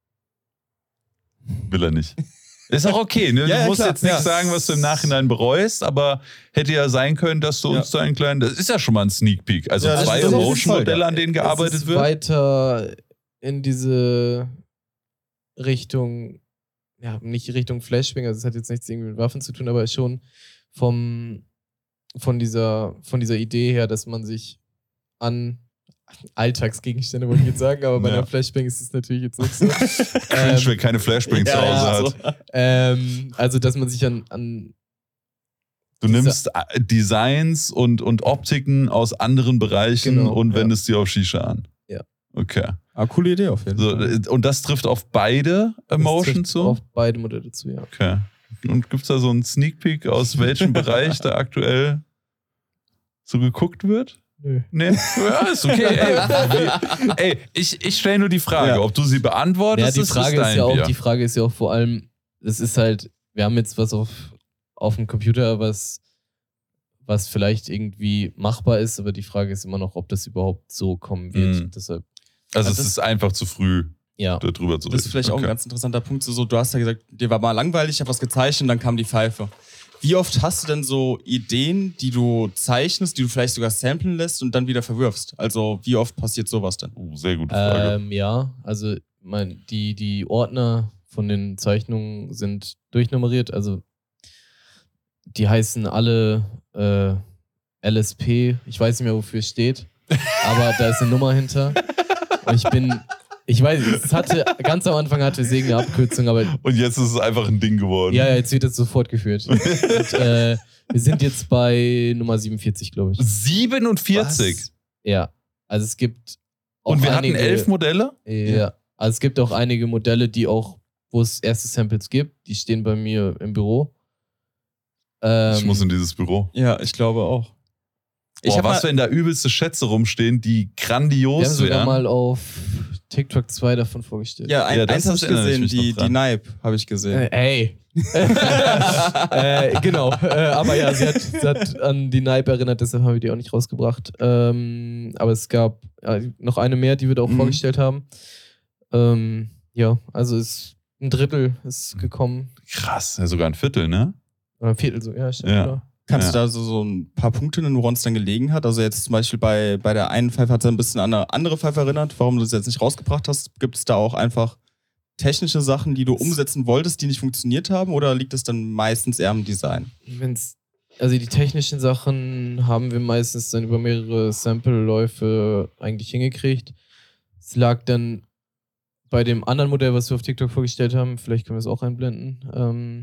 Will er nicht. Ist auch okay, ne? Ja, du ja, musst klar. jetzt nicht Ja. sagen, was du im Nachhinein bereust, aber hätte ja sein können, dass du Ja. uns so einen kleinen, das ist ja schon mal ein Sneak Peek. Also Ja, das zwei ist auf jeden Emotion-Modelle, Fall, an denen Es gearbeitet ist wird. weiter in diese Richtung, ja, nicht Richtung Flashbang, also es hat jetzt nichts irgendwie mit Waffen zu tun, aber schon vom, von, dieser, von dieser Idee her, dass man sich an Alltagsgegenstände, wollte ich jetzt sagen, aber bei Ja. einer Flashbang ist es natürlich jetzt nicht so. Cringe, ähm, wer keine Flashbang zu Hause ja, hat. so. ähm, also, dass man sich an, an Du nimmst äh, Designs und, und Optiken aus anderen Bereichen Genau, und ja. wendest die auf Shisha an. Ja. Okay. Ah, coole Idee auf jeden So, Fall. äh, und das trifft auf beide das Emotion trifft zu? auf beide Modelle zu, ja. Okay. Und gibt es da so einen Sneak Peek, aus welchem Bereich da aktuell so geguckt wird? Nö. Nee? Ja, ist okay. Ey, wie, ey ich, ich stelle nur die Frage, Ja. ob du sie beantwortest. Ja, die ist Frage dein ist ja auch, Bier. die Frage ist ja auch vor allem, es ist halt, wir haben jetzt was auf, auf dem Computer, was, was vielleicht irgendwie machbar ist, aber die Frage ist immer noch, ob das überhaupt so kommen wird. Mhm. Deshalb, Also, Also es ist einfach zu früh, ja. darüber zu reden. Das ist vielleicht auch ein Okay. ganz interessanter Punkt. So, du hast ja gesagt, dir war mal langweilig, ich habe was gezeichnet und dann kam die Pfeife. Wie oft hast du denn so Ideen, die du zeichnest, die du vielleicht sogar samplen lässt und dann wieder verwirfst? Also wie oft passiert sowas denn? Uh, sehr gute Frage. Ähm, ja, also mein, die, die Ordner von den Zeichnungen sind durchnummeriert. Also die heißen alle äh, L S P. Ich weiß nicht mehr, wofür es steht, aber da ist eine Nummer hinter. Und ich bin, ich weiß, es hatte, ganz am Anfang hatte es irgendeine Abkürzung, aber Und jetzt ist es einfach ein Ding geworden. ja, ja, jetzt wird es so fortgeführt. Und, äh, wir sind jetzt bei Nummer siebenundvierzig, glaube ich. siebenundvierzig. Was? Ja, also es gibt auch Und wir einige, hatten elf Modelle? Ja, also es gibt auch einige Modelle, die auch, wo es erste Samples gibt, die stehen bei mir im Büro. Ähm, Ich muss in dieses Büro. Ja, ich glaube auch. Ich Boah, hab was, mal, wenn da übelste Schätze rumstehen, die wir haben grandios sogar wären? mal auf TikTok zwei davon vorgestellt. ja, ein, Ja, das eins habe ich erinnere ich gesehen, mich noch die, dran. die Nipe habe ich gesehen. Äh, ey. äh, genau, äh, aber ja, sie hat, sie hat an die Nipe erinnert, deshalb haben wir die auch nicht rausgebracht. Ähm, aber es gab äh, noch eine mehr, die wir da auch Mhm. vorgestellt haben. Ähm, ja, also ist ein Drittel ist gekommen. Krass, ja, sogar ein Viertel, ne? Oder ein Viertel so, ja, stimmt. Ja. Oder? Kannst Ja. du da so, so ein paar Punkte nennen, woran es dann gelegen hat? Also jetzt zum Beispiel bei, bei der einen Pfeife hat es ein bisschen an eine andere Pfeife erinnert, warum du es jetzt nicht rausgebracht hast. Gibt es da auch einfach technische Sachen, die du umsetzen wolltest, die nicht funktioniert haben? Oder liegt es dann meistens eher am Design? Wenn's, also die technischen Sachen haben wir meistens dann über mehrere Sample-Läufe eigentlich hingekriegt. Es lag dann bei dem anderen Modell, was wir auf TikTok vorgestellt haben, vielleicht können wir es auch einblenden, ähm,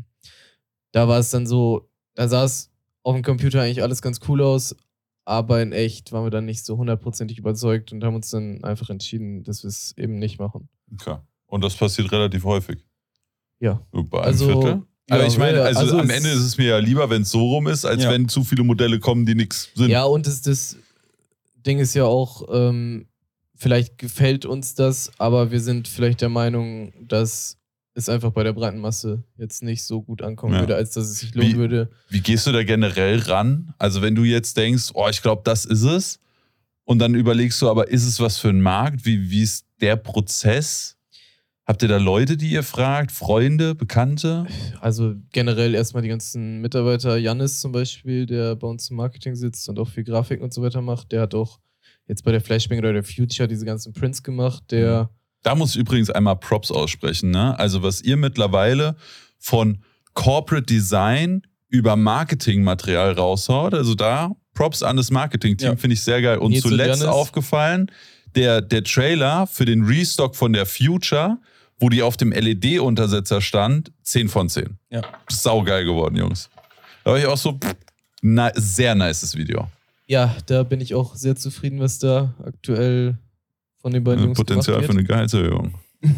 da war es dann so, da sah es auf dem Computer eigentlich alles ganz cool aus, aber in echt waren wir dann nicht so hundertprozentig überzeugt und haben uns dann einfach entschieden, dass wir es eben nicht machen. Okay. Und das passiert relativ häufig. Ja. Bei einem Also, Viertel? Aber ja, ich meine, also, also am es- Ende ist es mir ja lieber, wenn es so rum ist, als Ja. wenn zu viele Modelle kommen, die nichts sind. Ja, und das, das Ding ist ja auch, ähm, vielleicht gefällt uns das, aber wir sind vielleicht der Meinung, dass es einfach bei der breiten Masse jetzt nicht so gut ankommen Ja. würde, als dass es sich lohnen Wie- würde. Wie gehst du da generell ran? Also wenn du jetzt denkst, oh, ich glaube, das ist es, und dann überlegst du, aber ist es was für ein Markt? Wie, wie ist der Prozess? Habt ihr da Leute, die ihr fragt? Freunde, Bekannte? Also generell erstmal die ganzen Mitarbeiter, Jannis zum Beispiel, der bei uns im Marketing sitzt und auch viel Grafiken und so weiter macht, der hat auch jetzt bei der Flashbang oder der Future diese ganzen Prints gemacht, der Da muss ich übrigens einmal Props aussprechen. Ne? Also was ihr mittlerweile von Corporate Design über Marketingmaterial raushaut, also da Props an das Marketing-Team, Ja. finde ich sehr geil. Und Nils und zuletzt Jannis. aufgefallen, der, der Trailer für den Restock von der Future, wo die auf dem L E D-Untersetzer stand, zehn von zehn. Ja. Saugeil geworden, Jungs. Da war ich auch so, pff, na, sehr nices Video. ja, da bin ich auch sehr zufrieden, was da aktuell von den beiden Jungs Potenzial für gemacht eine Gehaltserhöhung.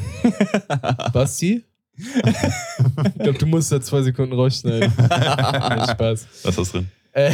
wird. Basti? Ich glaube, du musst da zwei Sekunden rausschneiden. Nein, Spaß. Was ist das drin? Äh,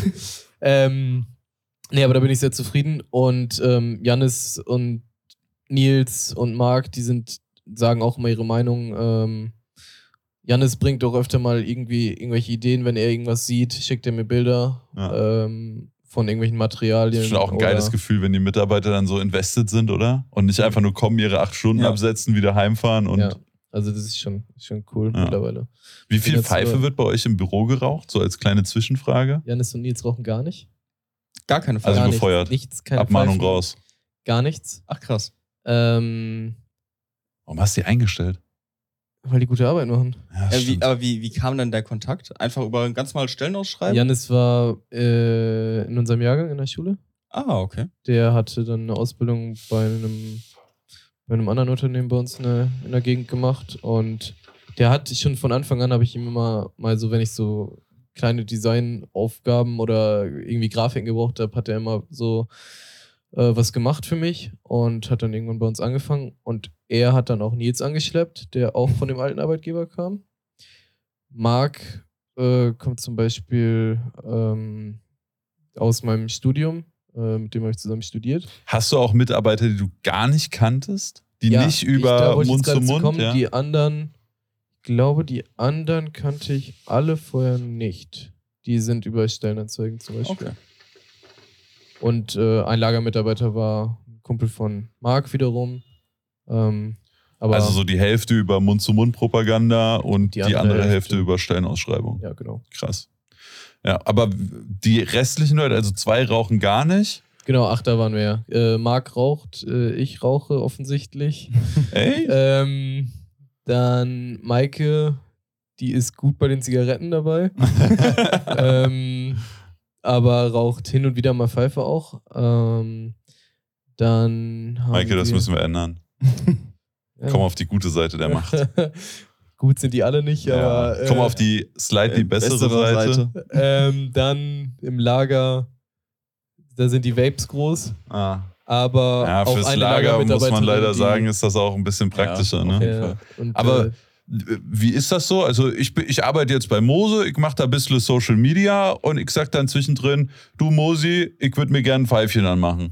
ähm, nee, aber da bin ich sehr zufrieden. Und ähm, Jannis und Nils und Marc, die sind, sagen auch immer ihre Meinung. Ähm, Jannis bringt auch öfter mal irgendwie irgendwelche Ideen, wenn er irgendwas sieht, schickt er mir Bilder Ja. ähm, von irgendwelchen Materialien. Das ist schon auch ein geiles oder- Gefühl, wenn die Mitarbeiter dann so invested sind, oder? Und nicht einfach nur kommen, ihre acht Stunden Ja. absetzen, wieder heimfahren. Und Ja, also das ist schon, schon cool Ja. mittlerweile. wie viel bin jetzt Pfeife so- wird bei euch im Büro geraucht? So als kleine Zwischenfrage. Jannis und Nils rauchen gar nicht. Gar keine Frage. Also gar befeuert. Nichts, nichts keine Abmahnung Pfeifen, raus. Gar nichts. Ach krass. Ähm, Warum hast du die eingestellt? weil die gute Arbeit machen. Ja, Äh, wie, stimmt. aber wie, wie kam dann der Kontakt? Einfach über ein ganz normales Stellenausschreiben? Jannis war äh, in unserem Jahrgang in der Schule. Ah, okay. Der hatte dann eine Ausbildung bei einem, bei einem anderen Unternehmen bei uns in der, in der Gegend gemacht. Und der hat schon von Anfang an, habe ich ihm immer mal so, wenn ich so kleine Designaufgaben oder irgendwie Grafiken gebraucht habe, hat er immer so äh, was gemacht für mich und hat dann irgendwann bei uns angefangen. Und er hat dann auch Nils angeschleppt, der auch von dem alten Arbeitgeber kam. Marc äh, kommt zum Beispiel ähm, aus meinem Studium, äh, mit dem habe ich zusammen studiert. Hast du auch Mitarbeiter, die du gar nicht kanntest? Die Ja, nicht ich- über da wollte ich Mund jetzt zu gerade Mund? kommen. Ja? Die anderen, glaube, die anderen kannte ich alle vorher nicht. Die sind über Stellenanzeigen zum Beispiel. Okay. Und äh, ein Lagermitarbeiter war ein Kumpel von Marc wiederum. Ähm, aber Also so die Hälfte über Mund-zu-Mund-Propaganda und die, Die andere, andere Hälfte. Hälfte über Stellenausschreibung. ja, genau. Krass. Ja, aber die restlichen Leute, also zwei rauchen gar nicht. Genau, ach, da waren wir. Äh, Marc raucht, äh, ich rauche offensichtlich. Ey? ähm, dann Maike, die ist gut bei den Zigaretten dabei. ähm, aber raucht hin und wieder mal Pfeife auch. Ähm, dann haben Maike, das wir, müssen wir ändern. ja. Komm auf die gute Seite der Macht. Gut sind die alle nicht, Ja. aber. Komm äh, auf die slightly Äh, bessere, bessere Seite. Seite. ähm, dann im Lager, da sind die Vapes groß. Ah. Aber Ja, auch fürs eine Lager muss man Lagermitarbeiterin, leider die, sagen, ist das auch ein bisschen praktischer. Ja, ne? auf jeden Ja, Fall. und, Aber äh, wie ist das so? Also ich, bin- ich arbeite jetzt bei Mose, ich mache da ein bisschen Social Media und ich sag dann zwischendrin, du Mosi, ich würde mir gerne ein Pfeifchen anmachen.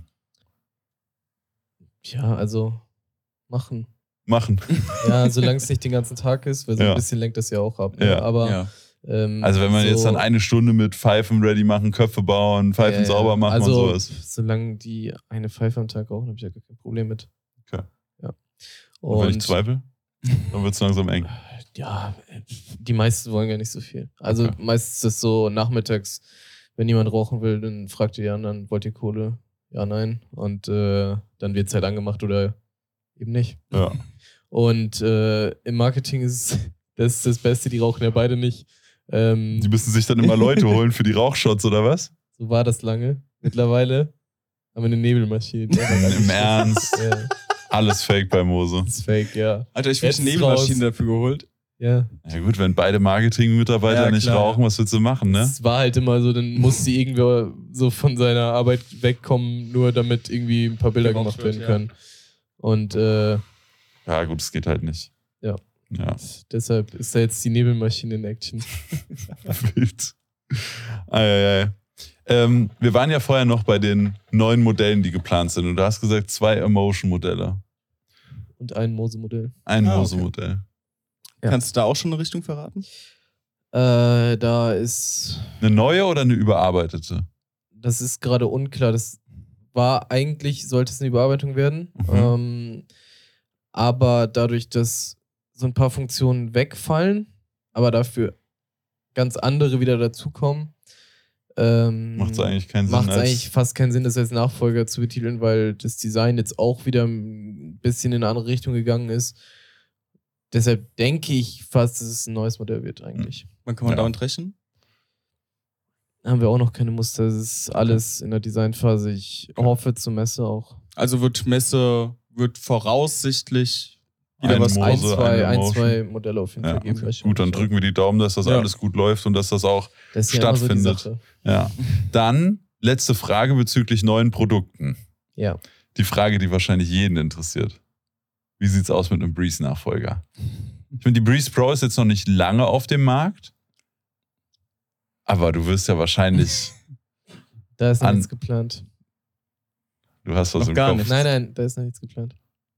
ja, also machen. Machen. Ja, solange es nicht den ganzen Tag ist, weil so Ja. ein bisschen lenkt das ja auch ab. Ne? Ja. Aber Ja. ähm, Also wenn man so, jetzt dann eine Stunde mit Pfeifen ready machen, Köpfe bauen, Pfeifen ja, ja. sauber machen also, und sowas. solange die eine Pfeife am Tag rauchen, habe ich ja gar kein Problem mit. Okay. Ja. Und wenn ich Und zweifle, dann wird es langsam eng. ja, die meisten wollen gar nicht so viel. Also Okay. meistens ist es so nachmittags, wenn jemand rauchen will, dann fragt ihr die anderen, wollt ihr Kohle? Ja, nein. Und äh, dann wird es halt angemacht oder eben nicht. Ja. Und äh, im Marketing ist das das Beste, die rauchen ja beide nicht. Ähm, Die müssen sich dann immer Leute holen für die Rauchshots oder was? so war das lange. Mittlerweile haben wir eine Nebelmaschine. Die einfach Im alles- Ernst? Ja, Alles fake bei Mose. das ist fake, ja. Alter, ich habe Jetzt eine ist Nebelmaschine raus. dafür geholt. Ja. Ja gut, wenn beide Marketing-Mitarbeiter Ja, nicht klar, rauchen, was willst du machen, ne? Es war halt immer so, dann musste irgendwer so von seiner Arbeit wegkommen, nur damit irgendwie ein paar Bilder Geraucht gemacht wird, werden ja. können. Und äh, Ja gut, es geht halt nicht. Ja. Ja, deshalb ist da jetzt die Nebelmaschine in Action. wild. Eieiei. Ähm, wir waren ja vorher noch bei den neuen Modellen, die geplant sind. Und du hast gesagt, zwei Emotion-Modelle. Und ein Mose-Modell. Ein Ah, okay. Mose-Modell. Ja. Kannst du da auch schon eine Richtung verraten? Äh, da ist, Eine neue oder eine überarbeitete? das ist gerade unklar. Das war eigentlich, sollte es eine Überarbeitung werden. Mhm. Ähm, aber dadurch, dass so ein paar Funktionen wegfallen, aber dafür ganz andere wieder dazukommen, ähm, Macht es eigentlich keinen Sinn. macht es als- eigentlich fast keinen Sinn, das als Nachfolger zu betiteln, weil das Design jetzt auch wieder ein bisschen in eine andere Richtung gegangen ist. Deshalb denke ich fast, dass es ein neues Modell wird eigentlich. Wann kann man Ja. damit rechnen? Haben wir auch noch keine Muster. Das ist alles in der Designphase. Ich hoffe zur Messe auch. Also wird Messe, wird voraussichtlich wieder Ein was Mose, Ein, ein. eine zwei, ein, Emotion. zwei Modelle auf jeden Ja, Fall geben. okay. wir schon. Gut, dann drücken wir die Daumen, dass das Ja. alles gut läuft und dass das auch Das ist ja immer so die stattfindet. Sache. Ja. Dann letzte Frage bezüglich neuen Produkten. Ja. Die Frage, die wahrscheinlich jeden interessiert. Wie sieht's aus mit einem Breeze-Nachfolger? Ich finde, die Breeze Pro ist jetzt noch nicht lange auf dem Markt. Aber du wirst ja wahrscheinlich, Da ist noch An- nichts geplant. du hast was Noch im gar Kopf. nicht. Nein, nein, da ist noch nichts geplant.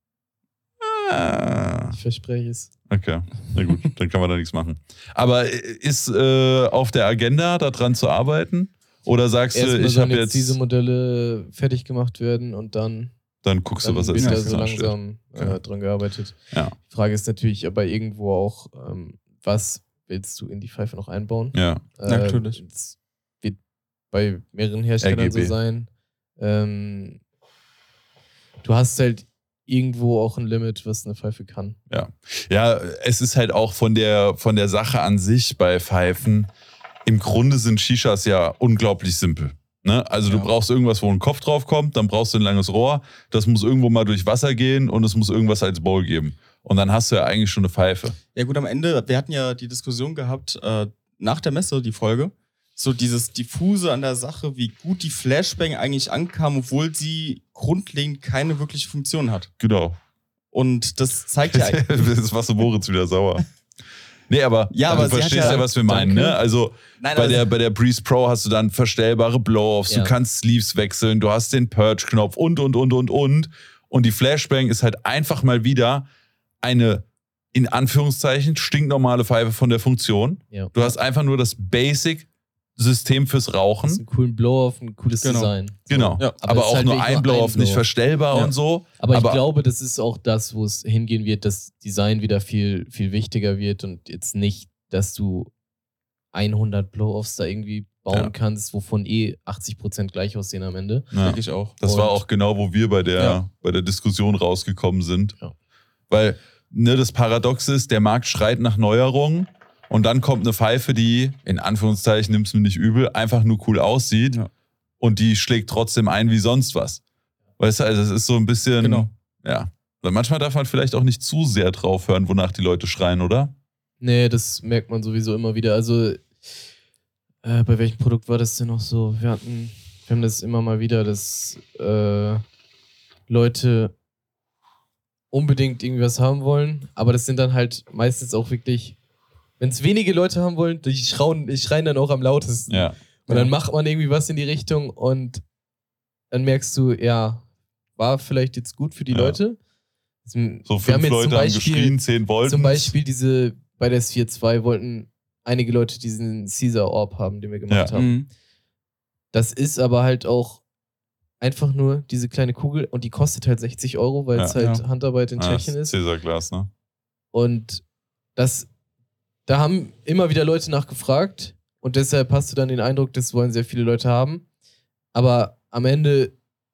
Ah, Ich verspreche es. okay, na gut, dann kann man da nichts machen. Aber ist äh, auf der Agenda, da dran zu arbeiten? Oder sagst du, Erstmal ich sollen habe jetzt jetzt, diese Modelle fertig gemacht werden und dann, dann guckst du, dann was als wird da nächstes so ansteht. langsam äh, Okay. dran gearbeitet. Ja. Die Frage ist natürlich aber irgendwo auch, ähm, was willst du in die Pfeife noch einbauen? Ja, Ähm, Natürlich. Es wird bei mehreren Herstellern R G B. so sein. Ähm, du hast halt irgendwo auch ein Limit, was eine Pfeife kann. Ja, es ist halt auch von der, von der Sache an sich bei Pfeifen. Im Grunde sind Shishas ja unglaublich simpel. Ne? Also du Ja. brauchst irgendwas, wo ein Kopf drauf kommt, dann brauchst du ein langes Rohr, das muss irgendwo mal durch Wasser gehen und es muss irgendwas als Bowl geben. Und dann hast du ja eigentlich schon eine Pfeife. Ja gut, am Ende, wir hatten ja die Diskussion gehabt, äh, nach der Messe, die Folge, so dieses Diffuse an der Sache, wie gut die Flashbang eigentlich ankam, obwohl sie grundlegend keine wirkliche Funktion hat. Genau. Und das zeigt ja eigentlich... Das war so Moritz wieder sauer. Nee, aber, Ja, du aber sie hat verstehst ja, ja- was wir meinen. Danke. Ne? Also Nein, bei aber- der, bei der Breeze Pro hast du dann verstellbare Blow-Offs, Ja. du kannst Sleeves wechseln, du hast den Purge-Knopf und, und, und, und, und. Und die Flashbang ist halt einfach mal wieder eine in Anführungszeichen stinknormale Pfeife von der Funktion. Ja. Du hast einfach nur das Basic-System fürs Das Rauchen. ist ein coolen Blow-Off, ein cooles Genau. Design. So. Genau. Ja. Aber, Aber es ist auch halt nur wirklich ein nur Blow-Off, ein nicht Blow-Off. verstellbar Ja. und so. Aber, Aber- ich glaube, das ist auch das, wo es hingehen wird, dass Design wieder viel, viel wichtiger wird und jetzt nicht, dass du hundert Blow-Offs da irgendwie bauen Ja. kannst, wovon eh achtzig Prozent gleich aussehen am Ende. Ja. Denke ich auch. Das war Und- auch genau, wo wir bei der, Ja. bei der Diskussion rausgekommen sind. Ja. Weil ne, das Paradox ist, der Markt schreit nach Neuerungen und dann kommt eine Pfeife, die, in Anführungszeichen, nimm's mir nicht übel, einfach nur cool aussieht Ja. und die schlägt trotzdem ein wie sonst was. Weißt du, also es ist so ein bisschen, Genau. ja. Weil manchmal darf man vielleicht auch nicht zu sehr drauf hören, wonach die Leute schreien, oder? Nee, das merkt man sowieso immer wieder. Also, äh, bei welchem Produkt war das denn noch so? Wir hatten, wir haben das immer mal wieder, dass äh, Leute unbedingt irgendwas haben wollen, aber das sind dann halt meistens auch wirklich, wenn es wenige Leute haben wollen, die schreien, die schreien dann auch am lautesten. Ja. Und Ja. dann macht man irgendwie was in die Richtung und dann merkst du, ja, war vielleicht jetzt gut für die Ja. Leute. So Wir fünf haben jetzt Leute zum haben Beispiel- geschrien, zehn wollten. Zum Beispiel diese, bei der S vier Punkt zwei wollten einige Leute diesen Caesar Orb haben, den wir gemacht Ja. haben. Mhm. Das ist aber halt auch einfach nur diese kleine Kugel und die kostet halt sechzig Euro, weil Ja. es halt Ja. Handarbeit in Ah, Tschechien das ist. Cäsarglas, ne? Und das, da haben immer wieder Leute nachgefragt und deshalb hast du dann den Eindruck, das wollen sehr viele Leute haben. Aber am Ende,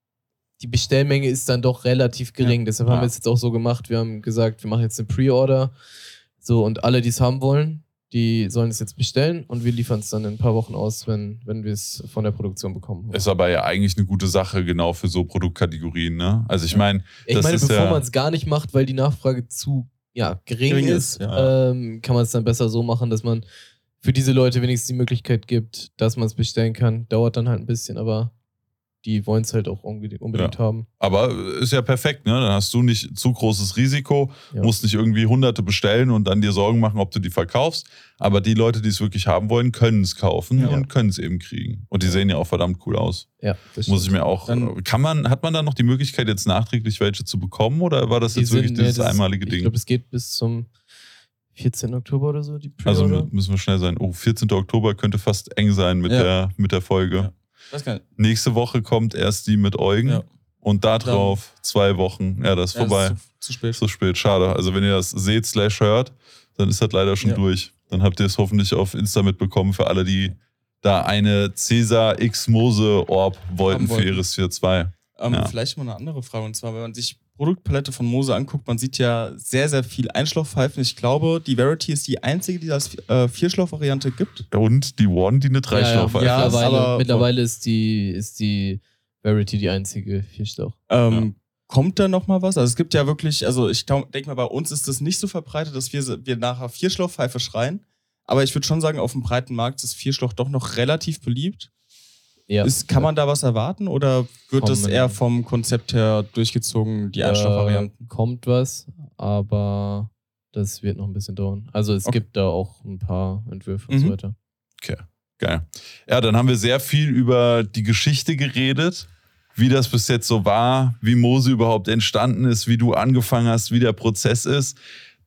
die Bestellmenge ist dann doch relativ gering. Ja. Deshalb haben Ja. wir es jetzt auch so gemacht. Wir haben gesagt, wir machen jetzt eine Pre-Order. So, und alle, die es haben wollen, die sollen es jetzt bestellen und wir liefern es dann in ein paar Wochen aus, wenn, wenn wir es von der Produktion bekommen. Ist aber ja eigentlich eine gute Sache, genau für so Produktkategorien, ne? Also ich Ja. meine, Ich das meine, ist bevor ja- man es gar nicht macht, weil die Nachfrage zu ja, gering, Gering ist, ist, ja. ähm, kann man es dann besser so machen, dass man für diese Leute wenigstens die Möglichkeit gibt, dass man es bestellen kann. Dauert dann halt ein bisschen, aber die wollen es halt auch unbedingt, unbedingt Ja. haben. aber ist ja perfekt, ne? Dann hast du nicht zu großes Risiko, Ja. musst nicht irgendwie Hunderte bestellen und dann dir Sorgen machen, ob du die verkaufst. Aber die Leute, die es wirklich haben wollen, können es kaufen Ja. und können es eben kriegen. Und die sehen ja auch verdammt cool aus. Ja, das Muss ich stimmt. mir auch. Dann- kann man, hat man da noch die Möglichkeit, jetzt nachträglich welche zu bekommen oder war das Die jetzt wirklich sind- nee, dieses das- einmalige Ich Ding? glaube, es geht bis zum vierzehnten Oktober oder so, die Also Pre-Order. mü- müssen wir schnell sein. Oh, vierzehnten Oktober könnte fast eng sein mit, Ja. der, mit der Folge. Ja. Weiß gar nicht. Nächste Woche kommt erst die mit Eugen Ja. und da drauf zwei Wochen. Ja, das ist Ja, vorbei. ist zu, zu spät. Zu spät, schade. Also wenn ihr das seht slash hört, dann ist das leider schon Ja. durch. Dann habt ihr es hoffentlich auf Insta mitbekommen für alle, die da eine Cäsar X Mose Orb wollten Haben für wollten. ihre Sphere zwei. Ähm, Ja. Vielleicht mal eine andere Frage. Und zwar, wenn man sich Produktpalette von Mose anguckt, man sieht ja sehr, sehr viel Einschlauchpfeifen. Ich glaube, die Verity ist die einzige, die das äh, Vierschlauch-Variante gibt. Und die One, die eine Dreischlauch ja, Ja, ja, mittlerweile, aber- mittlerweile ist die, ist die Verity die einzige Vierschlauch. Ähm, Kommt da noch mal was? Also es gibt ja wirklich, also ich denke mal, bei uns ist das nicht so verbreitet, dass wir, wir nachher Vierschlauchpfeife schreien. Aber ich würde schon sagen, auf dem breiten Markt ist Vierschlauch doch noch relativ beliebt. Ja. Ist, kann man da was erwarten oder wird das Kommen. eher vom Konzept her durchgezogen, die Einschlauchvarianten? Äh, kommt was, aber das wird noch ein bisschen dauern. Also es Okay. gibt da auch ein paar Entwürfe und Mhm. so weiter. Geil. Ja, dann haben wir sehr viel über die Geschichte geredet, wie das bis jetzt so war, wie Mose überhaupt entstanden ist, wie du angefangen hast, wie der Prozess ist.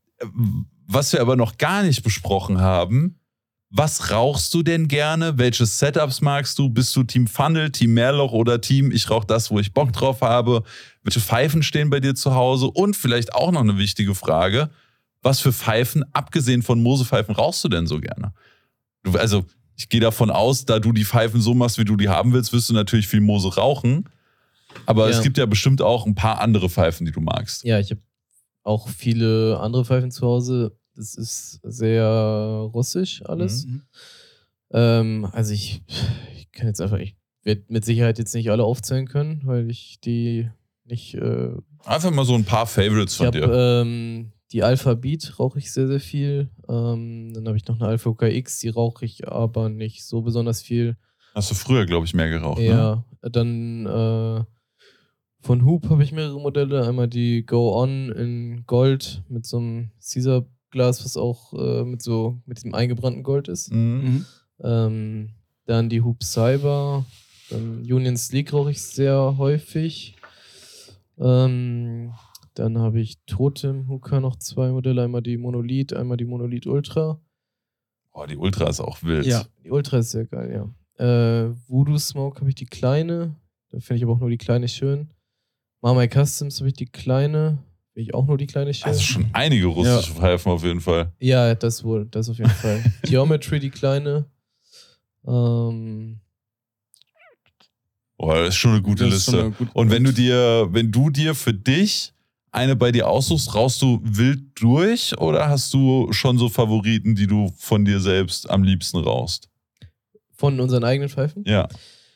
Was wir aber noch gar nicht besprochen haben, was rauchst du denn gerne? Welche Setups magst du? Bist du Team Funnel, Team Mehrloch oder Team ich rauche das, wo ich Bock drauf habe? Welche Pfeifen stehen bei dir zu Hause? Und vielleicht auch noch eine wichtige Frage, was für Pfeifen, abgesehen von Mose-Pfeifen, rauchst du denn so gerne? Du, also ich gehe davon aus, da du die Pfeifen so machst, wie du die haben willst, wirst du natürlich viel Mose rauchen. Aber Ja. es gibt ja bestimmt auch ein paar andere Pfeifen, die du magst. Ja, ich habe auch viele andere Pfeifen zu Hause. Das ist sehr russisch alles. Mhm. Ähm, also ich, ich kann jetzt einfach, ich werde mit Sicherheit jetzt nicht alle aufzählen können, weil ich die nicht. Äh, Einfach mal so ein paar Favorites ich von habe dir. ähm, die Alpha Beat rauche ich sehr, sehr viel. Ähm, dann habe ich noch eine Alpha O K X, die rauche ich aber nicht so besonders viel. Hast du früher, glaube ich, mehr geraucht, ne? Ja, dann äh, von Hoop habe ich mehrere Modelle. Einmal die Go On in Gold mit so einem Caesar-Glas, was auch äh, mit so mit diesem eingebrannten Gold ist. Mhm. Mhm. Ähm, dann die Hoop Cyber. Dann Union Sleek rauche ich sehr häufig. Ähm, Dann habe ich Totem Hooker noch zwei Modelle. Einmal die Monolith, einmal die Monolith Ultra. Boah, die Ultra ist auch wild. Ja, die Ultra ist sehr geil, ja. Äh, Voodoo Smoke habe ich die kleine. Da finde ich aber auch nur die kleine schön. Marmite Customs habe ich die kleine. Finde ich auch nur die kleine schön. Also schon einige russische ja. Pfeifen auf jeden Fall. Ja, das wohl. Das auf jeden Fall. Geometry die kleine. Ähm... Boah, das ist schon eine gute das Liste. Eine gute Und wenn du dir, wenn du dir für dich eine bei dir aussuchst, rauchst du wild durch oder hast du schon so Favoriten, die du von dir selbst am liebsten rauchst? Von unseren eigenen Pfeifen? Ja.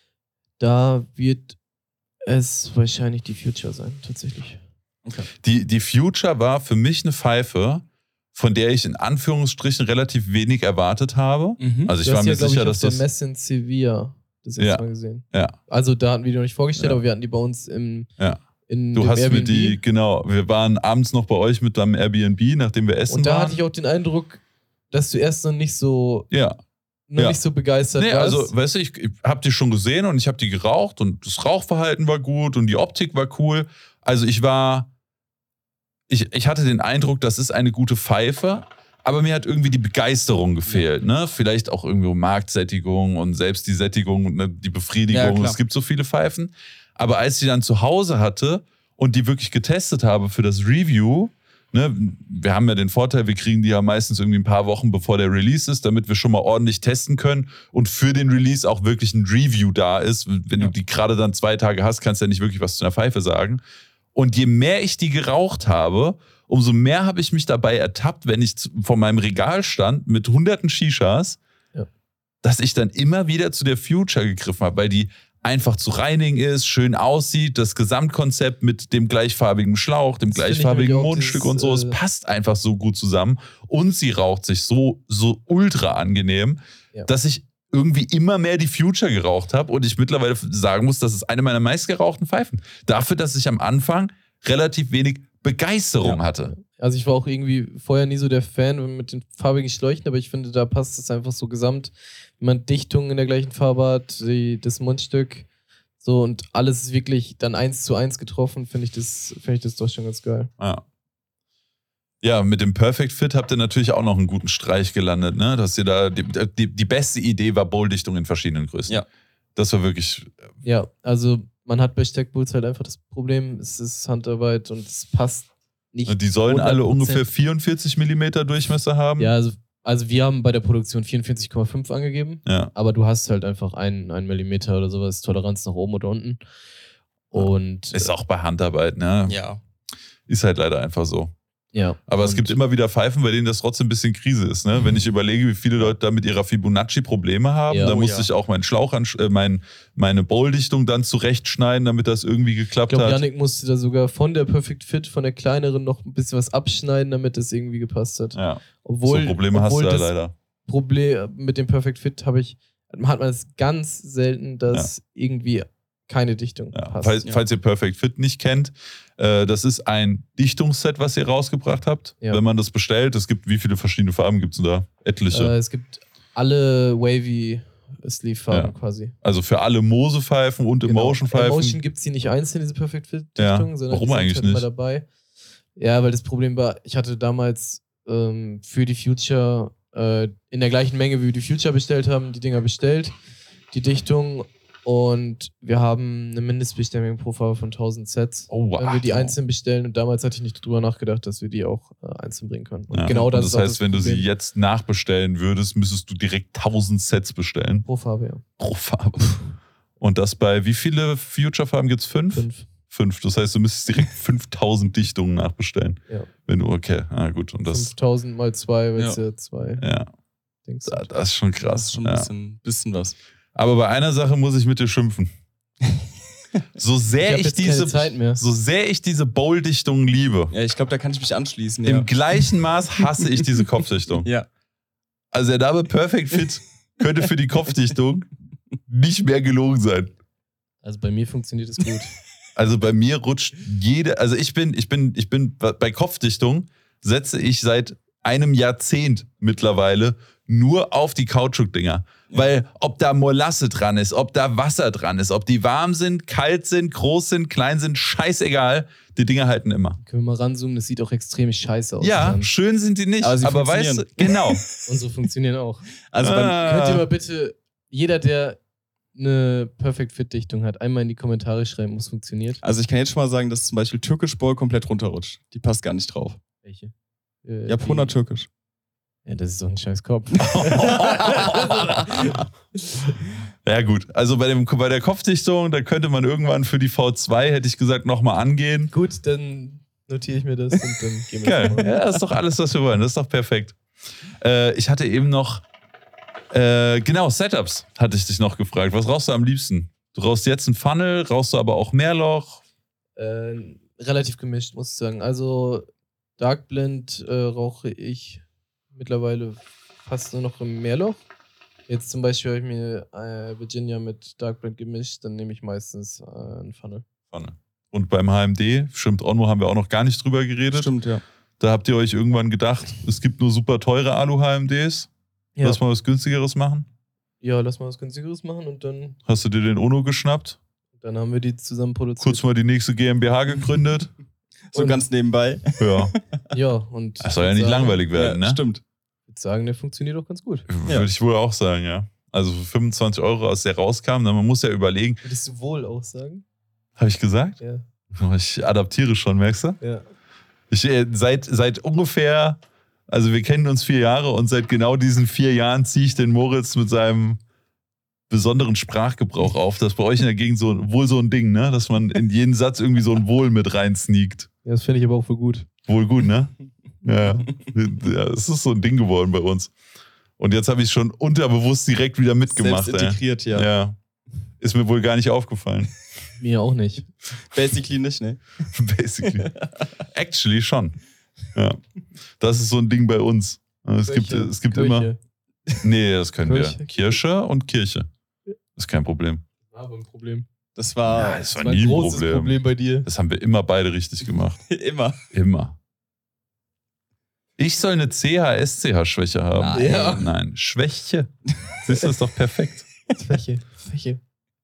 Da wird es wahrscheinlich die Future sein, tatsächlich. Okay. Die, die Future war für mich eine Pfeife, von der ich in Anführungsstrichen relativ wenig erwartet habe. Mhm. Also ich war mir ja, sicher, ich, dass das... Mess in Sevilla das erste ja. Mal gesehen. Ja. Also da hatten wir die noch nicht vorgestellt, ja. aber wir hatten die bei uns im ja. in Du dem hast Airbnb. mir die, genau, wir waren abends noch bei euch mit deinem Airbnb, nachdem wir essen Und da waren. hatte ich auch den Eindruck, dass du erst noch nicht so ja. noch ja. nicht so begeistert nee, warst. Also, weißt du, ich, ich habe die schon gesehen und ich habe die geraucht und das Rauchverhalten war gut und die Optik war cool. Also ich war, ich, ich hatte den Eindruck, das ist eine gute Pfeife, aber mir hat irgendwie die Begeisterung gefehlt. Ne? Vielleicht auch irgendwie Marktsättigung und selbst die Sättigung, ne? Die Befriedigung. Ja, es gibt so viele Pfeifen. Aber als ich die dann zu Hause hatte und die wirklich getestet habe für das Review, ne? Wir haben ja den Vorteil, wir kriegen die ja meistens irgendwie ein paar Wochen bevor der Release ist, damit wir schon mal ordentlich testen können und für den Release auch wirklich ein Review da ist. Wenn ja. du die gerade dann zwei Tage hast, kannst du ja nicht wirklich was zu einer Pfeife sagen. Und je mehr ich die geraucht habe, umso mehr habe ich mich dabei ertappt, wenn ich vor meinem Regal stand mit hunderten Shishas, ja. dass ich dann immer wieder zu der Future gegriffen habe, weil die einfach zu reinigen ist, schön aussieht, das Gesamtkonzept mit dem gleichfarbigen Schlauch, dem das gleichfarbigen Mundstück und so, es passt einfach so gut zusammen und sie raucht sich so, so ultra angenehm, ja. dass ich irgendwie immer mehr die Future geraucht habe und ich mittlerweile sagen muss, das ist eine meiner meistgerauchten Pfeifen. Dafür, dass ich am Anfang relativ wenig Begeisterung ja. hatte. Also ich war auch irgendwie vorher nie so der Fan mit den farbigen Schläuchen, aber ich finde, da passt es einfach so gesamt. Wenn man Dichtung in der gleichen Farbe hat, die, das Mundstück, so und alles ist wirklich dann eins zu eins getroffen, finde ich das, finde ich das doch schon ganz geil. Ja. Ja, mit dem Perfect Fit habt ihr natürlich auch noch einen guten Streich gelandet, ne? Dass ihr da die, die, die beste Idee war Bowl-Dichtung in verschiedenen Größen. Ja. Das war wirklich. Ja, also man hat bei Stackboots halt einfach das Problem, es ist Handarbeit und es passt nicht. Die sollen hundert Prozent. Alle ungefähr vierundvierzig Millimeter Durchmesser haben. Ja, also, also wir haben bei der Produktion vierundvierzig Komma fünf angegeben, ja. aber du hast halt einfach einen, einen Millimeter oder sowas Toleranz nach oben oder unten. Und ist auch bei Handarbeit, ne? Ja. Ist halt leider einfach so. Ja. Aber es gibt immer wieder Pfeifen, bei denen das trotzdem ein bisschen Krise ist. Ne? Wenn ich überlege, wie viele Leute da mit ihrer Fibonacci Probleme haben, ja, da oh, musste ja. ich auch meinen Schlauch, an, äh, mein, meine Bowl-Dichtung dann zurechtschneiden, damit das irgendwie geklappt ich glaub, hat. Yannick musste da sogar von der Perfect Fit, von der kleineren noch ein bisschen was abschneiden, damit das irgendwie gepasst hat. Ja. Obwohl, so Probleme obwohl hast du da leider. Problem mit dem Perfect Fit habe ich, hat man es ganz selten, dass ja. irgendwie keine Dichtung ja. passt. Falls, ja. falls ihr Perfect Fit nicht kennt, äh, das ist ein Dichtungsset, was ihr rausgebracht habt. Ja. Wenn man das bestellt, es gibt, wie viele verschiedene Farben gibt es da? Etliche. Äh, es gibt alle Wavy Sleeve-Farben ja. quasi. Also für alle Mose-Pfeifen und genau. Emotion-Pfeifen. Emotion gibt es die nicht einzeln, diese Perfect Fit-Dichtung, ja. sondern Warum die sind eigentlich halt nicht? mal dabei. Ja, weil das Problem war, ich hatte damals ähm, für die Future äh, in der gleichen Menge, wie wir die Future bestellt haben, die Dinger bestellt, die Dichtung. Und wir haben eine Mindestbestellung pro Farbe von tausend Sets, oh, wow. wenn wir die einzeln bestellen. Und damals hatte ich nicht drüber nachgedacht, dass wir die auch äh, einzeln bringen können. Und ja. genau das, und das ist heißt, das wenn Problem. du sie jetzt nachbestellen würdest, müsstest du direkt tausend Sets bestellen. Pro Farbe, ja. Pro Farbe. Und das bei wie viele Future-Farben gibt es? Fünf? Fünf. Fünf. Das heißt, du müsstest direkt fünftausend Dichtungen nachbestellen. Ja. Wenn du, okay, ah, gut. Und das, fünftausend mal zwei, weil es ja. ja zwei. Ja. Dings da, das ist schon krass. Das ist schon ein ja. bisschen, bisschen was. Aber bei einer Sache muss ich mit dir schimpfen. So sehr ich, ich diese, so sehr ich diese Bowl-Dichtung liebe. Ja, ich glaube, da kann ich mich anschließen. Ja. Im gleichen Maß hasse ich diese Kopfdichtung. Ja. Also der Name Perfect Fit könnte für die Kopfdichtung nicht mehr gelogen sein. Also bei mir funktioniert es gut. Also bei mir rutscht jede, also ich bin, ich bin, ich bin bei Kopfdichtung setze ich seit einem Jahrzehnt mittlerweile nur auf die Kautschuk-Dinger. Ja. Weil ob da Molasse dran ist, ob da Wasser dran ist, ob die warm sind, kalt sind, groß sind, klein sind, scheißegal. Die Dinger halten immer. Können wir mal ranzoomen, das sieht auch extrem scheiße aus. Ja, dann. schön sind die nicht, aber, sie aber weißt du, genau. Unsere funktionieren auch. Also Ah. Könnt ihr mal bitte, jeder, der eine Perfect Fit Dichtung hat, einmal in die Kommentare schreiben, wo es funktioniert. Also ich kann jetzt schon mal sagen, dass zum Beispiel Türkisch Ball komplett runterrutscht. Die passt gar nicht drauf. Welche? Äh, Japaner die- Türkisch. Ja, das ist doch ein scheiß Kopf. Ja gut, also bei, dem, bei der Kopfdichtung, da könnte man irgendwann für die V zwei, hätte ich gesagt, nochmal angehen. Gut, dann notiere ich mir das und dann gehen wir Geil. das mal. Ja, das ist doch alles, was wir wollen. Das ist doch perfekt. Äh, ich hatte eben noch, äh, genau, Setups hatte ich dich noch gefragt. Was rauchst du am liebsten? Du rauchst jetzt ein Funnel, rauchst du aber auch Mehrloch? Äh, relativ gemischt, muss ich sagen. Also Dark Blend äh, rauche ich mittlerweile fast nur noch im Mehrloch. Jetzt zum Beispiel habe ich mir äh, Virginia mit Dark Blend gemischt, dann nehme ich meistens äh, einen Funnel. Funnel. Und beim H M D, stimmt, Onno haben wir auch noch gar nicht drüber geredet. Stimmt, ja. Da habt ihr euch irgendwann gedacht, es gibt nur super teure Alu-H M Ds. Ja. Lass mal was günstigeres machen. ja, lass mal was günstigeres machen und dann, Hast du dir den Onno geschnappt? dann haben wir die zusammen produziert. Kurz mal die nächste GmbH gegründet. So Und- ganz nebenbei. Ja, Ja, und das soll ja nicht langweilig werden, ne? Stimmt. Ich würde sagen, der funktioniert auch ganz gut. Ja. Würde ich wohl auch sagen, ja. Also für fünfundzwanzig Euro, als der rauskam, dann man muss ja überlegen, Würdest du wohl auch sagen? habe ich gesagt? Ja. Ich adaptiere schon, merkst du? Ja. Ich, äh, seit, seit ungefähr, also wir kennen uns vier Jahre und seit genau diesen vier Jahren ziehe ich den Moritz mit seinem besonderen Sprachgebrauch auf. Das ist bei euch in der Gegend so, wohl so ein Ding, ne? Dass man in jeden Satz irgendwie so ein Wohl mit rein sneakt. Ja, das finde ich aber auch voll gut. Wohl gut, ne? Ja, ja, es ist so ein Ding geworden bei uns. Und jetzt habe ich schon unterbewusst direkt wieder mitgemacht. Selbst integriert, ja. ja. ja. Ist mir wohl gar nicht aufgefallen. Mir auch nicht. Basically nicht, ne? Basically. Actually schon. Ja. Das ist so ein Ding bei uns. Es gibt, Kirche. es gibt Kirche. immer. Nee, das können Kirche. wir. Kirche und Kirche. Ist kein Problem. War aber ein Problem. Das war Ja, das war war nie ein ein großes Problem. Problem. bei dir. Das haben wir immer beide richtig gemacht. immer. Immer. Ich soll eine C H S C H-Schwäche haben. Nein. Ja. Nein, Schwäche. Siehst du, das ist doch perfekt. Fläche. Fläche.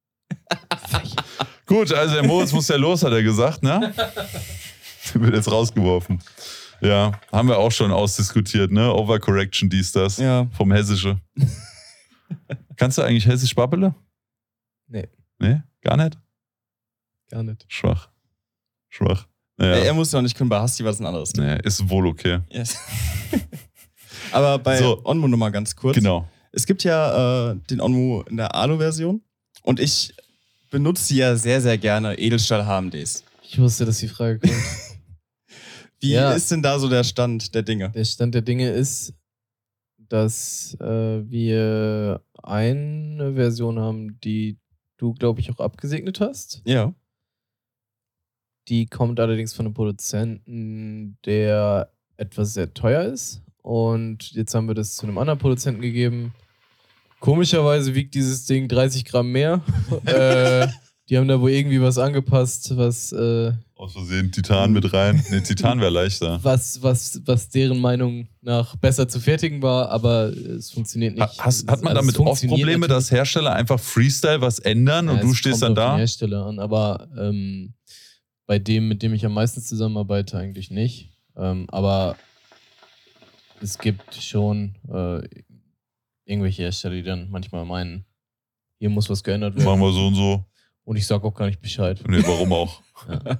Gut, also der Moritz muss ja los, hat er gesagt, ne? Der wird jetzt rausgeworfen. Ja, haben wir auch schon ausdiskutiert, ne? Overcorrection, dies, das. Ja. Vom Hessische. Kannst du eigentlich Hessisch babbele? Nee. Nee? Gar nicht? Gar nicht. Schwach. Schwach. Ja. Naja. Er muss ja auch nicht können, bei Husky war das ein anderes Ding. Nee, ist wohl okay. Yes. Aber bei So. Onmu nochmal ganz kurz. Genau. Es gibt ja äh, den Onmu in der Alu-Version und ich benutze ja sehr, sehr gerne Edelstahl-H M Ds. Ich wusste, dass die Frage kommt. Wie Ja. ist denn da so der Stand der Dinge? Der Stand der Dinge ist, dass äh, wir eine Version haben, die du, glaube ich, auch abgesegnet hast. Ja. Die kommt allerdings von einem Produzenten, der etwas sehr teuer ist. Und jetzt haben wir das zu einem anderen Produzenten gegeben. Komischerweise wiegt dieses Ding dreißig Gramm mehr. äh, die haben da wohl irgendwie was angepasst, was, äh, Aus Versehen Titan mit rein. Nee, Titan wäre leichter. was, was, was deren Meinung nach besser zu fertigen war, aber es funktioniert nicht. Ha- Hast, hat man Also es damit oft funktioniert Probleme, natürlich. dass Hersteller einfach Freestyle was ändern Ja, und du es stehst kommt dann auf den da? Hersteller an, aber ähm, bei dem, mit dem ich am meisten zusammenarbeite, eigentlich nicht. Ähm, aber es gibt schon äh, irgendwelche Hersteller, die dann manchmal meinen, hier muss was geändert werden. Machen wir so und so. Und ich sag auch gar nicht Bescheid. Nee, warum auch? Ja.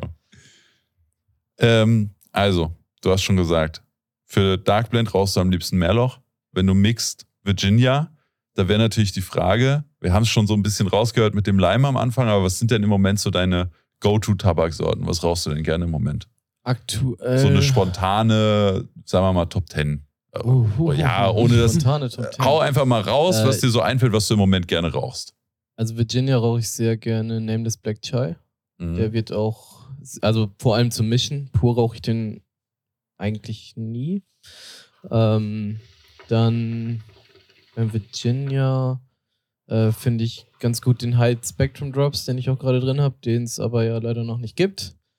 ähm, also, du hast schon gesagt, für Dark Blend rauchst du am liebsten Mehrloch. Wenn du mixt Virginia, da wäre natürlich die Frage, wir haben es schon so ein bisschen rausgehört mit dem Lime am Anfang, aber was sind denn im Moment so deine Go-To-Tabaksorten? Was rauchst du denn gerne im Moment? Aktuell. So eine spontane, sagen wir mal, Top Ten. Uh, uh, Ja, uh, ohne das- spontane Top Ten. Hau einfach mal raus, Äh, was dir so einfällt, was du im Moment gerne rauchst. Also Virginia rauche ich sehr gerne Nameless Black Chai. Mhm. Der wird auch, also vor allem zum Mischen, pur rauche ich den eigentlich nie. Ähm, dann beim Virginia äh, finde ich ganz gut den High Spectrum Drops, den ich auch gerade drin habe, den es aber ja leider noch nicht gibt.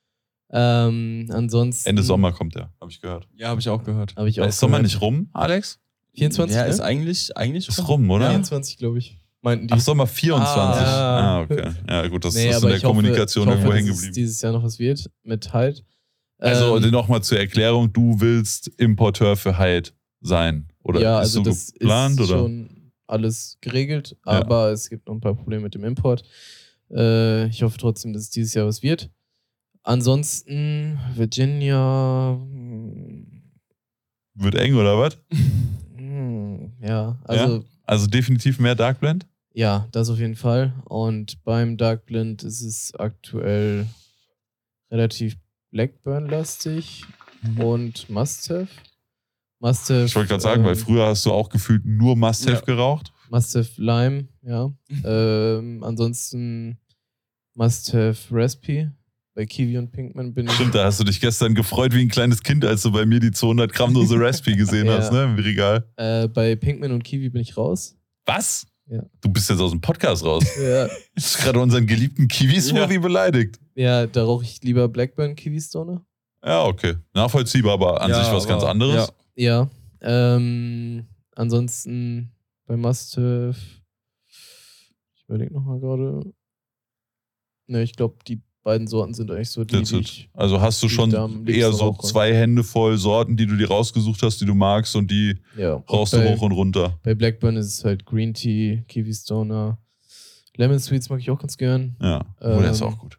Ähm, ansonsten. Ende Sommer kommt der, habe ich gehört. Ja, habe ich auch gehört. Hab ich auch Ist Sommer gehört. nicht rum, Alex? vierundzwanzig? Ja, ne? ist eigentlich, eigentlich Ist rum, oder? vierundzwanzig, glaube ich. Meinten die. Ach, Sommer vierundzwanzig. Ah. Ah, okay. Ja, gut, das Nee, ist in aber der ich hoffe- Kommunikation ich hoffe, irgendwo dass hängen es geblieben. dieses Jahr noch was wird mit Hyde. Also Ähm, nochmal zur Erklärung, du willst Importeur für Hyde sein, oder ja, ist also so das geplant? ist oder? schon alles geregelt, Ja. aber es gibt noch ein paar Probleme mit dem Import. Äh, ich hoffe trotzdem, dass es dieses Jahr was wird. Ansonsten Virginia. hm, Wird eng, oder was? hm, Ja, also Also definitiv mehr Dark Blend? ja, das auf jeden Fall. Und beim Dark Blend ist es aktuell relativ Blackburn-lastig und Must-Have. Must-Have. Ich wollte gerade sagen, ähm, weil früher hast du auch gefühlt nur Must-Have Ja. geraucht. Must-Have Lime, ja. ähm, ansonsten Must-Have Raspi. Bei Kiwi und Pinkman bin ich. Stimmt, da hast du dich gestern gefreut wie ein kleines Kind, als du bei mir die zweihundert Gramm Dose Raspi gesehen Ja. hast, ne? Im Regal. Äh, bei Pinkman und Kiwi bin ich raus. Was? Ja. Du bist jetzt aus dem Podcast raus. Ja, Du hast gerade unseren geliebten Kiwi-Smoothie beleidigt. ja da rauche ich lieber Blackburn Kiwi Stoner. Ja, okay. Nachvollziehbar, aber an Ja, sich was aber- ganz anderes. ja. Ja. Ähm, ansonsten bei Must-Have. Ich überlege nochmal gerade. Ne, ich glaube, die beiden Sorten sind eigentlich so die, That's die it. ich. Also hast du die ich schon da am liebsten eher so rauche. zwei Hände voll Sorten, die du dir rausgesucht hast, die du magst und die Ja. und rauchst du bei, hoch und runter. bei Blackburn ist es halt Green Tea, Kiwi Stoner. Lemon Sweets mag ich auch ganz gern. Ja, oh, der ist Ähm, auch gut.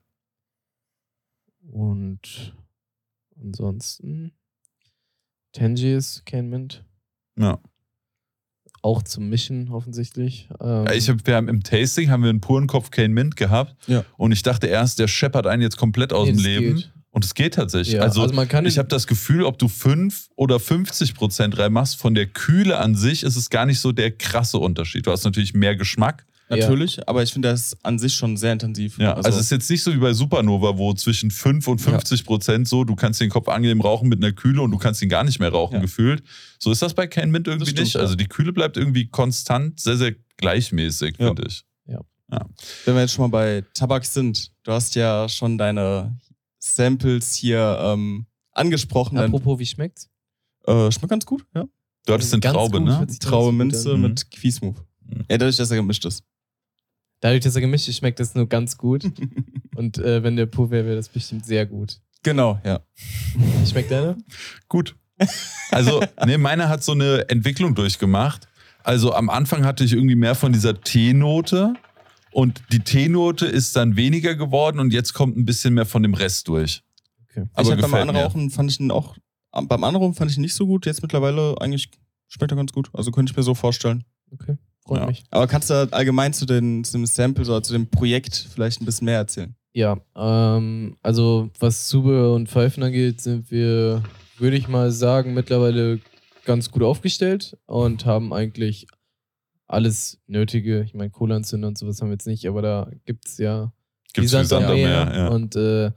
Und ansonsten Tangiers, Cane Mint. Ja. Auch zum Mischen offensichtlich. Ähm, Ja, ich hab, wir haben im Tasting haben wir einen puren Kopf Cane Mint gehabt Ja. und ich dachte erst, der scheppert einen jetzt komplett aus nee, dem das Leben. geht. Und es geht tatsächlich. Ja, also, also man kann ich habe das Gefühl, ob du fünf oder fünfzig Prozent reinmachst, von der Kühle an sich ist es gar nicht so der krasse Unterschied. Du hast natürlich mehr Geschmack. Natürlich, aber ich finde das an sich schon sehr intensiv. Ja, also, es ist jetzt nicht so wie bei Supernova, wo zwischen fünf und fünfzig Prozent so, du kannst den Kopf angenehm rauchen mit einer Kühle und du kannst ihn gar nicht mehr rauchen, Ja. gefühlt. So ist das bei Cane Mint irgendwie stimmt, nicht. ja. Also die Kühle bleibt irgendwie konstant, sehr, sehr gleichmäßig, Ja. finde ich. Wenn wir jetzt schon mal bei Tabak sind, du hast ja schon deine Samples hier ähm, angesprochen. Dein, Apropos, wie schmeckt's? äh, schmeckt ganz gut, ja. Du hattest den Ganz Traube, gut, ne? hört sich ganz Traube gut Minze an. Mhm. mit Kiwi-Smooth. Mhm. Ja, dadurch, dass er gemischt ist. Dadurch, dass er gemischt ist, schmeckt das nur ganz gut. Und äh, wenn der pur wäre, wäre das bestimmt sehr gut. Genau, ja. Wie schmeckt deiner? Gut. Also, ne, meiner hat so eine Entwicklung durchgemacht. Also am Anfang hatte ich irgendwie mehr von dieser Teenote und die Teenote ist dann weniger geworden und jetzt kommt ein bisschen mehr von dem Rest durch. Okay. Aber ich hab beim gefällt mir. Anrauchen fand ich ihn auch, beim Anrauchen fand ich ihn nicht so gut. Jetzt mittlerweile eigentlich schmeckt er ganz gut. Also könnte ich mir so vorstellen. Okay, freut Ja. mich. Aber kannst du allgemein zu, den, zu dem Sample oder zu dem Projekt vielleicht ein bisschen mehr erzählen? Ja, ähm, also was Zubehör und Pfeifen angeht, sind wir, würde ich mal sagen, mittlerweile ganz gut aufgestellt und haben eigentlich alles Nötige. Ich meine, Kohleanzünder und sowas haben wir jetzt nicht, aber da gibt es ja Gibt's wie wie Sand am Meer, ja. Und äh,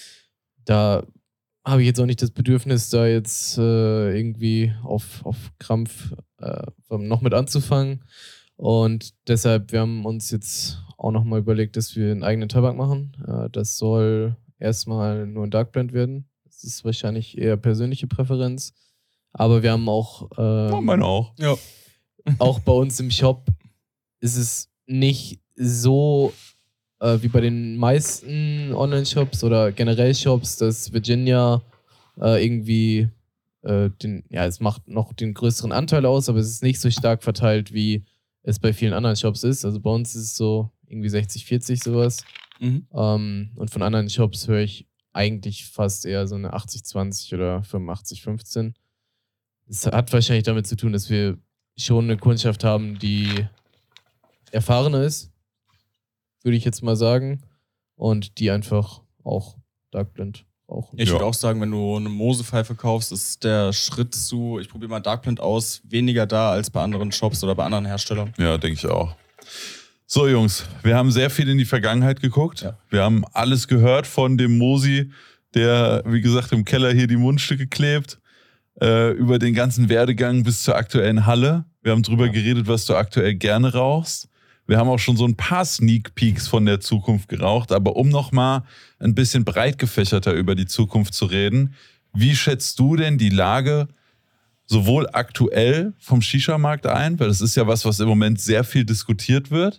da habe ich jetzt auch nicht das Bedürfnis, da jetzt äh, irgendwie auf, auf Krampf äh, noch mit anzufangen. Und deshalb, wir haben uns jetzt auch nochmal überlegt, dass wir einen eigenen Tabak machen. Äh, das soll erstmal nur ein Dark Blend werden. Das ist wahrscheinlich eher persönliche Präferenz. Aber wir haben auch, Ja, ähm, meine auch. Ja. auch bei uns im Shop ist es nicht so äh, wie bei den meisten Online-Shops oder generell Shops, dass Virginia äh, irgendwie äh, den, ja, es macht noch den größeren Anteil aus, aber es ist nicht so stark verteilt, wie es bei vielen anderen Shops ist. Also bei uns ist es so irgendwie sechzig vierzig sowas. Mhm. Ähm, und von anderen Shops höre ich eigentlich fast eher so eine achtzig zwanzig oder fünfundachtzig fünfzehn. Das hat wahrscheinlich damit zu tun, dass wir schon eine Kundschaft haben, die erfahrener ist, würde ich jetzt mal sagen. Und die einfach auch Dark Blend rauchen. Ich Ja. würde auch sagen, wenn du eine Mosepfeife kaufst, ist der Schritt zu, ich probiere mal Dark Blend aus, weniger da als bei anderen Shops oder bei anderen Herstellern. Ja, denke ich auch. So, Jungs, wir haben sehr viel in die Vergangenheit geguckt. Ja. Wir haben alles gehört von dem Mosi, der, wie gesagt, im Keller hier die Mundstücke klebt, äh, über den ganzen Werdegang bis zur aktuellen Halle. Wir haben drüber Ja. geredet, was du aktuell gerne rauchst. Wir haben auch schon so ein paar Sneak Peeks von der Zukunft geraucht. Aber um nochmal ein bisschen breit gefächerter über die Zukunft zu reden, wie schätzt du denn die Lage sowohl aktuell vom Shisha-Markt ein? Weil das ist ja was, was im Moment sehr viel diskutiert wird.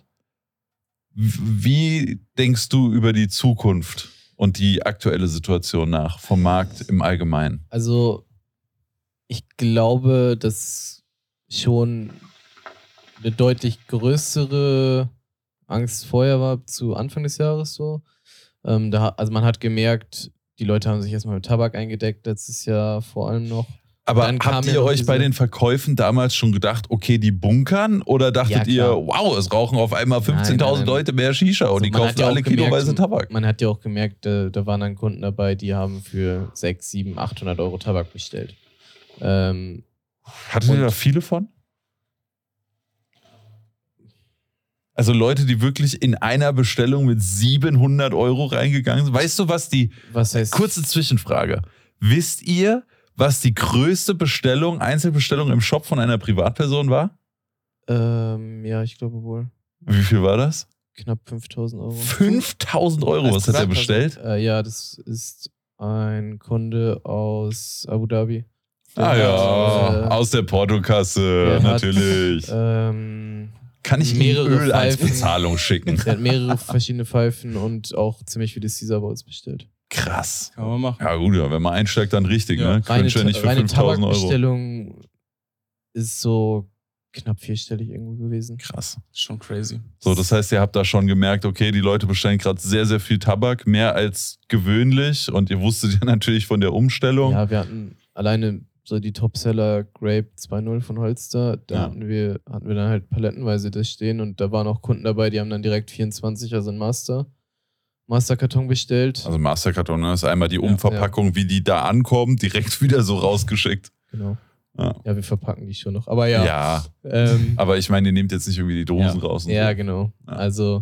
Wie denkst du über die Zukunft und die aktuelle Situation nach vom Markt im Allgemeinen? Also, ich glaube, dass schon eine deutlich größere Angst vorher war zu Anfang des Jahres so. Ähm, da, also man hat gemerkt, die Leute haben sich erstmal mit Tabak eingedeckt, letztes Jahr vor allem noch. Aber Dann kam habt ja ihr noch euch diese- bei den Verkäufen damals schon gedacht, okay, die bunkern? Oder dachtet Ja, ihr, klar. wow, es rauchen auf einmal fünfzehntausend Nein, nein, nein. Leute mehr Shisha und Also die man hat kaufen ja auch alle gemerkt, kiloweise Tabak? Man hat ja auch gemerkt, da, da waren dann Kunden dabei, die haben für sechshundert, siebenhundert, achthundert Euro Tabak bestellt. Ähm, Hattet ihr und- da viele von? Also Leute, die wirklich in einer Bestellung mit siebenhundert Euro reingegangen sind. Weißt du, was die... was heißt... Kurze Zwischenfrage. Wisst ihr, was die größte Bestellung, Einzelbestellung im Shop von einer Privatperson war? Ähm, ja, ich glaube wohl. Wie viel war das? Knapp fünftausend Euro. fünftausend Euro, was hat er bestellt? Äh, ja, das ist ein Kunde aus Abu Dhabi. Der Ah hat, ja, äh, aus der Portokasse, der natürlich. Hat, ähm, Kann ich ihm mehrere Öl als Pfeifen. Bezahlung schicken? der hat mehrere verschiedene Pfeifen und auch ziemlich viele Caesar Bowls bestellt. Krass. Kann man machen. Ja gut, ja, wenn man einsteigt, dann richtig, Ja, ne? Reine, Quench ja nicht für reine fünftausend Euro. Tabakbestellung ist so knapp vierstellig irgendwo gewesen. Krass. Schon crazy. So, das heißt, ihr habt da schon gemerkt, okay, die Leute bestellen gerade sehr, sehr viel Tabak, mehr als gewöhnlich. Und ihr wusstet ja natürlich von der Umstellung. Ja, wir hatten alleine so die Topseller Grape zwei null von Holster. Da Ja. hatten, wir, hatten wir dann halt palettenweise das stehen und da waren auch Kunden dabei, die haben dann direkt vierundzwanzig, also ein Master, Masterkarton bestellt. Also Masterkarton, ne? ist einmal die Umverpackung, wie die da ankommen, direkt wieder so rausgeschickt. Genau. Ja. Ja, wir verpacken die schon noch. Aber ja. Ja, Ähm, aber ich meine, ihr nehmt jetzt nicht irgendwie die Dosen ja. raus. Und ja, so. genau. Ja. Also,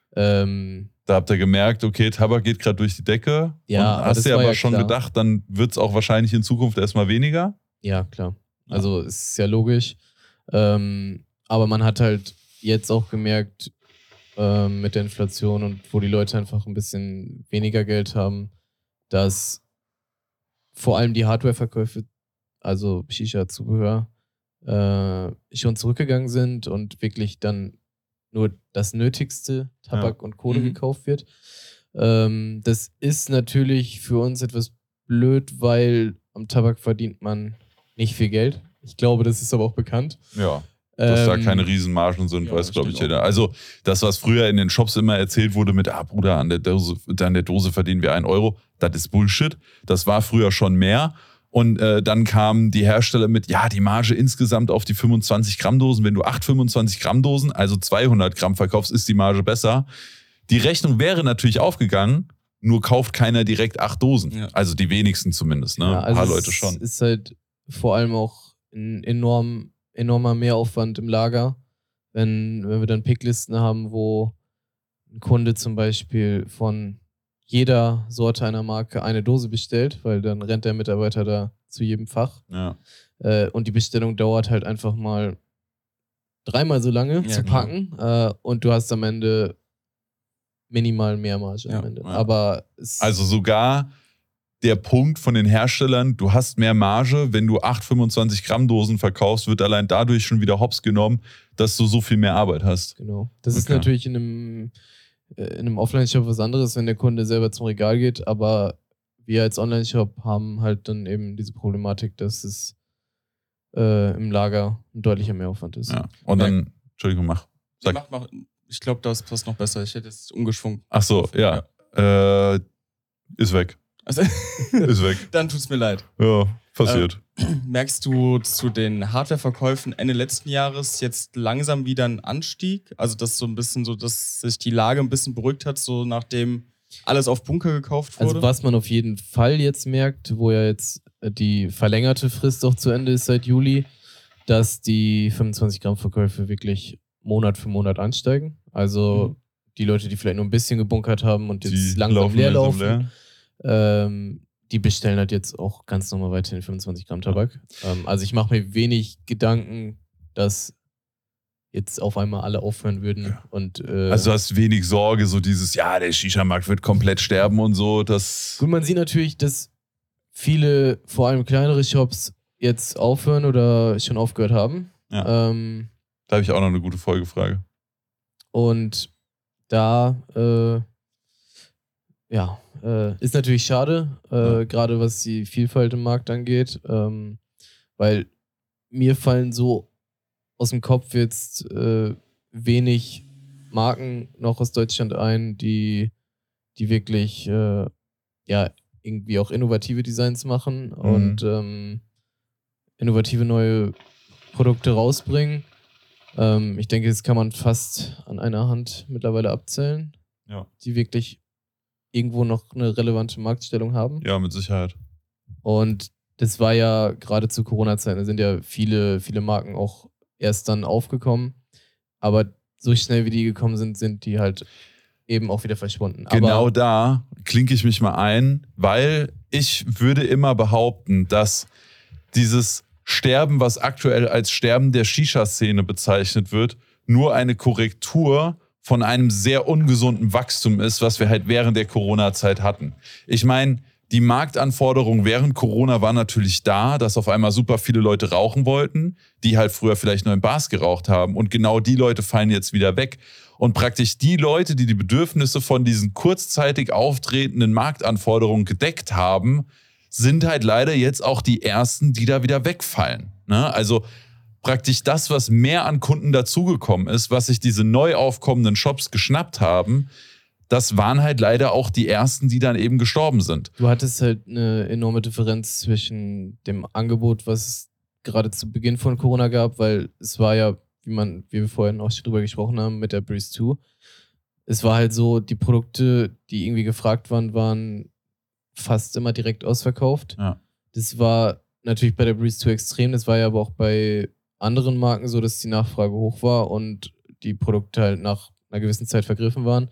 ähm, Da habt ihr gemerkt, okay, Tabak geht gerade durch die Decke. Ja, und aber hast das dir war aber ja schon klar. gedacht, dann wird es auch wahrscheinlich in Zukunft erstmal weniger. ja, klar. Also, es ist ja logisch. Ähm, aber man hat halt jetzt auch gemerkt, ähm, mit der Inflation und wo die Leute einfach ein bisschen weniger Geld haben, dass vor allem die Hardware-Verkäufe, also Shisha-Zubehör, äh, schon zurückgegangen sind und wirklich dann nur das Nötigste, Tabak und Kohle, Mhm. gekauft wird. Ähm, das ist natürlich für uns etwas blöd, weil am Tabak verdient man nicht viel Geld. Ich glaube, das ist aber auch bekannt. Ja. Dass da Ähm, keine Riesenmargen sind, ja, weiß, das glaube ich, stimmt jeder. Also, das, was früher in den Shops immer erzählt wurde mit, ah, Bruder, an der Dose, an der Dose verdienen wir einen Euro, das ist Bullshit. Das war früher schon mehr. Und äh, dann kamen die Hersteller mit, ja, die Marge insgesamt auf die fünfundzwanzig Gramm Dosen. Wenn du acht fünfundzwanzig Gramm Dosen, also zweihundert Gramm verkaufst, ist die Marge besser. Die Rechnung wäre natürlich aufgegangen, nur kauft keiner direkt acht Dosen. Ja. Also die wenigsten zumindest, ne? Ja, Ein also paar es Leute schon. ist halt vor allem auch ein enorm, enormer Mehraufwand im Lager, wenn, wenn wir dann Picklisten haben, wo ein Kunde zum Beispiel von jeder Sorte einer Marke eine Dose bestellt, weil dann rennt der Mitarbeiter da zu jedem Fach. Ja. Äh, und die Bestellung dauert halt einfach mal dreimal so lange Ja, zu klar. packen. Äh, und du hast am Ende minimal mehr Marge Ja, am Ende. ja. Aber es Also sogar der Punkt von den Herstellern, du hast mehr Marge, wenn du acht fünfundzwanzig Gramm Dosen verkaufst, wird allein dadurch schon wieder hops genommen, dass du so viel mehr Arbeit hast. Genau. Das ist Okay. natürlich in einem, äh, in einem Offline-Shop was anderes, wenn der Kunde selber zum Regal geht, aber wir als Online-Shop haben halt dann eben diese Problematik, dass es äh, im Lager ein deutlicher Mehraufwand ist. Ja. Und dann, Entschuldigung, mach. Sag. Mach, mach. Ich glaube, das passt noch besser. Ich hätte jetzt umgeschwungen. Ach so, ja. Äh, ist weg. Also, Ist weg. dann tut's mir leid. Ja, passiert. Merkst du zu den Hardware-Verkäufen Ende letzten Jahres jetzt langsam wieder einen Anstieg? Also, dass so ein bisschen so, dass sich die Lage ein bisschen beruhigt hat, so nachdem alles auf Bunker gekauft wurde? Also was man auf jeden Fall jetzt merkt, wo ja jetzt äh, die verlängerte Frist auch zu Ende ist seit Juli, dass die fünfundzwanzig Gramm Verkäufe wirklich Monat für Monat ansteigen. Also Mhm. die Leute, die vielleicht nur ein bisschen gebunkert haben und jetzt Die langsam laufen leer langsam laufen, leer. Ähm, die bestellen halt jetzt auch ganz normal weiterhin fünfundzwanzig Gramm Tabak. Ähm, also ich mache mir wenig Gedanken, dass jetzt auf einmal alle aufhören würden. Ja. Und, äh, also du hast wenig Sorge, so dieses, ja, der Shisha-Markt wird komplett sterben und so. Das gut, man sieht natürlich, dass viele, vor allem kleinere Shops, jetzt aufhören oder schon aufgehört haben. Ja. Ähm, da habe ich auch noch eine gute Folgefrage. Und da, äh, ja, äh, ist natürlich schade, äh, Ja. gerade was die Vielfalt im Markt angeht, ähm, weil mir fallen so aus dem Kopf jetzt äh, wenig Marken noch aus Deutschland ein, die, die wirklich äh, ja, irgendwie auch innovative Designs machen und ähm, innovative neue Produkte rausbringen. Ähm, ich denke, das kann man fast an einer Hand mittlerweile abzählen, Ja. die wirklich irgendwo noch eine relevante Marktstellung haben. Ja, mit Sicherheit. Und das war ja gerade zu Corona-Zeiten, da sind ja viele, viele Marken auch erst dann aufgekommen. Aber so schnell wie die gekommen sind, sind die halt eben auch wieder verschwunden. Genau Aber da klinke ich mich mal ein, weil ich würde immer behaupten, dass dieses Sterben, was aktuell als Sterben der Shisha-Szene bezeichnet wird, nur eine Korrektur von einem sehr ungesunden Wachstum ist, was wir halt während der Corona-Zeit hatten. Ich meine, die Marktanforderung während Corona war natürlich da, dass auf einmal super viele Leute rauchen wollten, die halt früher vielleicht nur in Bars geraucht haben. Und genau die Leute fallen jetzt wieder weg. Und praktisch die Leute, die die Bedürfnisse von diesen kurzzeitig auftretenden Marktanforderungen gedeckt haben, sind halt leider jetzt auch die Ersten, die da wieder wegfallen. Ne? Also praktisch das, was mehr an Kunden dazugekommen ist, was sich diese neu aufkommenden Shops geschnappt haben, das waren halt leider auch die Ersten, die dann eben gestorben sind. du hattest halt eine enorme Differenz zwischen dem Angebot, was es gerade zu Beginn von Corona gab, weil es war ja, wie man, wie wir vorhin auch schon drüber gesprochen haben, mit der Breeze zwei. Es war halt so, die Produkte, die irgendwie gefragt waren, waren fast immer direkt ausverkauft. Ja. Das war natürlich bei der Breeze zwei extrem, das war ja aber auch bei anderen Marken so, dass die Nachfrage hoch war und die Produkte halt nach einer gewissen Zeit vergriffen waren.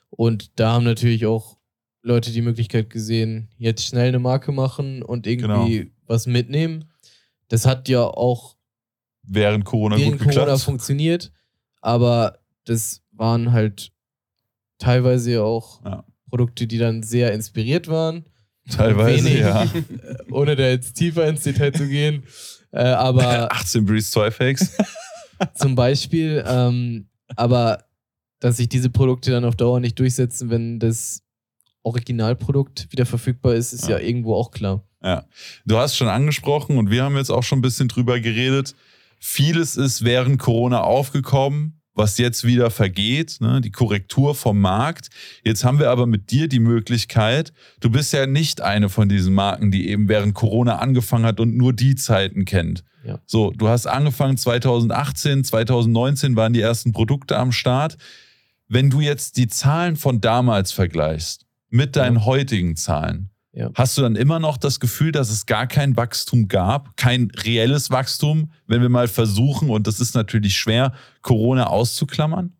Und da haben natürlich auch Leute die Möglichkeit gesehen, jetzt schnell eine Marke machen und irgendwie Genau. was mitnehmen. Das hat ja auch Während Corona während gut Corona geklappt. funktioniert, aber das waren halt teilweise ja auch Ja. Produkte, die dann sehr inspiriert waren. Teilweise, Wenig, ja. äh, ohne da jetzt tiefer ins Detail zu gehen. Äh, aber achtzehn Breeze zwei Fakes. zum Beispiel, ähm, aber dass sich diese Produkte dann auf Dauer nicht durchsetzen, wenn das Originalprodukt wieder verfügbar ist, ist ja, Ja. irgendwo auch klar. Ja. Du hast schon angesprochen und wir haben jetzt auch schon ein bisschen drüber geredet. Vieles ist während Corona aufgekommen, was jetzt wieder vergeht, ne? Die Korrektur vom Markt. Jetzt haben wir aber mit dir die Möglichkeit, du bist ja nicht eine von diesen Marken, die eben während Corona angefangen hat und nur die Zeiten kennt. Ja. So, du hast angefangen zwanzig achtzehn, zwanzig neunzehn waren die ersten Produkte am Start. Wenn du jetzt die Zahlen von damals vergleichst mit deinen Ja. heutigen Zahlen, Ja. hast du dann immer noch das Gefühl, dass es gar kein Wachstum gab, kein reelles Wachstum, wenn wir mal versuchen, und das ist natürlich schwer, Corona auszuklammern?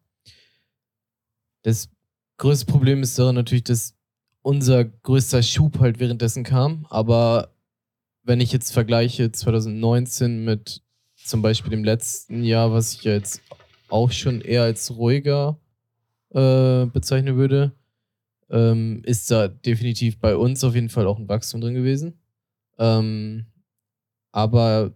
Das größte Problem ist daran natürlich, dass unser größter Schub halt währenddessen kam. Aber wenn ich jetzt vergleiche zwanzig neunzehn mit zum Beispiel dem letzten Jahr, was ich ja jetzt auch schon eher als ruhiger äh, bezeichnen würde, ähm, ist da definitiv bei uns auf jeden Fall auch ein Wachstum drin gewesen. Ähm, aber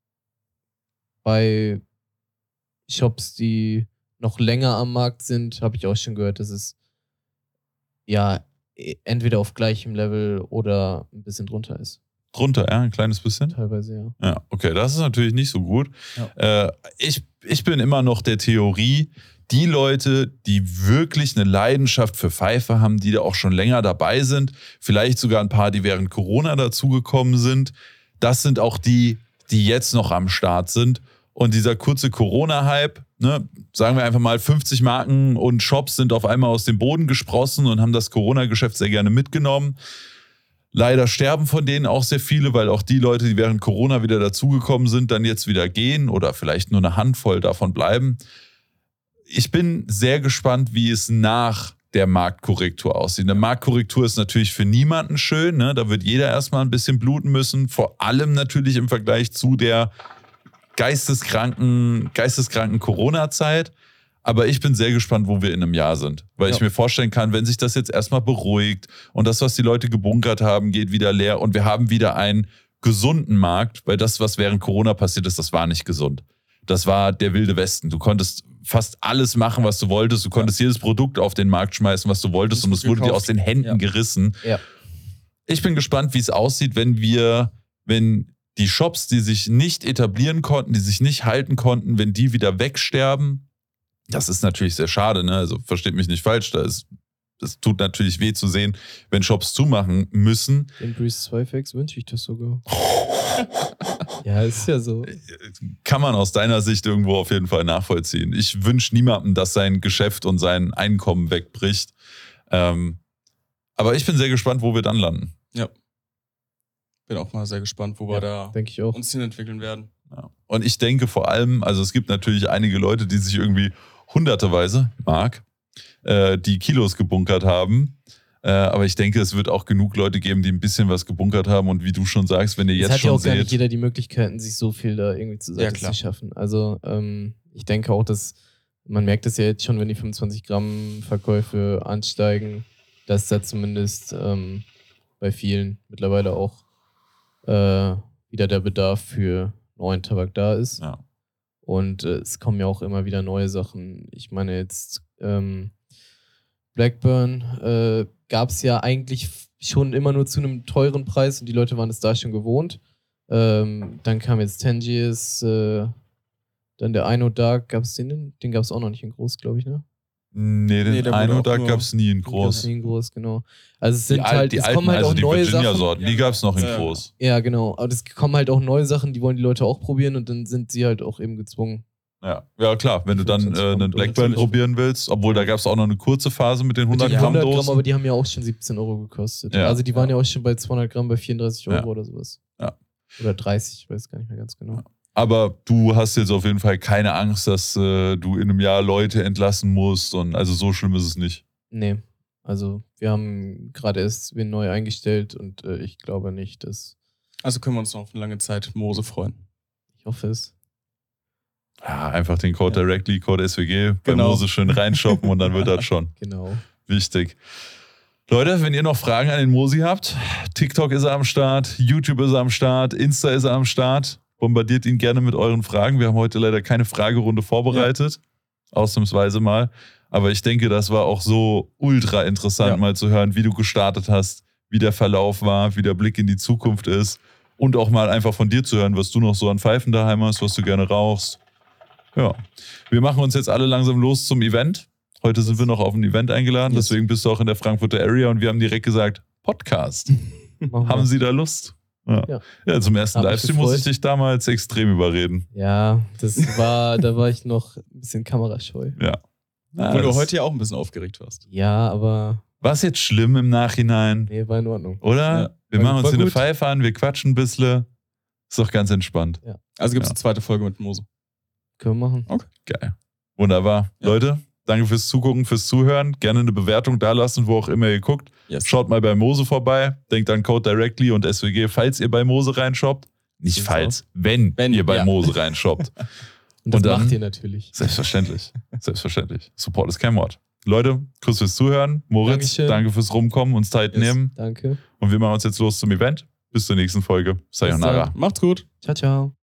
bei Shops, die noch länger am Markt sind, habe ich auch schon gehört, dass es ja e- entweder auf gleichem Level oder ein bisschen drunter ist. Drunter, ja, ein kleines bisschen? Teilweise, ja. Ja, okay, das ist natürlich nicht so gut. Ja. Äh, ich, ich bin immer noch der Theorie, die Leute, die wirklich eine Leidenschaft für Pfeife haben, die da auch schon länger dabei sind, vielleicht sogar ein paar, die während Corona dazugekommen sind, das sind auch die, die jetzt noch am Start sind. Und dieser kurze Corona-Hype, ne, sagen wir einfach mal, fünfzig Marken und Shops sind auf einmal aus dem Boden gesprossen und haben das Corona-Geschäft sehr gerne mitgenommen. Leider sterben von denen auch sehr viele, weil auch die Leute, die während Corona wieder dazugekommen sind, dann jetzt wieder gehen oder vielleicht nur eine Handvoll davon bleiben. Ich bin sehr gespannt, wie es nach der Marktkorrektur aussieht. Eine Marktkorrektur ist natürlich für niemanden schön, ne? Da wird jeder erstmal ein bisschen bluten müssen, vor allem natürlich im Vergleich zu der geisteskranken, geisteskranken Corona-Zeit. Aber ich bin sehr gespannt, wo wir in einem Jahr sind. Weil ja. ich mir vorstellen kann, wenn sich das jetzt erstmal beruhigt und das, was die Leute gebunkert haben, geht wieder leer und wir haben wieder einen gesunden Markt, weil das, was während Corona passiert ist, das war nicht gesund. Das war der wilde Westen. Du konntest fast alles machen, was du wolltest. Du konntest ja. jedes Produkt auf den Markt schmeißen, was du wolltest, und es wurde dir aus den Händen ja. gerissen. Ja. Ich bin gespannt, wie es aussieht, wenn wir, wenn die Shops, die sich nicht etablieren konnten, die sich nicht halten konnten, wenn die wieder wegsterben. Das ist natürlich sehr schade, ne? Also versteht mich nicht falsch, da ist, das tut natürlich weh zu sehen, wenn Shops zumachen müssen. In Breeze zwei Facts wünsche ich das sogar. Ja, ist ja so. Kann man aus deiner Sicht irgendwo auf jeden Fall nachvollziehen. Ich wünsche niemandem, dass sein Geschäft und sein Einkommen wegbricht. Ähm, aber ich bin sehr gespannt, wo wir dann landen. Ja. Bin auch mal sehr gespannt, wo ja, wir da denke ich auch. uns hin entwickeln werden. Ja. Und ich denke vor allem, also es gibt natürlich einige Leute, die sich irgendwie hunderteweise, Marc, äh, die Kilos gebunkert haben. Äh, aber ich denke, es wird auch genug Leute geben, die ein bisschen was gebunkert haben. Und wie du schon sagst, wenn ihr jetzt schon seht... Es hat ja auch gar nicht jeder die Möglichkeiten, sich so viel da irgendwie zur Seite ja, zu schaffen. Also ähm, ich denke auch, dass man merkt es ja jetzt schon, wenn die fünfundzwanzig Gramm Verkäufe ansteigen, dass da zumindest ähm, bei vielen mittlerweile auch äh, wieder der Bedarf für neuen Tabak da ist. Ja. Und äh, es kommen ja auch immer wieder neue Sachen. Ich meine jetzt ähm, Blackburn äh, gab es ja eigentlich schon immer nur zu einem teuren Preis und die Leute waren es da schon gewohnt. Ähm, dann kam jetzt Tangiers, äh, dann der Ino Dark, gab es den? Den gab es auch noch nicht in groß, glaube ich, ne? Nee, den nee, Ino Dark gab es nie in groß. Nie in groß, genau. Also es sind die halt, die es alten, kommen halt also auch die neue Virginia Sachen. Sorten, die gab es noch in ja, groß. Ja, genau. Aber es kommen halt auch neue Sachen, die wollen die Leute auch probieren und dann sind sie halt auch eben gezwungen. Ja, ja klar, wenn du dann äh, einen Blackburn probieren willst, obwohl da gab es auch noch eine kurze Phase mit den hundert Gramm Dosen. Gramm, aber die haben ja auch schon siebzehn Euro gekostet. Ja. Also die waren ja. ja auch schon bei zweihundert Gramm bei vierunddreißig Euro ja. oder sowas. Ja. Oder dreißig, ich weiß gar nicht mehr ganz genau. Ja. Aber du hast jetzt auf jeden Fall keine Angst, dass äh, du in einem Jahr Leute entlassen musst, und also so schlimm ist es nicht. Nee, also wir haben gerade erst wen neu eingestellt und äh, ich glaube nicht, dass... Also können wir uns noch auf eine lange Zeit Mose freuen. Ich hoffe es. Ja, einfach den Code ja. Directly, Code S W G, bei genau. Mose schön reinshoppen und dann wird das schon. Genau. Wichtig. Leute, wenn ihr noch Fragen an den Mosi habt, TikTok ist er am Start, YouTube ist er am Start, Insta ist er am Start. Bombardiert ihn gerne mit euren Fragen. Wir haben heute leider keine Fragerunde vorbereitet. Ja. Ausnahmsweise mal. Aber ich denke, das war auch so ultra interessant, ja. mal zu hören, wie du gestartet hast, wie der Verlauf war, wie der Blick in die Zukunft ist. Und auch mal einfach von dir zu hören, was du noch so an Pfeifen daheim hast, was du gerne rauchst. Ja. Wir machen uns jetzt alle langsam los zum Event. Heute sind wir noch auf ein Event eingeladen, yes. deswegen bist du auch in der Frankfurter Area und wir haben direkt gesagt, Podcast. Haben Sie da Lust? Ja. Ja. ja, zum ersten Hab Livestream muss ich dich damals extrem überreden. Ja, das war, da war ich noch ein bisschen kamerascheu. Ja. ja Obwohl du heute ja auch ein bisschen aufgeregt warst. Ja, aber... War es jetzt schlimm im Nachhinein? Nee, war in Ordnung. Oder? Ja. Wir war, machen uns hier eine Pfeife an, wir quatschen ein bisschen. Ist doch ganz entspannt. Ja. Also gibt es ja. eine zweite Folge mit Mose. Können wir machen. Okay. Geil. Wunderbar. Ja. Leute, danke fürs Zugucken, fürs Zuhören. Gerne eine Bewertung dalassen, wo auch immer ihr guckt. Yes. Schaut mal bei Mose vorbei. Denkt an Code Directly und S W G, falls ihr bei Mose reinshoppt. Nicht so falls, wenn, wenn ihr bei ja. Mose reinshoppt. Und das und dann, macht ihr natürlich. Selbstverständlich. Selbstverständlich. Support ist kein Wort. Leute, Kuss fürs Zuhören. Moritz, Dankeschön. Danke fürs Rumkommen, uns Zeit yes. nehmen. Danke. Und wir machen uns jetzt los zum Event. Bis zur nächsten Folge. Sayonara. Macht's gut. Ciao, ciao.